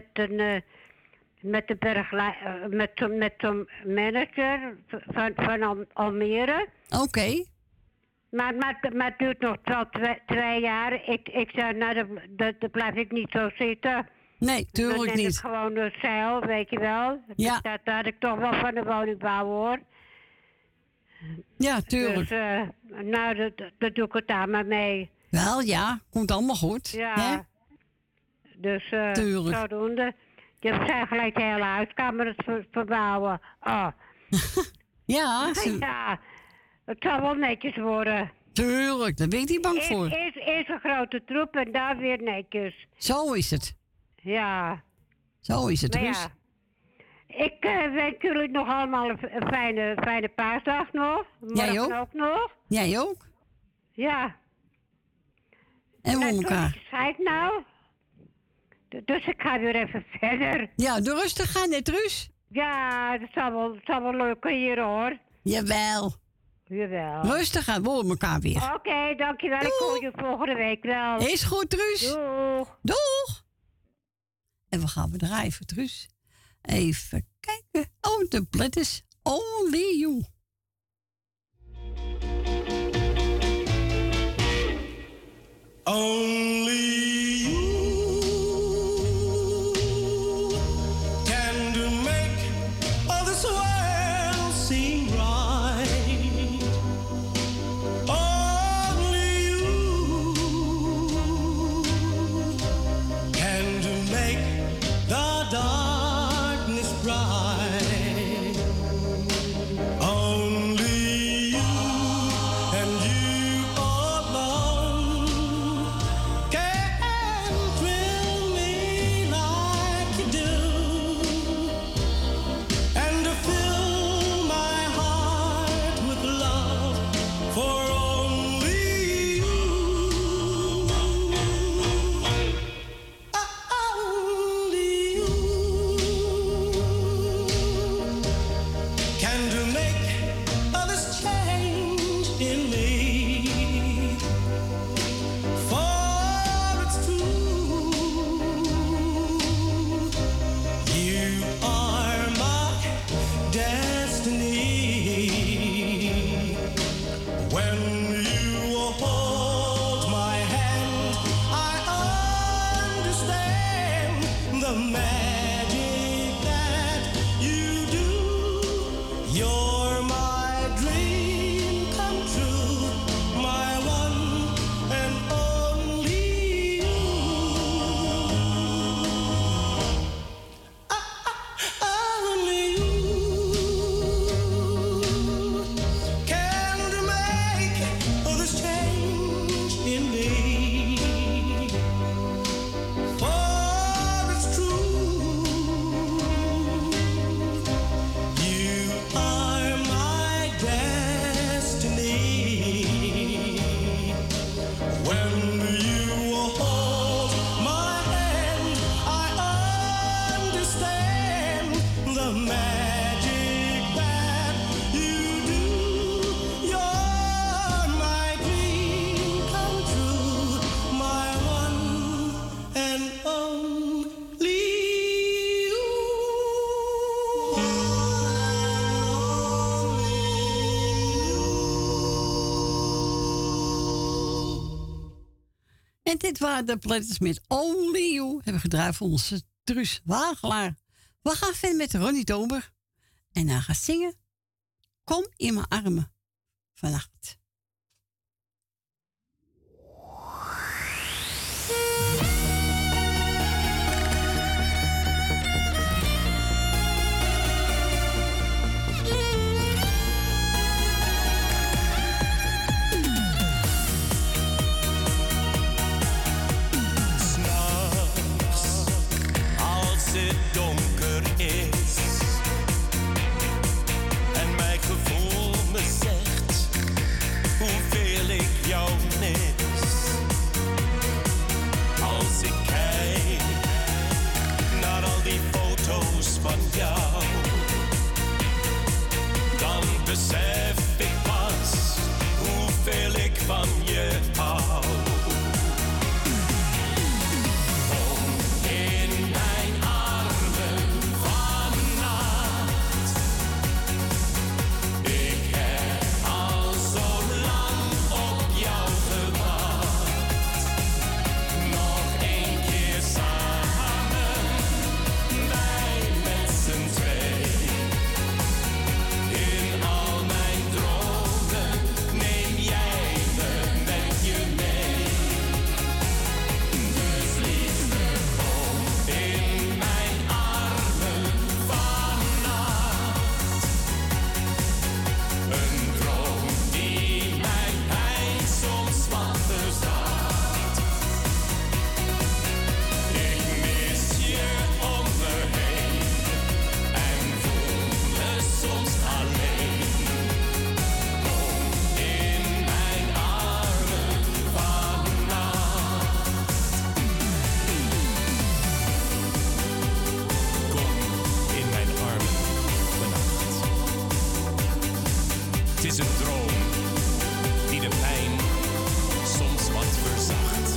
met zo'n manager van Almere. Oké. Maar het duurt nog wel 2 jaar. Ik zei, nou, dat blijf ik niet zo zitten. Nee, tuurlijk dan neem niet. ik gewoon de zeil, weet je wel. Ja. Dat had ik toch wel van de woningbouw, hoor. Ja, tuurlijk. Dus, nou, dat doe ik het daar maar mee. Wel, ja. Komt allemaal goed. Ja. Hè? Dus, tuurlijk. zodoende. Je zijn gelijk de hele huiskamer verbouwen. Oh. Ja. Ja. Het zal wel netjes worden. Tuurlijk, daar ben ik niet bang voor. Eerst een grote troep en daar weer netjes. Zo is het. Ja. Zo is het, Maar Ruus. ja. Ik wens jullie nog allemaal een fijne paasdag nog. Jij Morgen ook nog. Jij ook? Ja. En we elkaar. Zei ik nou? Dus ik ga weer even verder. Ja, doe rustig gaan, net Ruus. Ja, dat zal wel leuk hier, hoor. Jawel. Jawel. Rustig aan, we horen elkaar weer. Oké, dankjewel. Ik hoor je volgende week wel. Is goed, Truus. Doeg. Doeg. En we gaan bedrijven, Truus. Even kijken. Oh, de Platters. Only You. Only you can do make all this world seem right. Only you can do make the darkness bright. Only you and you alone can thrill me like you do, and to fill my heart with love for only you. Only you can do make all this change in me. For it's true, you are my destiny. When you hold my hand, I understand the magic that you do. You're my dream come true, my one and only you. Only you can make all this change in me. For it's true, you are my destiny. When you hold my hand, I understand the magic that you do. You're my dream come true, my one and only you. En dit waren de Platters met Only You. Hebben we gedraaid voor onze Truus Wagelaar. We gaan verder met Ronnie Tober. En hij gaat zingen. Kom in mijn armen. Vannacht. S'nachts, is een droom die de pijn soms wat verzacht.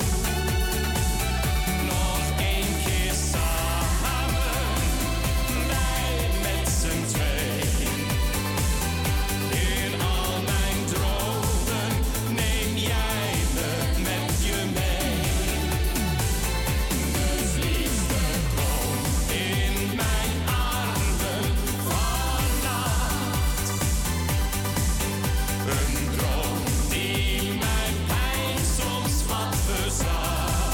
Nog één keer samen, wij met z'n twee. In al mijn dromen neem jij me met je mee. Dus liefste kom in mijn armen vannacht. Een droom die mijn pijn soms wat verzacht.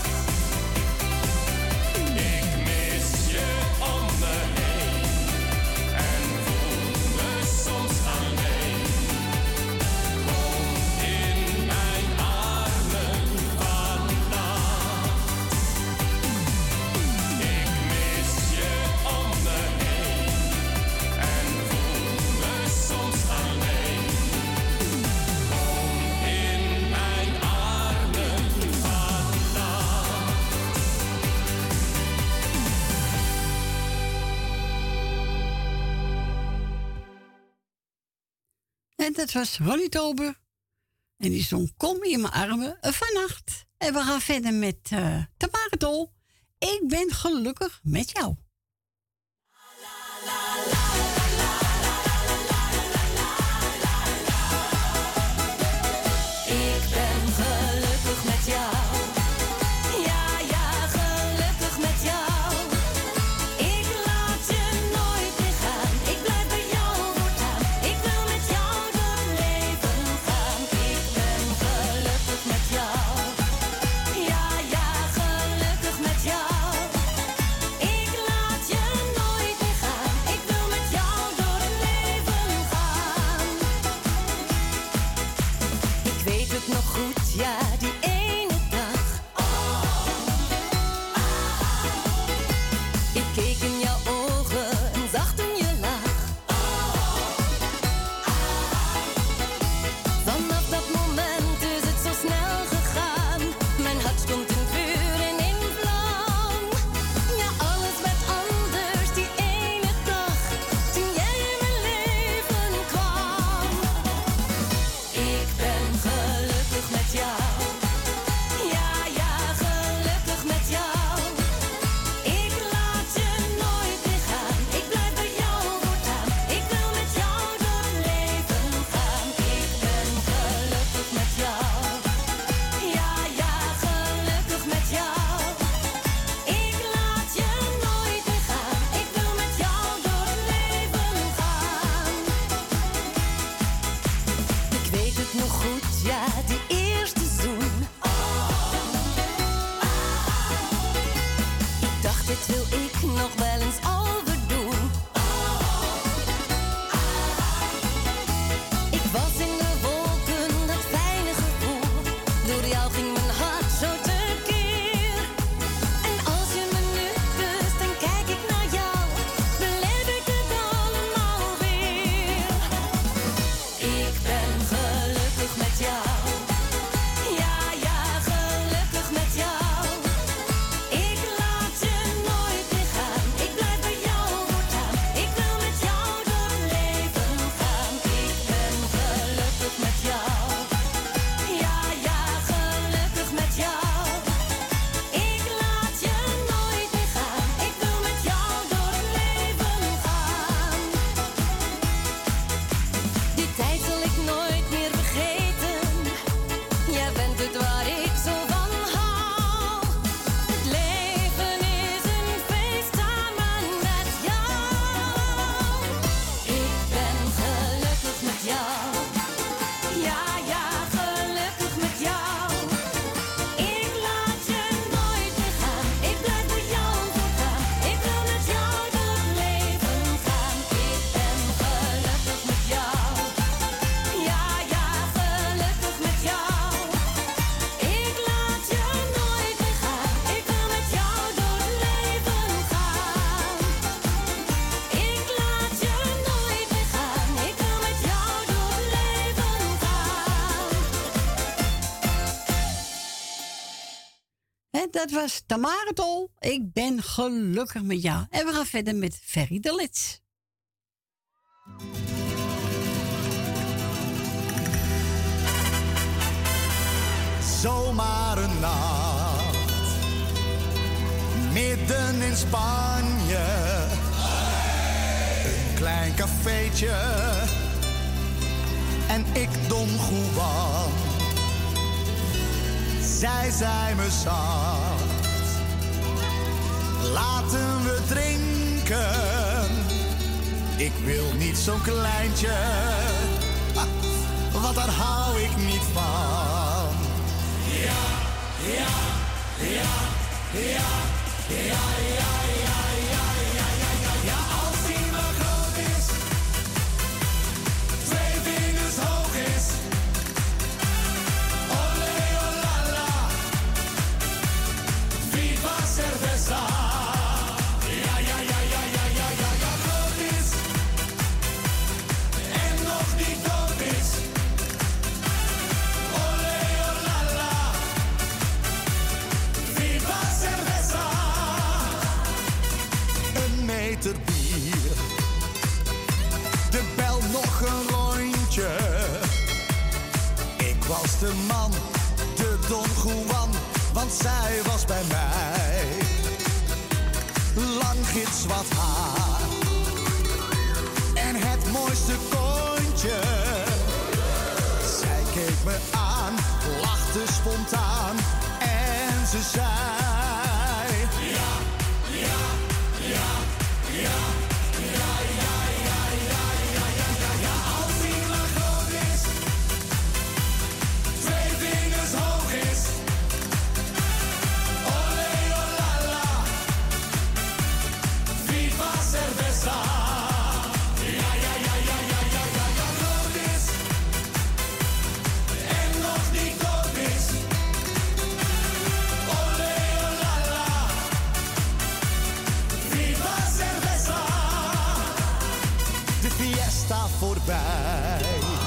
Ik mis je om me heen en voel me soms alleen. Kom in mijn armen vannacht. Ik mis je om me heen en voel me soms alleen. Kom in mijn armen vannacht. En dat was Ronnie Tober. En die zong Kom in mijn armen vannacht. En we gaan verder met Tamara Tol. Ik ben gelukkig met jou. Ik ben gelukkig met jou. Ja, ja, gelukkig met jou. Ik laat je nooit meer gaan. Ik blijf bij jou voortaan. Ik wil met jou door het leven gaan. Ik ben gelukkig met jou. Ja, ja, gelukkig met jou. Ik laat je nooit meer gaan. Ik wil met jou door het leven gaan. Ik weet het nog goed, ja, die ene dag. Ik keek in jouw ogen en zag toen je lach. Vanaf dat moment is het zo snel gegaan. Mijn hart stond in vuur en in vlam. Ja, alles werd anders die ene dag. Toen jij in mijn leven kwam. Ik ben gelukkig met jou. Ja, ja, gelukkig met jou. Ik laat je nooit meer gaan. Ik blijf bij jou voortaan. Ik wil met jou door het leven gaan. Ik ben gelukkig met jou. Ja, ja, gelukkig met jou. Ik laat je nooit meer gaan. Ik wil met jou door het leven gaan. Ik weet het nog goed, ja, die eerste zoen. Ik dacht, dit wil ik nog wel eens overdoen. Ik was in de wolken, dat fijne gevoel. Door jou ging mijn hart zo tekeer. En als je me nu kust, dan kijk ik naar jou. Beleef ik het allemaal weer. Ik ben gelukkig met jou. Ja, ja, gelukkig met jou. Ik laat je nooit meer gaan. Ik blijf bij jou voortaan. Ik wil met jou door het leven gaan. Ik ben gelukkig met jou. Ja, ja, gelukkig met jou. Ik laat je nooit meer gaan. Ik wil met jou door het leven gaan. Die tijd zal ik nooit meer vergeten. Jij bent het waar ik zo van hou. Het leven is een feest samen met jou. Ik ben gelukkig met jou. Ja, ja, gelukkig met jou. Ik laat je nooit meer gaan. Ik blijf bij jou voortaan. Ik wil met jou door het leven gaan. Ik ben gelukkig met jou. Ja, ja, gelukkig met jou. Ik laat je nooit meer gaan. Ik wil met jou door het leven gaan. Ik laat je nooit meer gaan. Ik wil met jou door het leven gaan. En dat was Tamara Tol. Ik ben gelukkig met jou. En we gaan verder met Ferry de Lits. zomaar een nacht. Midden in Spanje, een klein cafeetje. En ik Don Juan, zij zei me zacht. Laten we drinken, ik wil niet zo'n kleintje. Want daar hou ik niet van. Ja, ja, ja, ja, ja, ja, ja, ja, ja, ja, ja. Als hij maar groot is, 2 vingers hoog is. Olé, olala, viva cerveza. Ja, ja, ja, ja, ja, ja, ja, ja, groot is. En nog niet dood is. Bier. De bel nog een rondje. Ik was de man, de Don Juan, want zij was bij mij. Lang gitzwart haar en het mooiste kontje. Zij keek me aan, lachte spontaan en ze zei: ja, ja, ja. Ja, ja, ja, ja, ja, ja, ja, ja, ja. Als hij maar groot is, 2 vingers hoog is. Olé, olala, viva cerveza. Ja, ja, ja, ja, ja, ja, ja, ja, groot is. En nog niet dood is. Olé, olala, viva cerveza. De fiesta voorbij,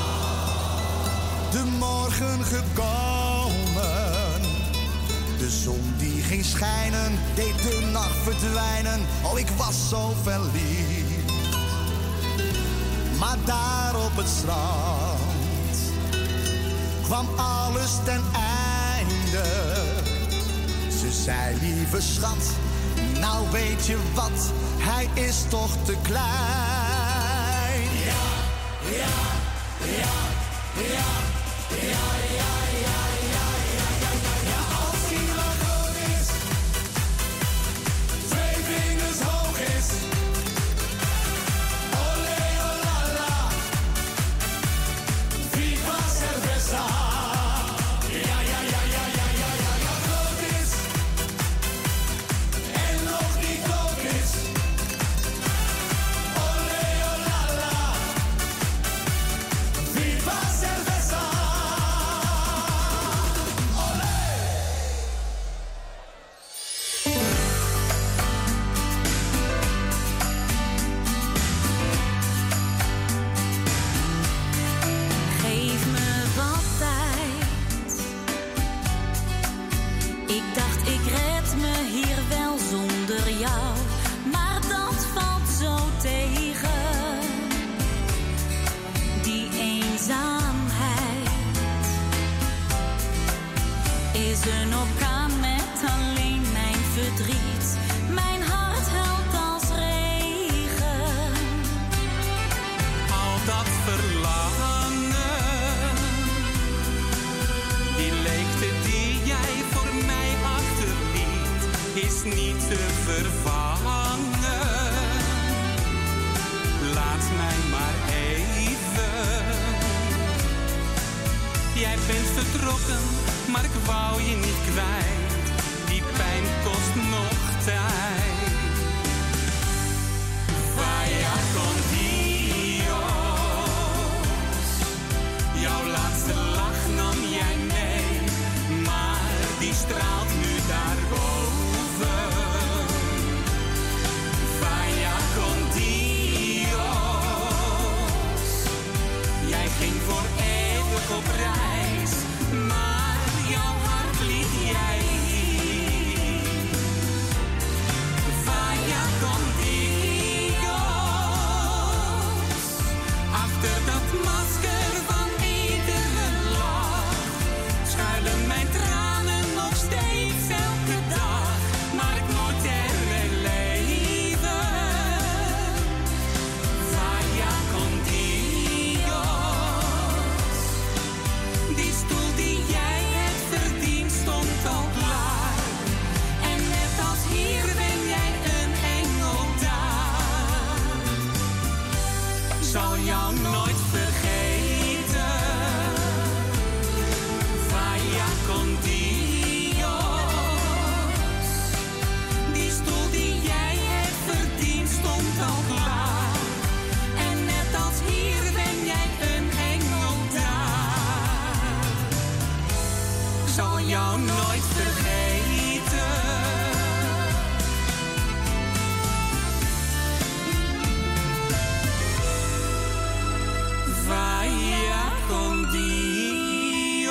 de morgen gekomen. De zon die ging schijnen, deed de nacht verdwijnen. Oh, ik was zo verliefd. Maar daar op het strand kwam alles ten einde. Ze zei: lieve schat, nou weet je wat, hij is toch te klein. Ja, ja, ja, ja, ja, ja, ja, ja, ja, ja, ja, ja. Als hij maar groot is, 2 vingers hoog is. Olé, olala, viva cerveza. Ja, ja, ja, ja, ja, ja, ja, ja, groot is. En nog niet dood is. Olé, olala, viva cerveza. Olé. Geef me wat tijd. Ik dacht ik red me hier wel zonder jou, maar dat valt zo tegen. Die eenzaamheid is een orkaan met alleen mijn verdriet. Mijn hart huilt als regen. Al dat verlangen, die leegte die jij voor mij achterliet, is niet te vervangen. Laat mij maar even. Jij bent vertrokken, maar ik wou je niet kwijt. Die pijn kost nog tijd. Vaya con Dios. Jouw laatste lach nam jij mee, maar die straalt nu daarboven. Vaya con Dios. Jij ging voor eeuwig op reis, maar jouw hart liet jij zal jou nooit vergeten. Vaya con Dios. Die stoel die jij hebt verdiend stond al klaar. En net als hier ben jij een engel daar. Zal jou nooit vergeten. Vaya con Dio.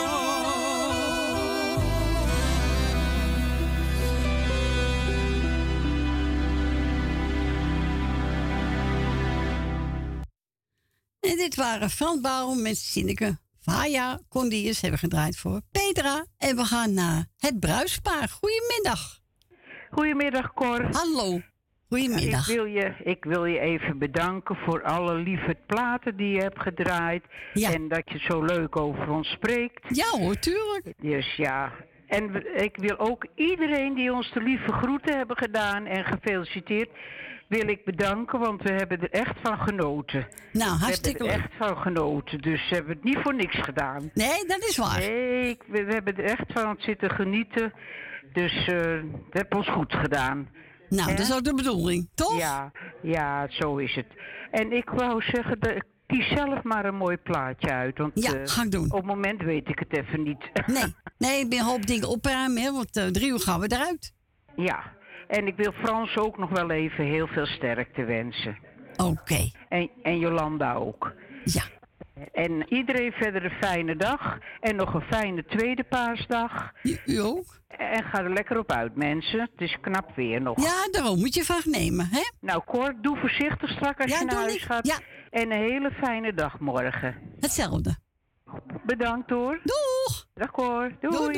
En dit waren Frans Bauer met Sineke. Vaya con Dios hebben we gedraaid voor Petra. En we gaan naar het bruidspaar. Goedemiddag. Goedemiddag, Cor. Hallo. Goedemiddag. Ik wil je even bedanken voor alle lieve platen die je hebt gedraaid. Ja. En dat je zo leuk over ons spreekt. Ja hoor, tuurlijk. Dus ja. En ik wil ook iedereen die ons de lieve groeten hebben gedaan en gefeliciteerd, wil ik bedanken, want we hebben er echt van genoten. Nou, hartstikke leuk. We hebben er echt van genoten, dus we hebben het niet voor niks gedaan. Nee, dat is waar. Nee, we hebben er echt van zitten genieten. Dus het heeft ons goed gedaan. Nou, dat is ook de bedoeling, toch? Ja, zo is het. En ik wou zeggen, kies zelf maar een mooi plaatje uit. Want, ja, ga ik doen. Op het moment weet ik het even niet. Nee, ik ben een hoop dingen opruimen, hè, want 3 uur gaan we eruit. Ja, en ik wil Frans ook nog wel even heel veel sterkte wensen. Oké. En Jolanda ook. Ja. En iedereen verder een fijne dag. En nog een fijne tweede paasdag. U ook? En ga er lekker op uit, mensen. Het is knap weer nog. Ja, daarom moet je vaak nemen, hè? Nou, Cor, doe voorzichtig strak als je naar huis gaat. Ja. En een hele fijne dag morgen. Hetzelfde. Bedankt hoor. Doeg! Dag Cor.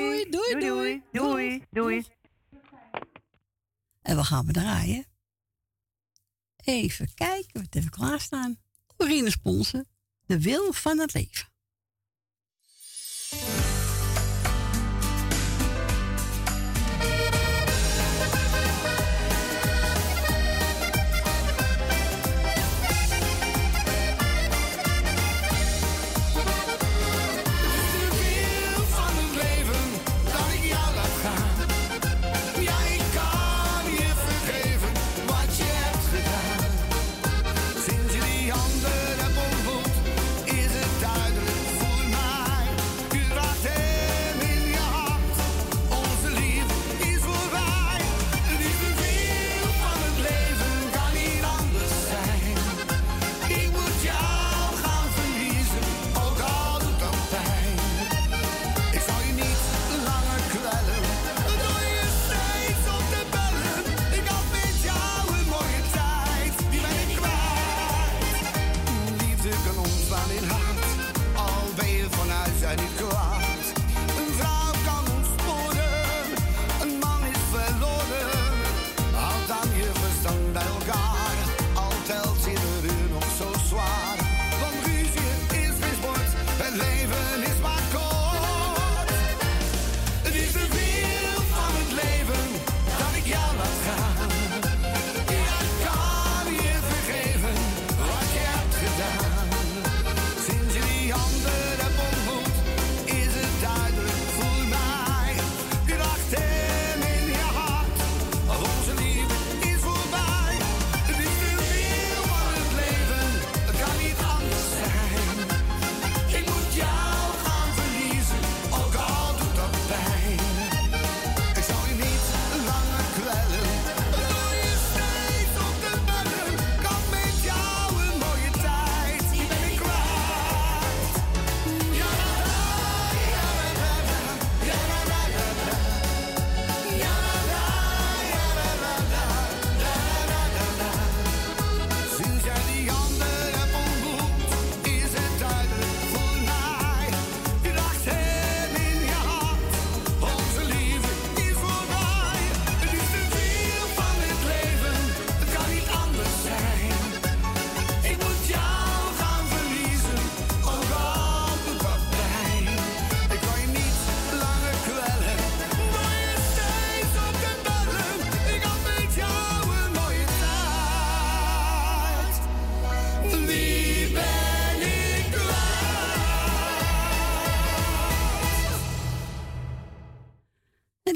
Doei. En we gaan draaien. Even kijken, wat even klaarstaan. Urine Sponsen, de wil van het leven.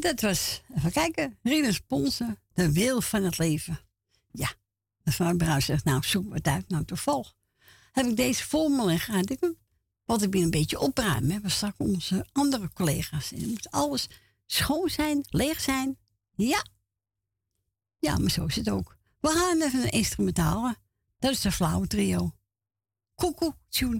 dat was, even kijken, Rinus Ponsen, de wil van het leven. Ja, mevrouw Bruin zegt, nou, zoek wat uit. Nou, toevallig heb ik deze formule en ga ik want ik ben een beetje opruimen. We hebben straks onze andere collega's. En dan moet alles schoon zijn, leeg zijn. Ja. Ja, maar zo is het ook. We gaan even een instrumentaal. Dat is de Flauwe Trio. Koekoek tune.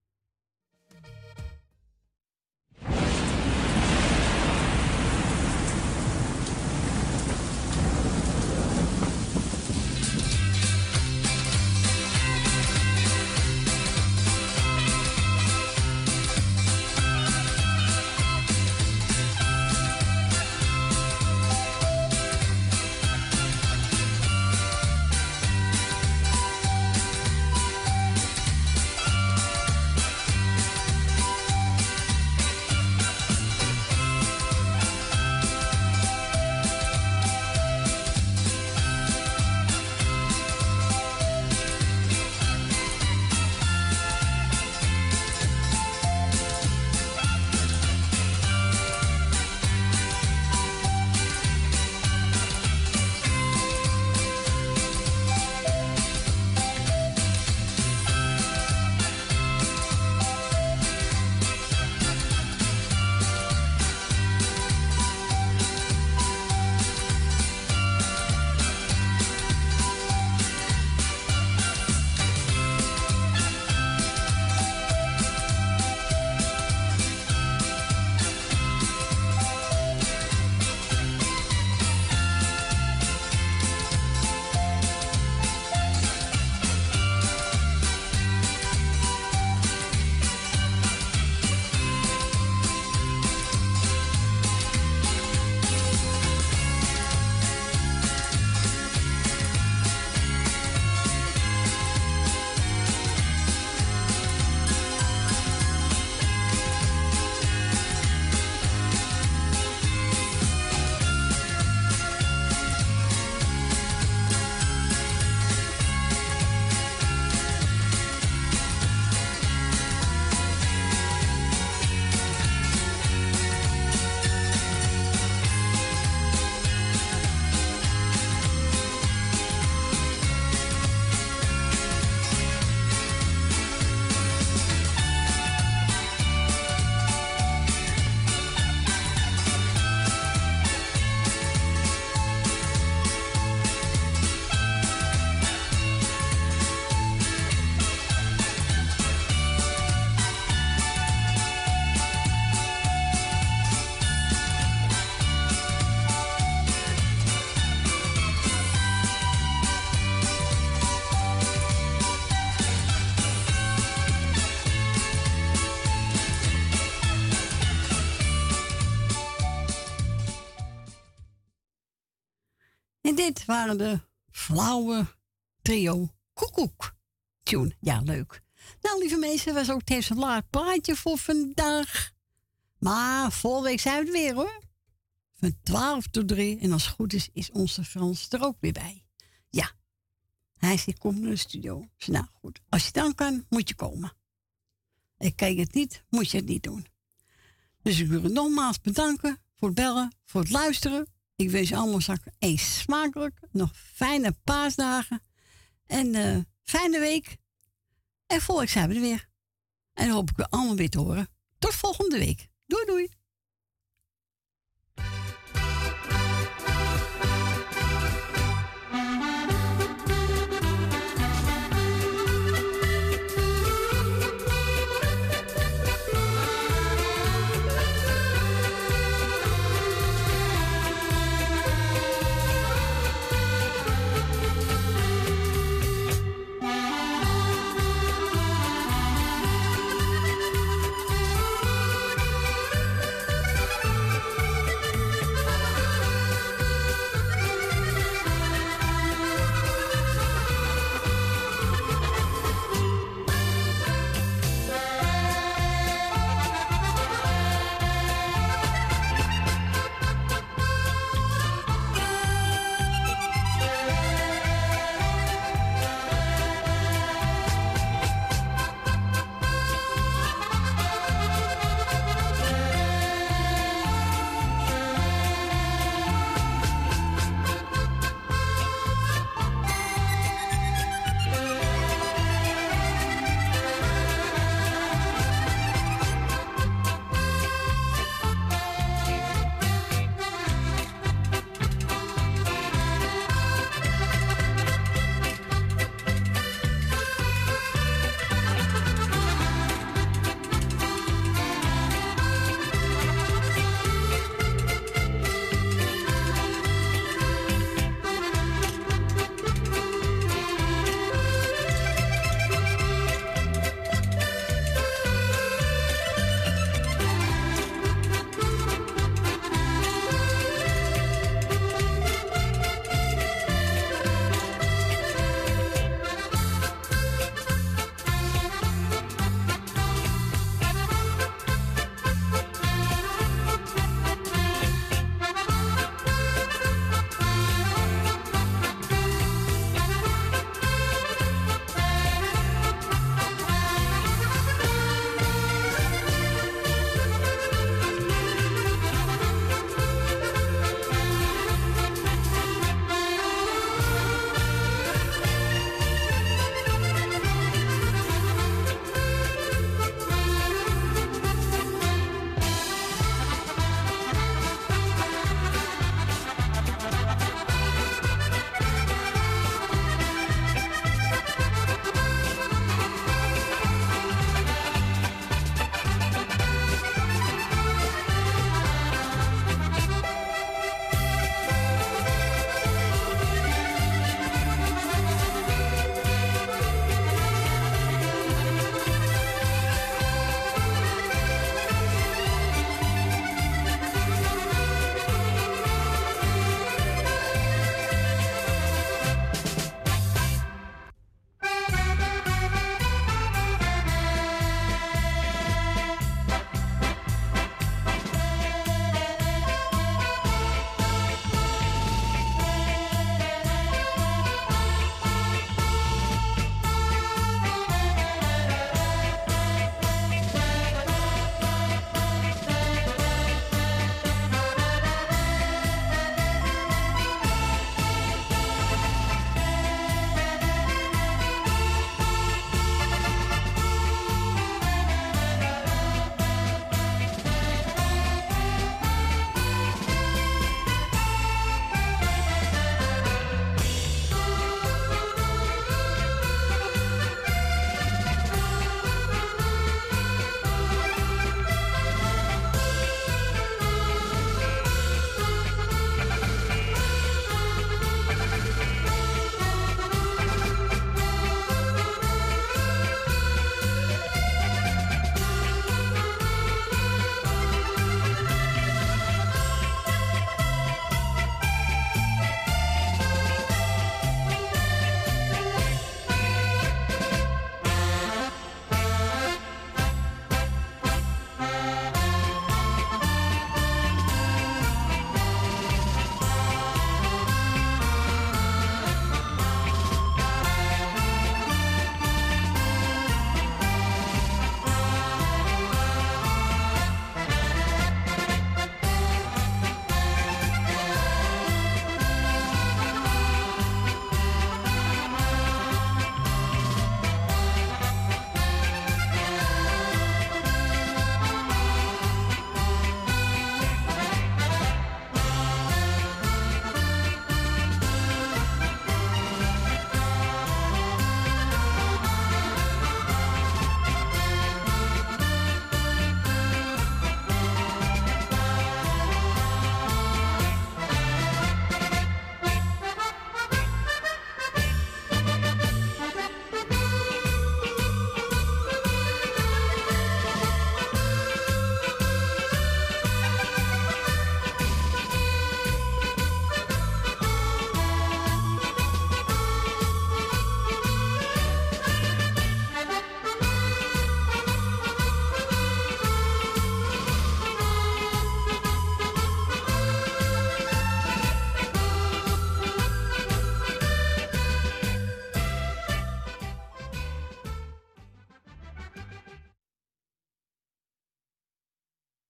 En dit waren de Flauwe Trio Koekoek tune. Ja, leuk. Nou, lieve mensen, was ook tevens een laat plaatje voor vandaag. Maar volgende week zijn we er weer, hoor. Van 12 tot 3. En als het goed is onze Frans er ook weer bij. Ja. Hij zegt, kom naar de studio. Dus nou, goed. Als je dan kan, moet je komen. En kijk het niet, moet je het niet doen. Dus ik wil je nogmaals bedanken voor het bellen, voor het luisteren. Ik wens je allemaal smakelijk. Nog fijne paasdagen. En fijne week. En volgende week zijn we er weer. En dan hoop ik u allemaal weer te horen. Tot volgende week. Doei doei.